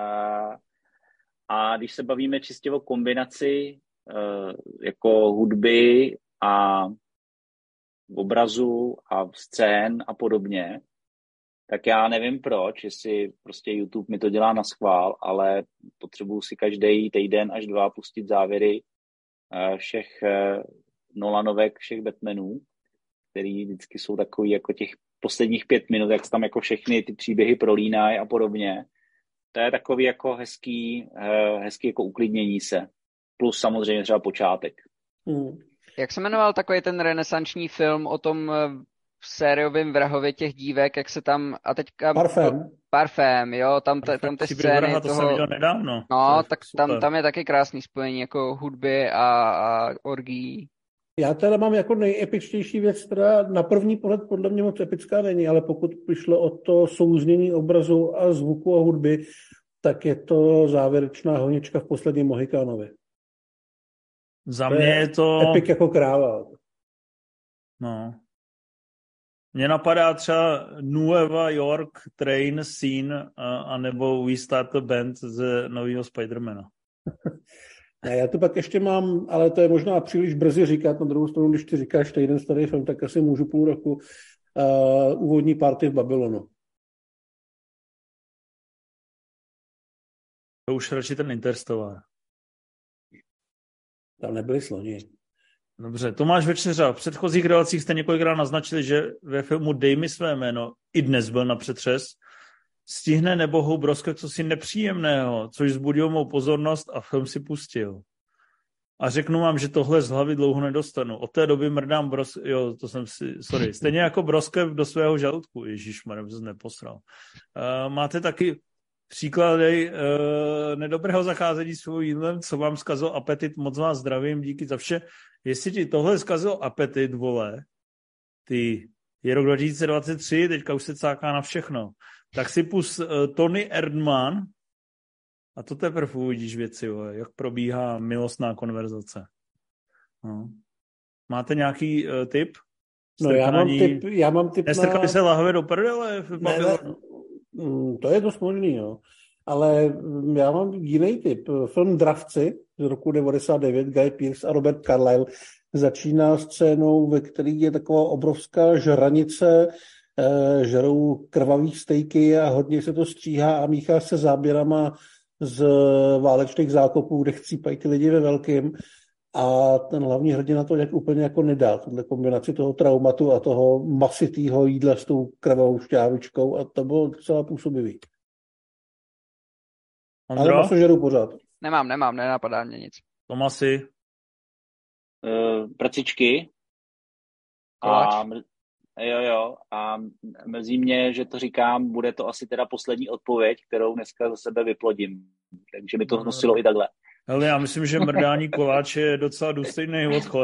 C: a když se bavíme čistě o kombinaci jako hudby a obrazu a scén a podobně, tak já nevím proč, jestli prostě YouTube mi to dělá na schvál, ale potřebuji si každý týden až 2 pustit závěry všech Nolanovek, všech Batmanů, který vždycky jsou takový jako těch posledních 5 minut, jak se tam jako všechny ty příběhy prolínají a podobně. To je takový jako hezký jako uklidnění se. Plus samozřejmě třeba počátek.
D: Jak se jmenoval takový ten renesanční film o tom sériovém vrahově těch dívek, jak se tam a teďka... Parfém, jo, tam ty scény
A: to jsem viděl nedávno.
D: No, tak tam je taky krásný spojení jako hudby a orgií.
B: Já teda mám jako nejepičtější věc, která na první pohled podle mě moc epická není, ale pokud přišlo o to souznění obrazu a zvuku a hudby, tak je to závěrečná honička v Posledním Mohikánovi.
A: Za mě je to...
B: Epic jako kráva.
A: No. Mně napadá třeba Nueva York Train Scene a nebo We Start the Band ze nového Spidermana.
B: Já to pak ještě mám, ale to je možná příliš brzy říkat. Na druhou stranu, když ty říkáš týden starý film, tak asi můžu půl roku úvodní party v Babylonu.
A: To už radši ten Interstellar.
B: Tam nebyli sloni.
A: Dobře, Tomáš Večeřa. V předchozích relacích jste několikrát naznačili, že ve filmu Dej mi své jméno i dnes byl na přetřes. Stihne nebohou Broskek cosi nepříjemného, což vzbudilo mou pozornost a film si pustil. A řeknu vám, že tohle z hlavy dlouho nedostanu. Od té doby mrdám stejně jako Broskev do svého žaludku. Ježišmarja, jsem neposral. Máte taky příklady nedobrého zacházení s svým jídlem, co vám zkazil apetit, moc vás zdravím, díky za vše. Jestli ti tohle zkazil apetit, vole, je rok 2023, teďka už se cáká na všechno. Tak si pust Tony Erdmann a to teprve uvidíš věci, jak probíhá milostná konverzace. No. Máte nějaký tip?
B: No já mám tip
A: Nestrkali se lahve do prdele?
B: Ne, to je dost možný, jo. Ale já mám jiný tip. Film Dravci z roku 1999, Guy Pearce a Robert Carlyle začíná scénou, ve které je taková obrovská žranice žerou krvavý stejky a hodně se to stříhá a míchá se záběrama z válečných zákopů, kde chcípají ty lidi ve velkým. A ten hlavní hrdina to jak úplně jako nedá, tuhle kombinaci toho traumatu a toho masitýho jídla s tou krvavou šťávičkou a to bylo docela působivý. Ale maso žeru pořád.
D: Nemám, nenapadá mě nic.
A: Tomasi?
C: Prcičky. Jo. A mrzí mě, že to říkám, bude to asi teda poslední odpověď, kterou dneska za sebe vyplodím. Takže mi to hnusilo i takhle.
A: Ale já myslím, že mrdání koláče je docela důstojný odchod.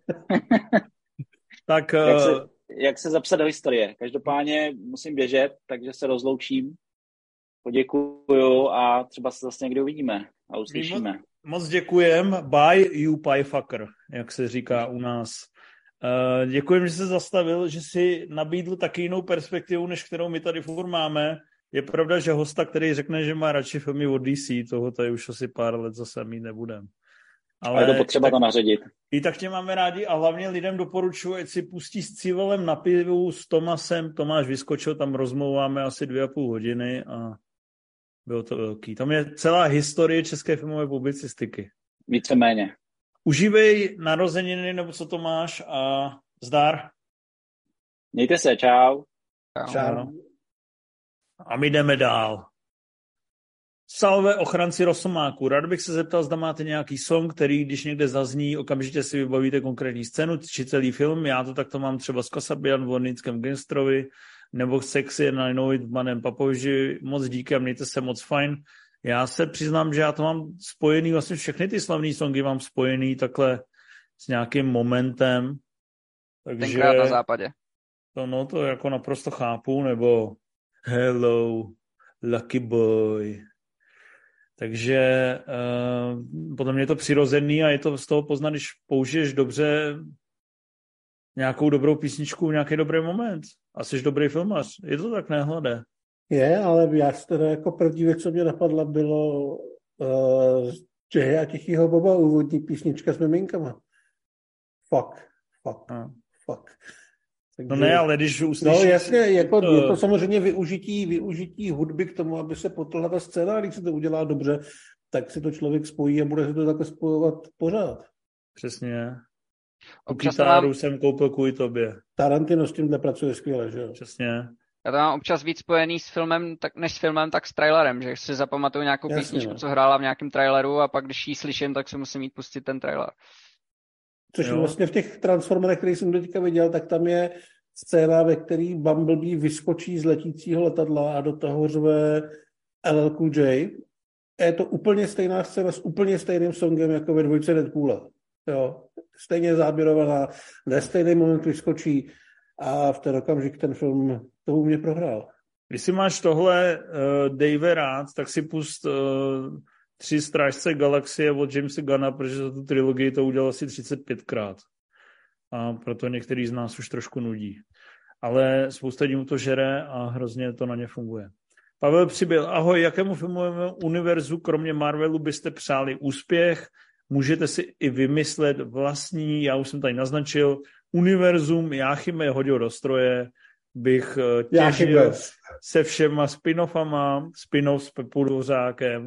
A: Tak...
C: Jak se zapsat do historie? Každopádně musím běžet, takže se rozloučím. Poděkuju a třeba se zase někdy uvidíme a uslyšíme.
A: Moc děkujem. Bye, you piefucker, jak se říká u nás. Děkujem, že jsi zastavil, že jsi nabídl taky jinou perspektivu, než kterou my tady furt máme. Je pravda, že hosta, který řekne, že má radši filmy od DC, toho tady už asi pár let zase mít nebudem.
C: Ale je to potřeba to naředit.
A: I tak tě máme rádi a hlavně lidem doporučuji, ať si pustí s Civelem na pivu s Tomasem. Tomáš vyskočil, tam rozmlouváme asi 2,5 hodiny a bylo to velký. Tam je celá historie české filmové publicistiky.
C: Víceméně.
A: Užívej narozeniny, nebo co to máš a zdar.
C: Mějte se, čau.
B: Čau.
A: A my jdeme dál. Salve ochranci Rosomáku. Rád bych se zeptal, zda máte nějaký song, který, když někde zazní, okamžitě si vybavíte konkrétní scénu, či celý film. Já to takto mám třeba s Kasabian v Londýnském Gangstrovi, nebo Sexy and I Know It v Manem Papovži. Moc díky a mějte se moc fajn. Já se přiznám, že já to mám spojený, vlastně všechny ty slavný songy mám spojený takhle s nějakým momentem. Takže
D: Tenkrát na západě.
A: To jako naprosto chápu, nebo Hello, Lucky Boy. Takže podle mě je to přirozený a je to z toho poznat, když použiješ dobře nějakou dobrou písničku v nějaký dobrý moment. A jsi dobrý filmař. Je to tak nehlade.
B: Je, ale já teda jako první věc, co mě napadla, bylo Jay a Tichýho Boba, úvodní písnička s miminkama. Fuck. Takže,
A: no ne, ale když uslyšíš...
B: No jasně, jako je to samozřejmě využití hudby k tomu, aby se potlhla ta scéna, a když se to udělá dobře, tak si to člověk spojí a bude se to takhle spojovat pořád.
A: Přesně. Tu kytáru jsem koupil kvůli tobě.
B: Tarantino s tímhle pracuje skvěle, že jo?
A: Přesně.
D: Já to mám občas víc spojený s filmem, než s filmem, tak s trailerem, že si zapamatuju nějakou písničku, co hrála v nějakém traileru a pak když ji slyším, tak si musím jít pustit ten trailer.
B: Což vlastně v těch Transformerech, který jsem teďka viděl, tak tam je scéna, ve který Bumblebee vyskočí z letícího letadla a do toho řve LL Cool J. Je to úplně stejná scéna s úplně stejným songem jako ve dvojce Deadpoola. Jo. Stejně záběrovaná, ve stejný moment vyskočí a v ten okamžik ten film to u mě prohrál.
A: Když si máš tohle Dave rád, tak si pust 3 Strážce galaxie od Jamesa Gunna, protože za tu trilogii to udělal asi 35krát. A proto některý z nás už trošku nudí. Ale spousta lidí mu to žere a hrozně to na ně funguje. Pavel Přibyl, ahoj, jakému filmovému univerzu kromě Marvelu byste přáli úspěch? Můžete si i vymyslet vlastní, já už jsem tady naznačil, univerzum Jáchyme hodil do stroje, bych těžil se všema spin-offama, spin-off s Pepu Dvořákem.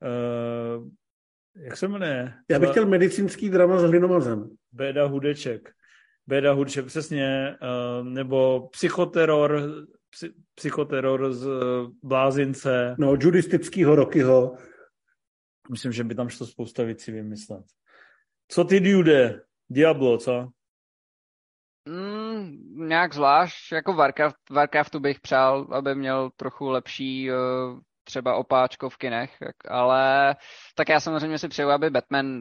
A: Jak se jmenuje?
B: Já bych chtěl medicínský drama s Hlinomazem.
A: Béda Hudeček, přesně, nebo psychoteror z Blázince.
B: No, judistickýho Rockyho.
A: Myslím, že by tam šlo spousta věcí vymyslet. Co ty, Dude? Diablo, co?
D: Nějak zvlášť, jako Warcraftu bych přál, aby měl trochu lepší třeba opáčko v kinech, ale tak já samozřejmě si přeju, aby Batman,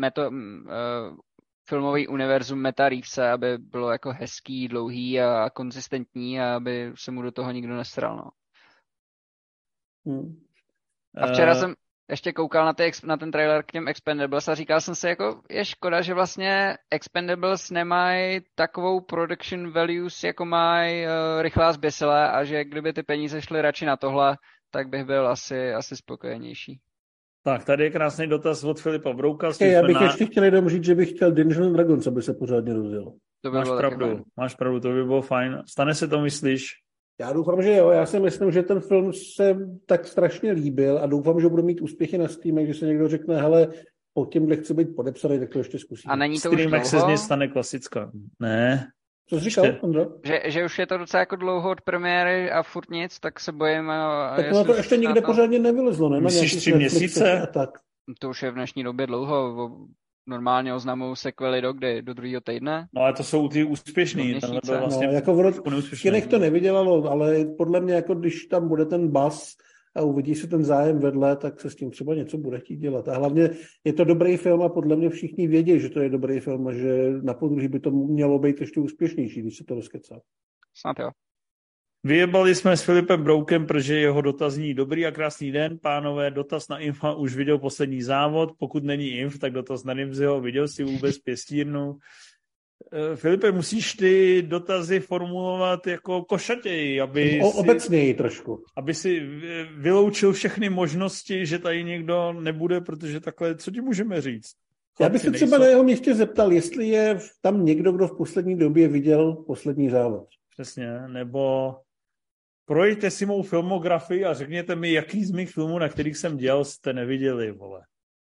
D: filmový univerzum Meta Reevese, aby bylo jako hezký, dlouhý a konzistentní a aby se mu do toho nikdo nesral, no. A včera jsem ještě koukal na ten trailer k těm Expendables a říkal jsem si, jako je škoda, že vlastně Expendables nemají takovou production values, jako mají Rychlá zběsilé a že kdyby ty peníze šly radši na tohle, tak bych byl asi spokojenější.
A: Tak, tady je krásný dotaz od Filipa Brouka.
B: Já bych ještě chtěl jenom říct, že bych chtěl Dungeons & Dragons, aby se pořádně rozjelo.
D: To by bylo taky fajn.
A: Máš pravdu, to by bylo fajn. Stane se to, myslíš?
B: Já doufám, že jo. Já si myslím, že ten film se tak strašně líbil a doufám, že bude mít úspěchy na Steamech, že se někdo řekne, hele, po těmhle chci být podepsaný, tak to ještě zkusím.
D: A není to už dlouho?
A: se z něj stane klasická. Ne.
B: Co jsi říkal, Ondro?
D: Že už je to docela jako dlouho od premiéry a furt nic, tak se bojím.
B: Tak ono to ještě nikde pořádně nevylezlo, ne?
A: Myslíš 3 měsíce?
B: Tak.
D: To už je v dnešní době dlouho. Normálně oznamují sequely do druhého týdne.
A: No ale to jsou ty úspěšný.
B: Vlastně jako v kinech to nevydělalo, ale podle mě, jako když tam bude ten buzz a uvidí se ten zájem vedle, tak se s tím třeba něco bude chtít dělat. A hlavně je to dobrý film a podle mě všichni vědí, že to je dobrý film a že na podruhý by to mělo být ještě úspěšnější, když se to rozkecá.
D: Snad jo.
A: Vyjebali jsme s Filipem Broukem, protože jeho dotaz zní: dobrý a krásný den, pánové, dotaz na Infa už viděl poslední závod, pokud není Inf, tak dotaz na Nimziho, viděl jsi vůbec Pěstírnu? Filipe, musíš ty dotazy formulovat jako košatěji, aby
B: obecněji trošku.
A: Aby si vyloučil všechny možnosti, že tady někdo nebude, protože takhle, co ti můžeme říct?
B: Já bych se třeba na jeho místě zeptal, jestli je tam někdo, kdo v poslední době viděl poslední závod.
A: Přesně, nebo projďte si mou filmografii a řekněte mi, jaký z mých filmů, na kterých jsem dělal, jste neviděli, vole.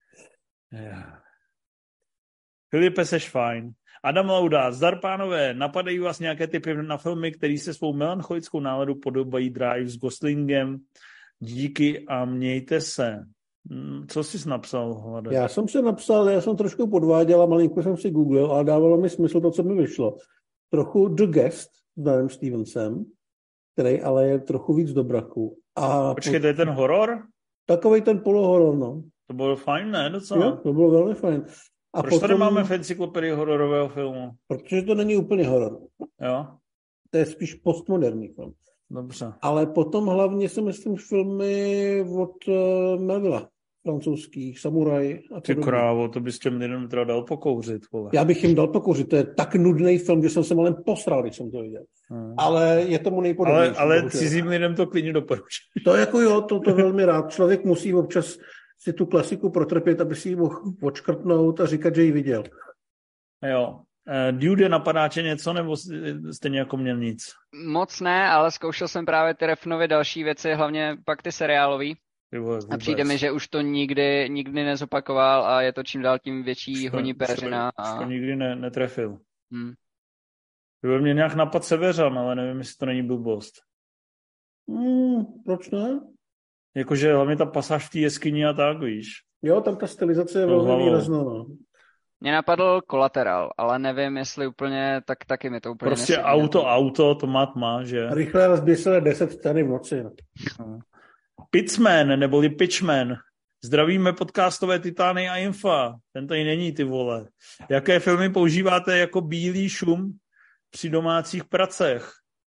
A: Filipe, seš fajn. Adam Lauda, zdar pánové, napadají vás nějaké typy na filmy, které se svou melancholickou náladu podobají Drive s Goslingem? Díky a mějte se. Co jsi napsal, Hlade?
B: Já jsem trošku podváděl a malinko jsem si googlil a dávalo mi smysl to, co mi vyšlo. Trochu The Guest s Danem Stevensem, který ale je trochu víc do braku.
A: Počkej, to je ten horor?
B: Takovej ten polohoror, no.
A: To bylo fajn, ne? Docela.
B: Jo, to bylo velmi fajn. A
A: proč tady máme v encyklopedii hororového filmu?
B: Protože to není úplně horor.
A: Jo?
B: To je spíš postmoderní film.
A: Dobře.
B: Ale potom hlavně si myslím filmy od Melvilla, francouzských, Samuraj a
A: ty krávo, to bys těm lidem teda dal pokouřit, vole.
B: Já bych jim dal pokouřit, to je tak nudný film, že jsem se malem posral, když jsem to viděl. Ale je tomu nejpodobnější.
A: Ale cizím lidem to klidně doporučuji.
B: To jako jo, to velmi rád. Člověk musí občas si tu klasiku protrpět, aby si ji mohl odškrtnout a říkat, že ji viděl.
A: Jo. Dude, napadá tě něco, nebo stejně jako měl nic?
D: Moc ne, ale zkoušel jsem právě ty Refnovy další věci, hlavně pak ty seriálový. A přijde mi, že už to nikdy nezopakoval a je to čím dál tím větší honí péřina.
A: Už to nikdy netrefil. By mě nějak napad Severan, ale nevím, jestli to není blbost.
B: Proč ne?
A: Jakože hlavně ta pasáž v té jeskyni a tak, víš.
B: Jo, tam ta stylizace je velmi výrazná. No.
D: Mě napadl Kolaterál, ale nevím, jestli úplně, tak taky mi to úplně
A: prostě auto, to má, že?
B: Rychle rozběsile 10 scény v noci.
A: Pitchman, neboli Pitchman. Zdravíme podcastové Titány a Infa. Ten tady není, ty vole. Jaké filmy používáte jako bílý šum při domácích pracech?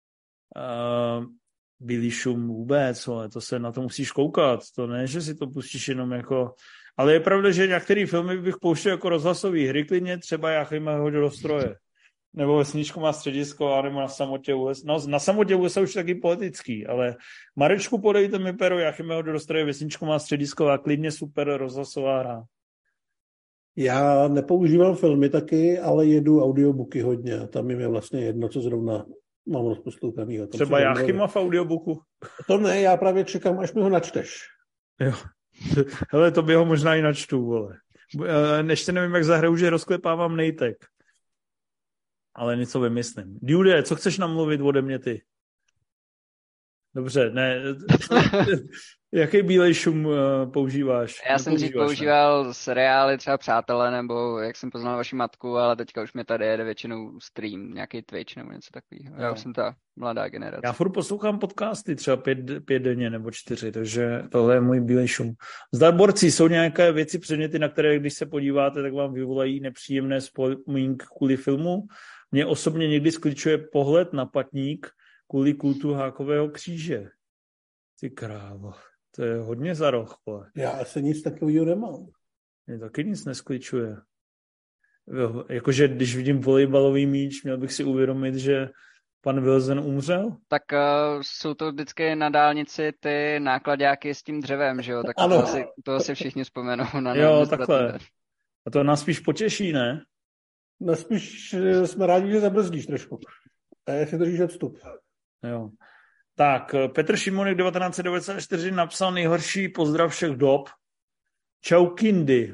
A: Bílý šum vůbec, ale to se na to musíš koukat. To ne, že si to pustíš jenom jako... Ale je pravda, že některé filmy bych pouštěl jako rozhlasový hry klidně, třeba Jáchyma hodil do stroje. Nebo Vesničku má středisko, nebo Na samotě USA. No, Na samotě USA už taky politický, ale Marečku, podejte mi pero, Jáchyma hodil do stroje, Vesničku má středisko a klidně super rozhlasová hra.
B: Já nepoužívám filmy taky, ale jedu audiobooky hodně a tam je vlastně jedno, co zrovna mám rozposlouchaný.
A: Třeba Jáchyma v audiobooku?
B: To ne, já právě čekám, až mi ho načteš.
A: Jo. Hele, to by ho možná i načtu, vole. Ještě nevím, jak zahraju, že rozklepávám nejtek. Ale něco vymyslím. Dude, co chceš namluvit ode mě ty? Dobře, ne. Jaký bílej šum používáš?
D: Já jsem dřív používal seriály, třeba Přátelé, nebo Jak jsem poznal vaši matku, ale teďka už mě tady jede většinou stream, nějaký Twitch nebo něco takového. Já už jsem ta mladá generace.
A: Já furt poslouchám podcasty, třeba 5 denně nebo 4, takže tohle je můj bílej šum. Zdar borci, jsou nějaké věci, předměty, na které, když se podíváte, tak vám vyvolají nepříjemné vzpomínky kvůli filmu? Mě osobně někdy skličuje pohled na patník kvůli kultu Hákového kříže. Ty krávo, to je hodně za roh, vole.
B: Já asi nic takového nemám.
A: Mě taky nic neskličuje. Jakože když vidím volejbalový míč, měl bych si uvědomit, že pan Wilson umřel?
D: Tak jsou to vždycky na dálnici ty nákladáky s tím dřevem, že jo? Tak to asi všichni vzpomenou.
A: Jo, takhle. A to nás spíš potěší, ne?
B: No spíš jsme rádi, že zabrzdíš trošku. A si držíš odstup.
A: Jo. Tak, Petr Šimonek 1994 napsal nejhorší pozdrav všech dob. Čau Kindy.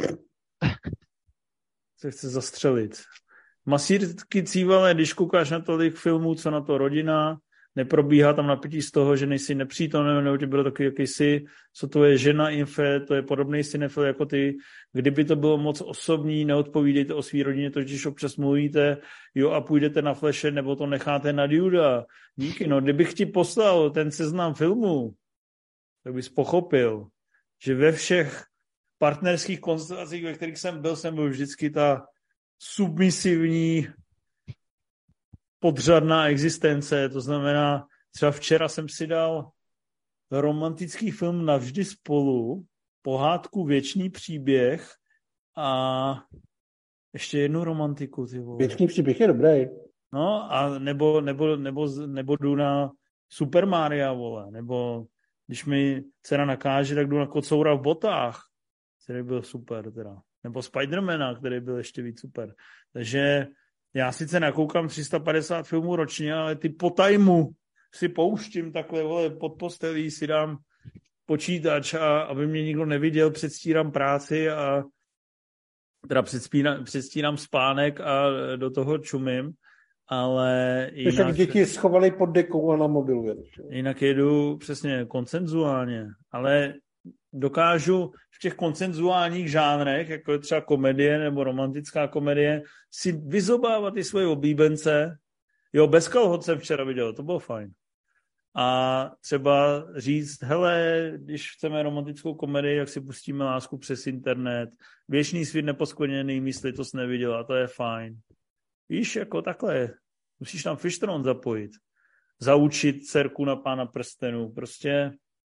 A: Se chce zastřelit. Masírky cívalé, když koukáš na tolik filmů, co na to rodina, neprobíhá tam napětí z toho, že nejsi nepřítomný, nebo tě bylo takový, jaký jsi, co to je žena infe, to je podobný cinefil jako ty. Kdyby to bylo moc osobní, neodpovídejte o svý rodině, totiž občas mluvíte, jo a půjdete na Flashe, nebo to necháte na Duda. Díky, no, kdybych ti poslal ten seznam filmů, tak bys pochopil, že ve všech partnerských konstelacích, ve kterých jsem byl vždycky ta submisivní podřadná existence, to znamená, třeba včera jsem si dal romantický film Navždy spolu, pohádku Věčný příběh a ještě jednu romantiku. Ty vole.
B: Věčný příběh je dobrý.
A: No a nebo jdu na Super Mario, vole, nebo když mi dcera nakáže, tak jdu na Kocoura v botách, který byl super teda. Nebo Spidermana, který byl ještě víc super. Takže já sice nakoukám 350 filmů ročně, ale ty po tajmu si pouštím takhle, vole, pod postelí si dám počítač a aby mě nikdo neviděl, předstírám práci a teda předstírám spánek a do toho čumím, ale jinak...
B: Tak děti schovaly pod dekou a na mobilu.
A: Jinak jedu přesně konsenzuálně, ale dokážu v těch konsenzuálních žánrech, jako je třeba komedie nebo romantická komedie, si vyzobávat i svoje oblíbence. Jo, Bez kalhot jsem včera viděl, to bylo fajn. A třeba říct, hele, když chceme romantickou komedii, jak si pustíme Lásku přes internet, Věčný svět neposkvrněný mysli, to jsi neviděl a to je fajn. Víš, jako takhle, musíš tam Fishtron zapojit. Zaučit dcerku na Pána prstenů, prostě...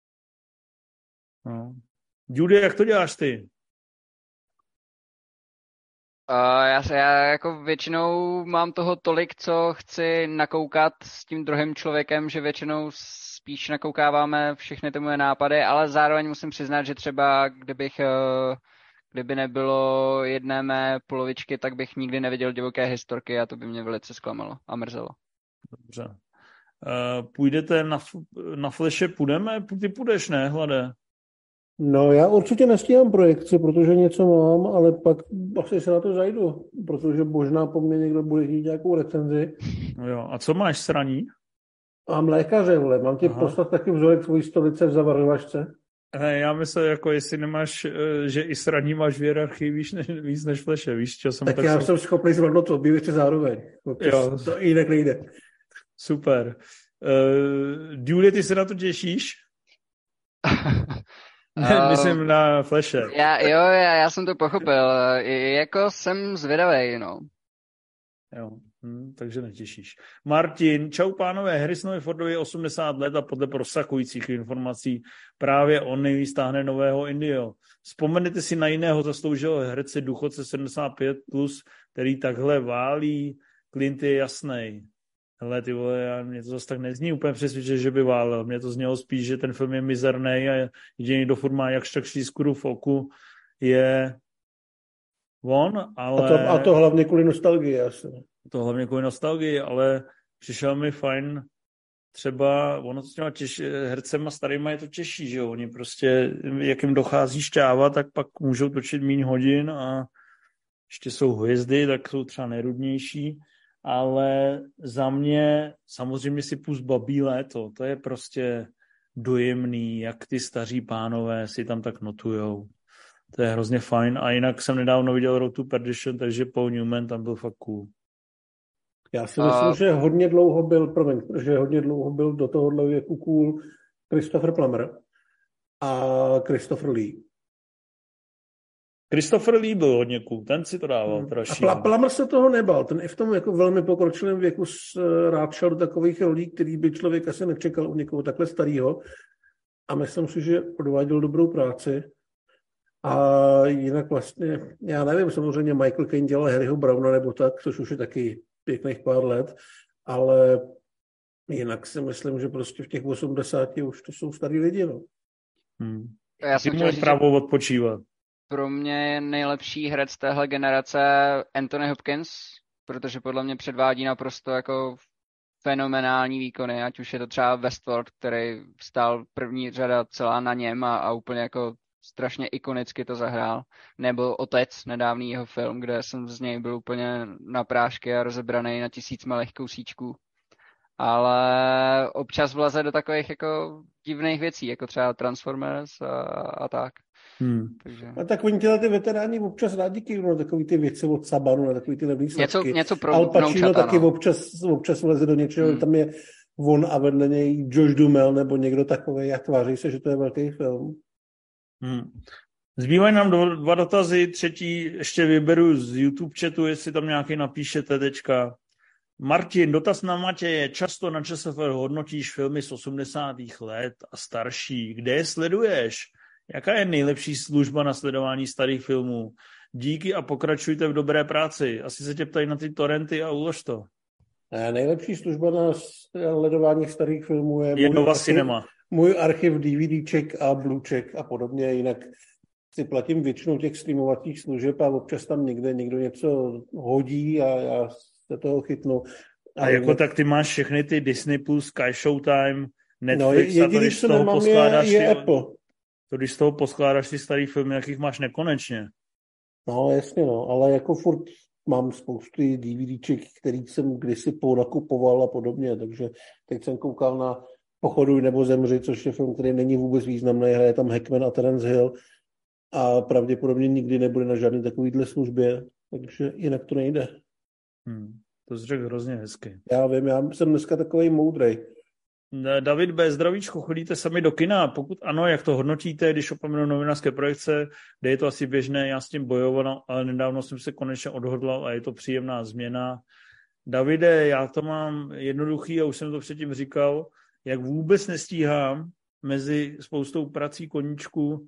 A: No. Judy, jak to děláš ty?
D: Já jako většinou mám toho tolik, co chci nakoukat s tím druhým člověkem, že většinou spíš nakoukáváme všechny ty moje nápady, ale zároveň musím přiznat, že třeba kdyby nebylo jedné mé polovičky, tak bych nikdy neviděl Divoké historky a to by mě velice zklamalo a mrzelo.
A: Dobře. Půjdete na Flashe, půjdeme? Ty půjdeš, ne, Hlade?
B: No, já určitě nestíhám projekci, protože něco mám, ale pak asi se na to zajdu, protože možná po mně někdo bude chtít nějakou recenzi.
A: No jo, a co máš sraní?
B: Mám lékaře, vole, mám ti poslat taky vzorek tvojí stolice v zavarovačce.
A: Já myslím, jako jestli nemáš, že i sraní máš v hierarchii víc než Flashe, víš, čo jsem
B: tak já jsem schopný zvládnout obě věci zároveň. Jo. To jinak nejde.
A: Super. Julie, ty se na to těšíš? Myslím na Flashe.
D: Já jsem to pochopil. Jako jsem zvědavej, no.
A: Jo, takže netěšíš. Martin, čau pánové, Harrisonovi Fordovi je 80 let a podle prosakujících informací právě on nejvíc stáhne nového Indio. Vzpomenete si na jiného zasloužilého herce důchodce 75+, který takhle válí? Clint je jasnej. Hele, ty vole, mě to zase tak nezní úplně přesvědčit, že by válel. Mně to znělo spíš, že ten film je mizerný a jediný, kdo furt má jakž tak štískuru v oku, je on, ale...
B: A to hlavně kvůli nostalgii, jasně.
A: To hlavně kvůli nostalgii, ale přišel mi fajn třeba, ono to s těma hercema starýma je to těžší, že jo, oni prostě, jak jim dochází šťáva, tak pak můžou točit míň hodin a ještě jsou hvězdy, tak jsou třeba nejrudnější, ale za mě samozřejmě si pust Babí léto, to je prostě dojemný, jak ty staří pánové si tam tak notujou. To je hrozně fajn a jinak jsem nedávno viděl Road to Perdition, takže Paul Newman tam byl fakt cool.
B: Já si myslím, že hodně dlouho byl do tohohle věku cool Christopher Plummer a Christopher Lee.
A: Christopher Lee byl hodně cool, ten si to dával.
B: A Plummer se toho nebal, ten i v tom jako velmi pokročilém věku rád šel do takových rolí, který by člověk asi nečekal u někoho takhle starého. A myslím si, že odváděl dobrou práci. A jinak vlastně, já nevím, samozřejmě Michael Caine dělal Harryho Browna nebo tak, což už je taky pěkných pár let, ale jinak si myslím, že prostě v těch 80 už to jsou starý lidi, no.
A: Ty máš právo odpočívat.
D: pro mě je nejlepší herec téhle generace Anthony Hopkins, protože podle mě předvádí naprosto jako fenomenální výkony, ať už je to třeba Westworld, který stál první řada celá na něm a úplně jako strašně ikonicky to zahrál, nebo Otec, nedávný jeho film, kde jsem z něj byl úplně na prášky a rozebraný na 1000 malých kousíčků. Ale občas vleze do takových jako divných věcí, jako třeba Transformers a tak.
B: Takže... A tak oni ty veteráni občas rádi kývnou takový ty věci od Sabanu, na takový ty levný sladky.
D: Něco pro
B: Al Pacino taky občas vleze do něčeho, tam je on a vedle něj Josh Duhamel nebo někdo takovej a tváří se, že to je velký film.
A: Zbývají nám 2 dotazy, třetí ještě vyberu z YouTube chatu, jestli tam nějaký napíšete teďka. Martin, dotaz na Matěje. Často na ČSFD hodnotíš filmy z 80. let a starší. Kde je sleduješ? Jaká je nejlepší služba na sledování starých filmů? Díky a pokračujte v dobré práci. Asi se tě ptají na ty torrenty a ulož to.
B: Nejlepší služba na sledování starých filmů je
A: Nova Cinema.
B: Můj archiv DVDček a Bluček a podobně. Jinak si platím většinou těch streamovacích služeb a občas tam někde někdo něco hodí a já se toho chytnu.
A: A jako tak ty máš všechny ty Disney+, Sky Showtime, Netflix
B: a to, když z toho poskládáš je Apple.
A: To, když z toho poskládáš ty starý filmy, jakých máš nekonečně.
B: No, jasně, no, ale jako furt mám spoustu DVDček, který jsem kdysi nakupoval a podobně, takže teď jsem koukal na Pochoduj nebo zemři, což je film, který není vůbec významný, hraje tam Hackman a Terence Hill a pravděpodobně nikdy nebude na žádné takovýhle službě, takže jinak to nejde.
A: To jsi řekl hrozně hezky.
B: Já vím, já jsem dneska takovej moudrej.
A: David B. Zdravíčko, chodíte sami do kina? Pokud ano, jak to hodnotíte, když opomenu novinářské projekce, kde je to asi běžné, já s tím bojoval, ale nedávno jsem se konečně odhodlal a je to příjemná změna. Davide, já to mám jednoduchý a už jsem to předtím říkal, jak vůbec nestíhám mezi spoustou prací koníčků,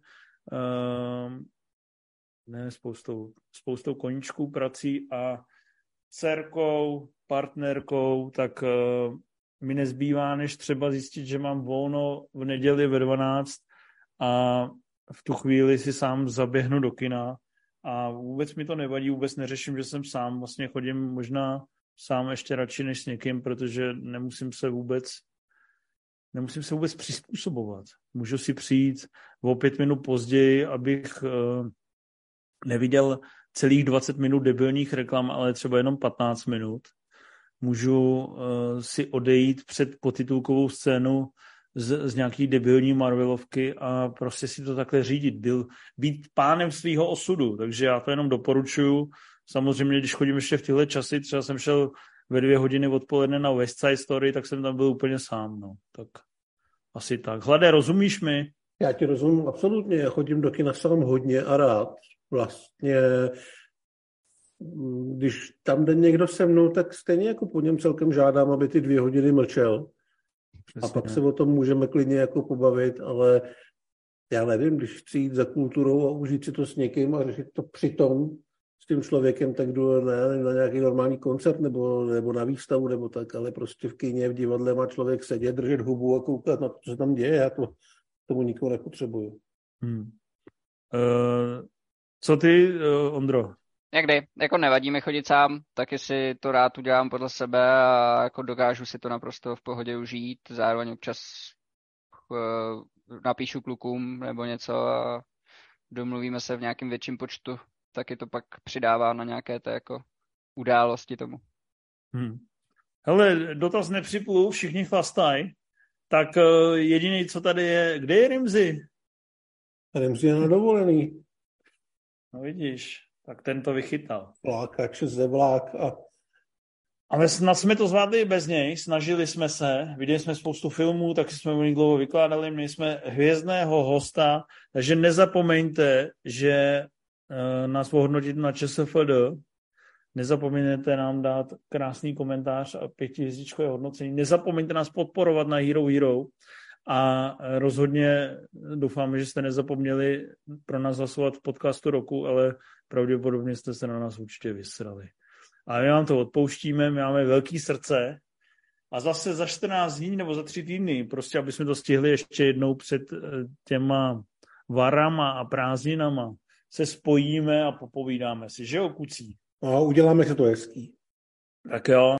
A: spoustou koníčků prací a dcerkou, partnerkou, tak mi nezbývá, než třeba zjistit, že mám volno v neděli ve 12 a v tu chvíli si sám zaběhnu do kina a vůbec mi to nevadí, vůbec neřeším, že jsem sám, vlastně chodím možná sám ještě radši než s někým, protože nemusím se vůbec přizpůsobovat. Můžu si přijít o 5 minut později, abych neviděl celých 20 minut debilních reklam, ale třeba jenom 15 minut. Můžu si odejít před potitulkovou scénu z nějaký debilní Marvelovky a prostě si to takhle řídit. Být pánem svýho osudu, takže já to jenom doporučuju. Samozřejmě, když chodím ještě v tyhle časy, třeba jsem šel ve 2 hodiny odpoledne na West Side Story, tak jsem tam byl úplně sám. No. Tak asi tak. Hlade, rozumíš mi?
B: Já ti rozumím absolutně. Já chodím do kina sám hodně a rád. Vlastně, když tam jde někdo se mnou, tak stejně jako po něm celkem žádám, aby ty 2 hodiny mlčel. Přesně. A pak se o tom můžeme klidně jako pobavit, ale já nevím, když chci jít za kulturou a užít si to s někým a řešit to přitom s tím člověkem, tak jdu na nějaký normální koncert nebo na výstavu nebo tak, ale prostě v kyně, v divadle má člověk sedět, držet hubu a koukat na to, co se tam děje. Já to tomu nikoho nepotřebuju.
A: Co ty, Ondro?
D: Někdy, jako nevadí mi chodit sám, taky si to rád udělám podle sebe a jako dokážu si to naprosto v pohodě užít, zároveň občas napíšu klukům nebo něco a domluvíme se v nějakém větším počtu, taky to pak přidává na nějaké té jako události tomu.
A: Hele, dotaz nepřiplul, všichni chlastají, tak jediný, co tady je, kde je Rimzi?
B: Rimzi je na dovolený.
A: No vidíš, tak ten to vychytal.
B: Vlákač ze vlák
A: a snad jsme to zvládli bez něj, snažili jsme se, viděli jsme spoustu filmů, taky jsme o nich dlouho vykládali, měli jsme hvězdného hosta, takže nezapomeňte, že nás ohodnotit na ČSFD, nezapomeňte nám dát krásný komentář a 5hvězdičkové hodnocení, nezapomeňte nás podporovat na Hero a rozhodně doufáme, že jste nezapomněli pro nás hlasovat v podcastu roku, ale pravděpodobně jste se na nás určitě vysrali. A my vám to odpouštíme, my máme velký srdce a zase za 14 dní nebo za 3 týdny, prostě aby jsme to stihli ještě jednou před těma varama a prázdninama, se spojíme a popovídáme si, že jo, kucí?
B: A uděláme se to hezký.
A: Tak jo.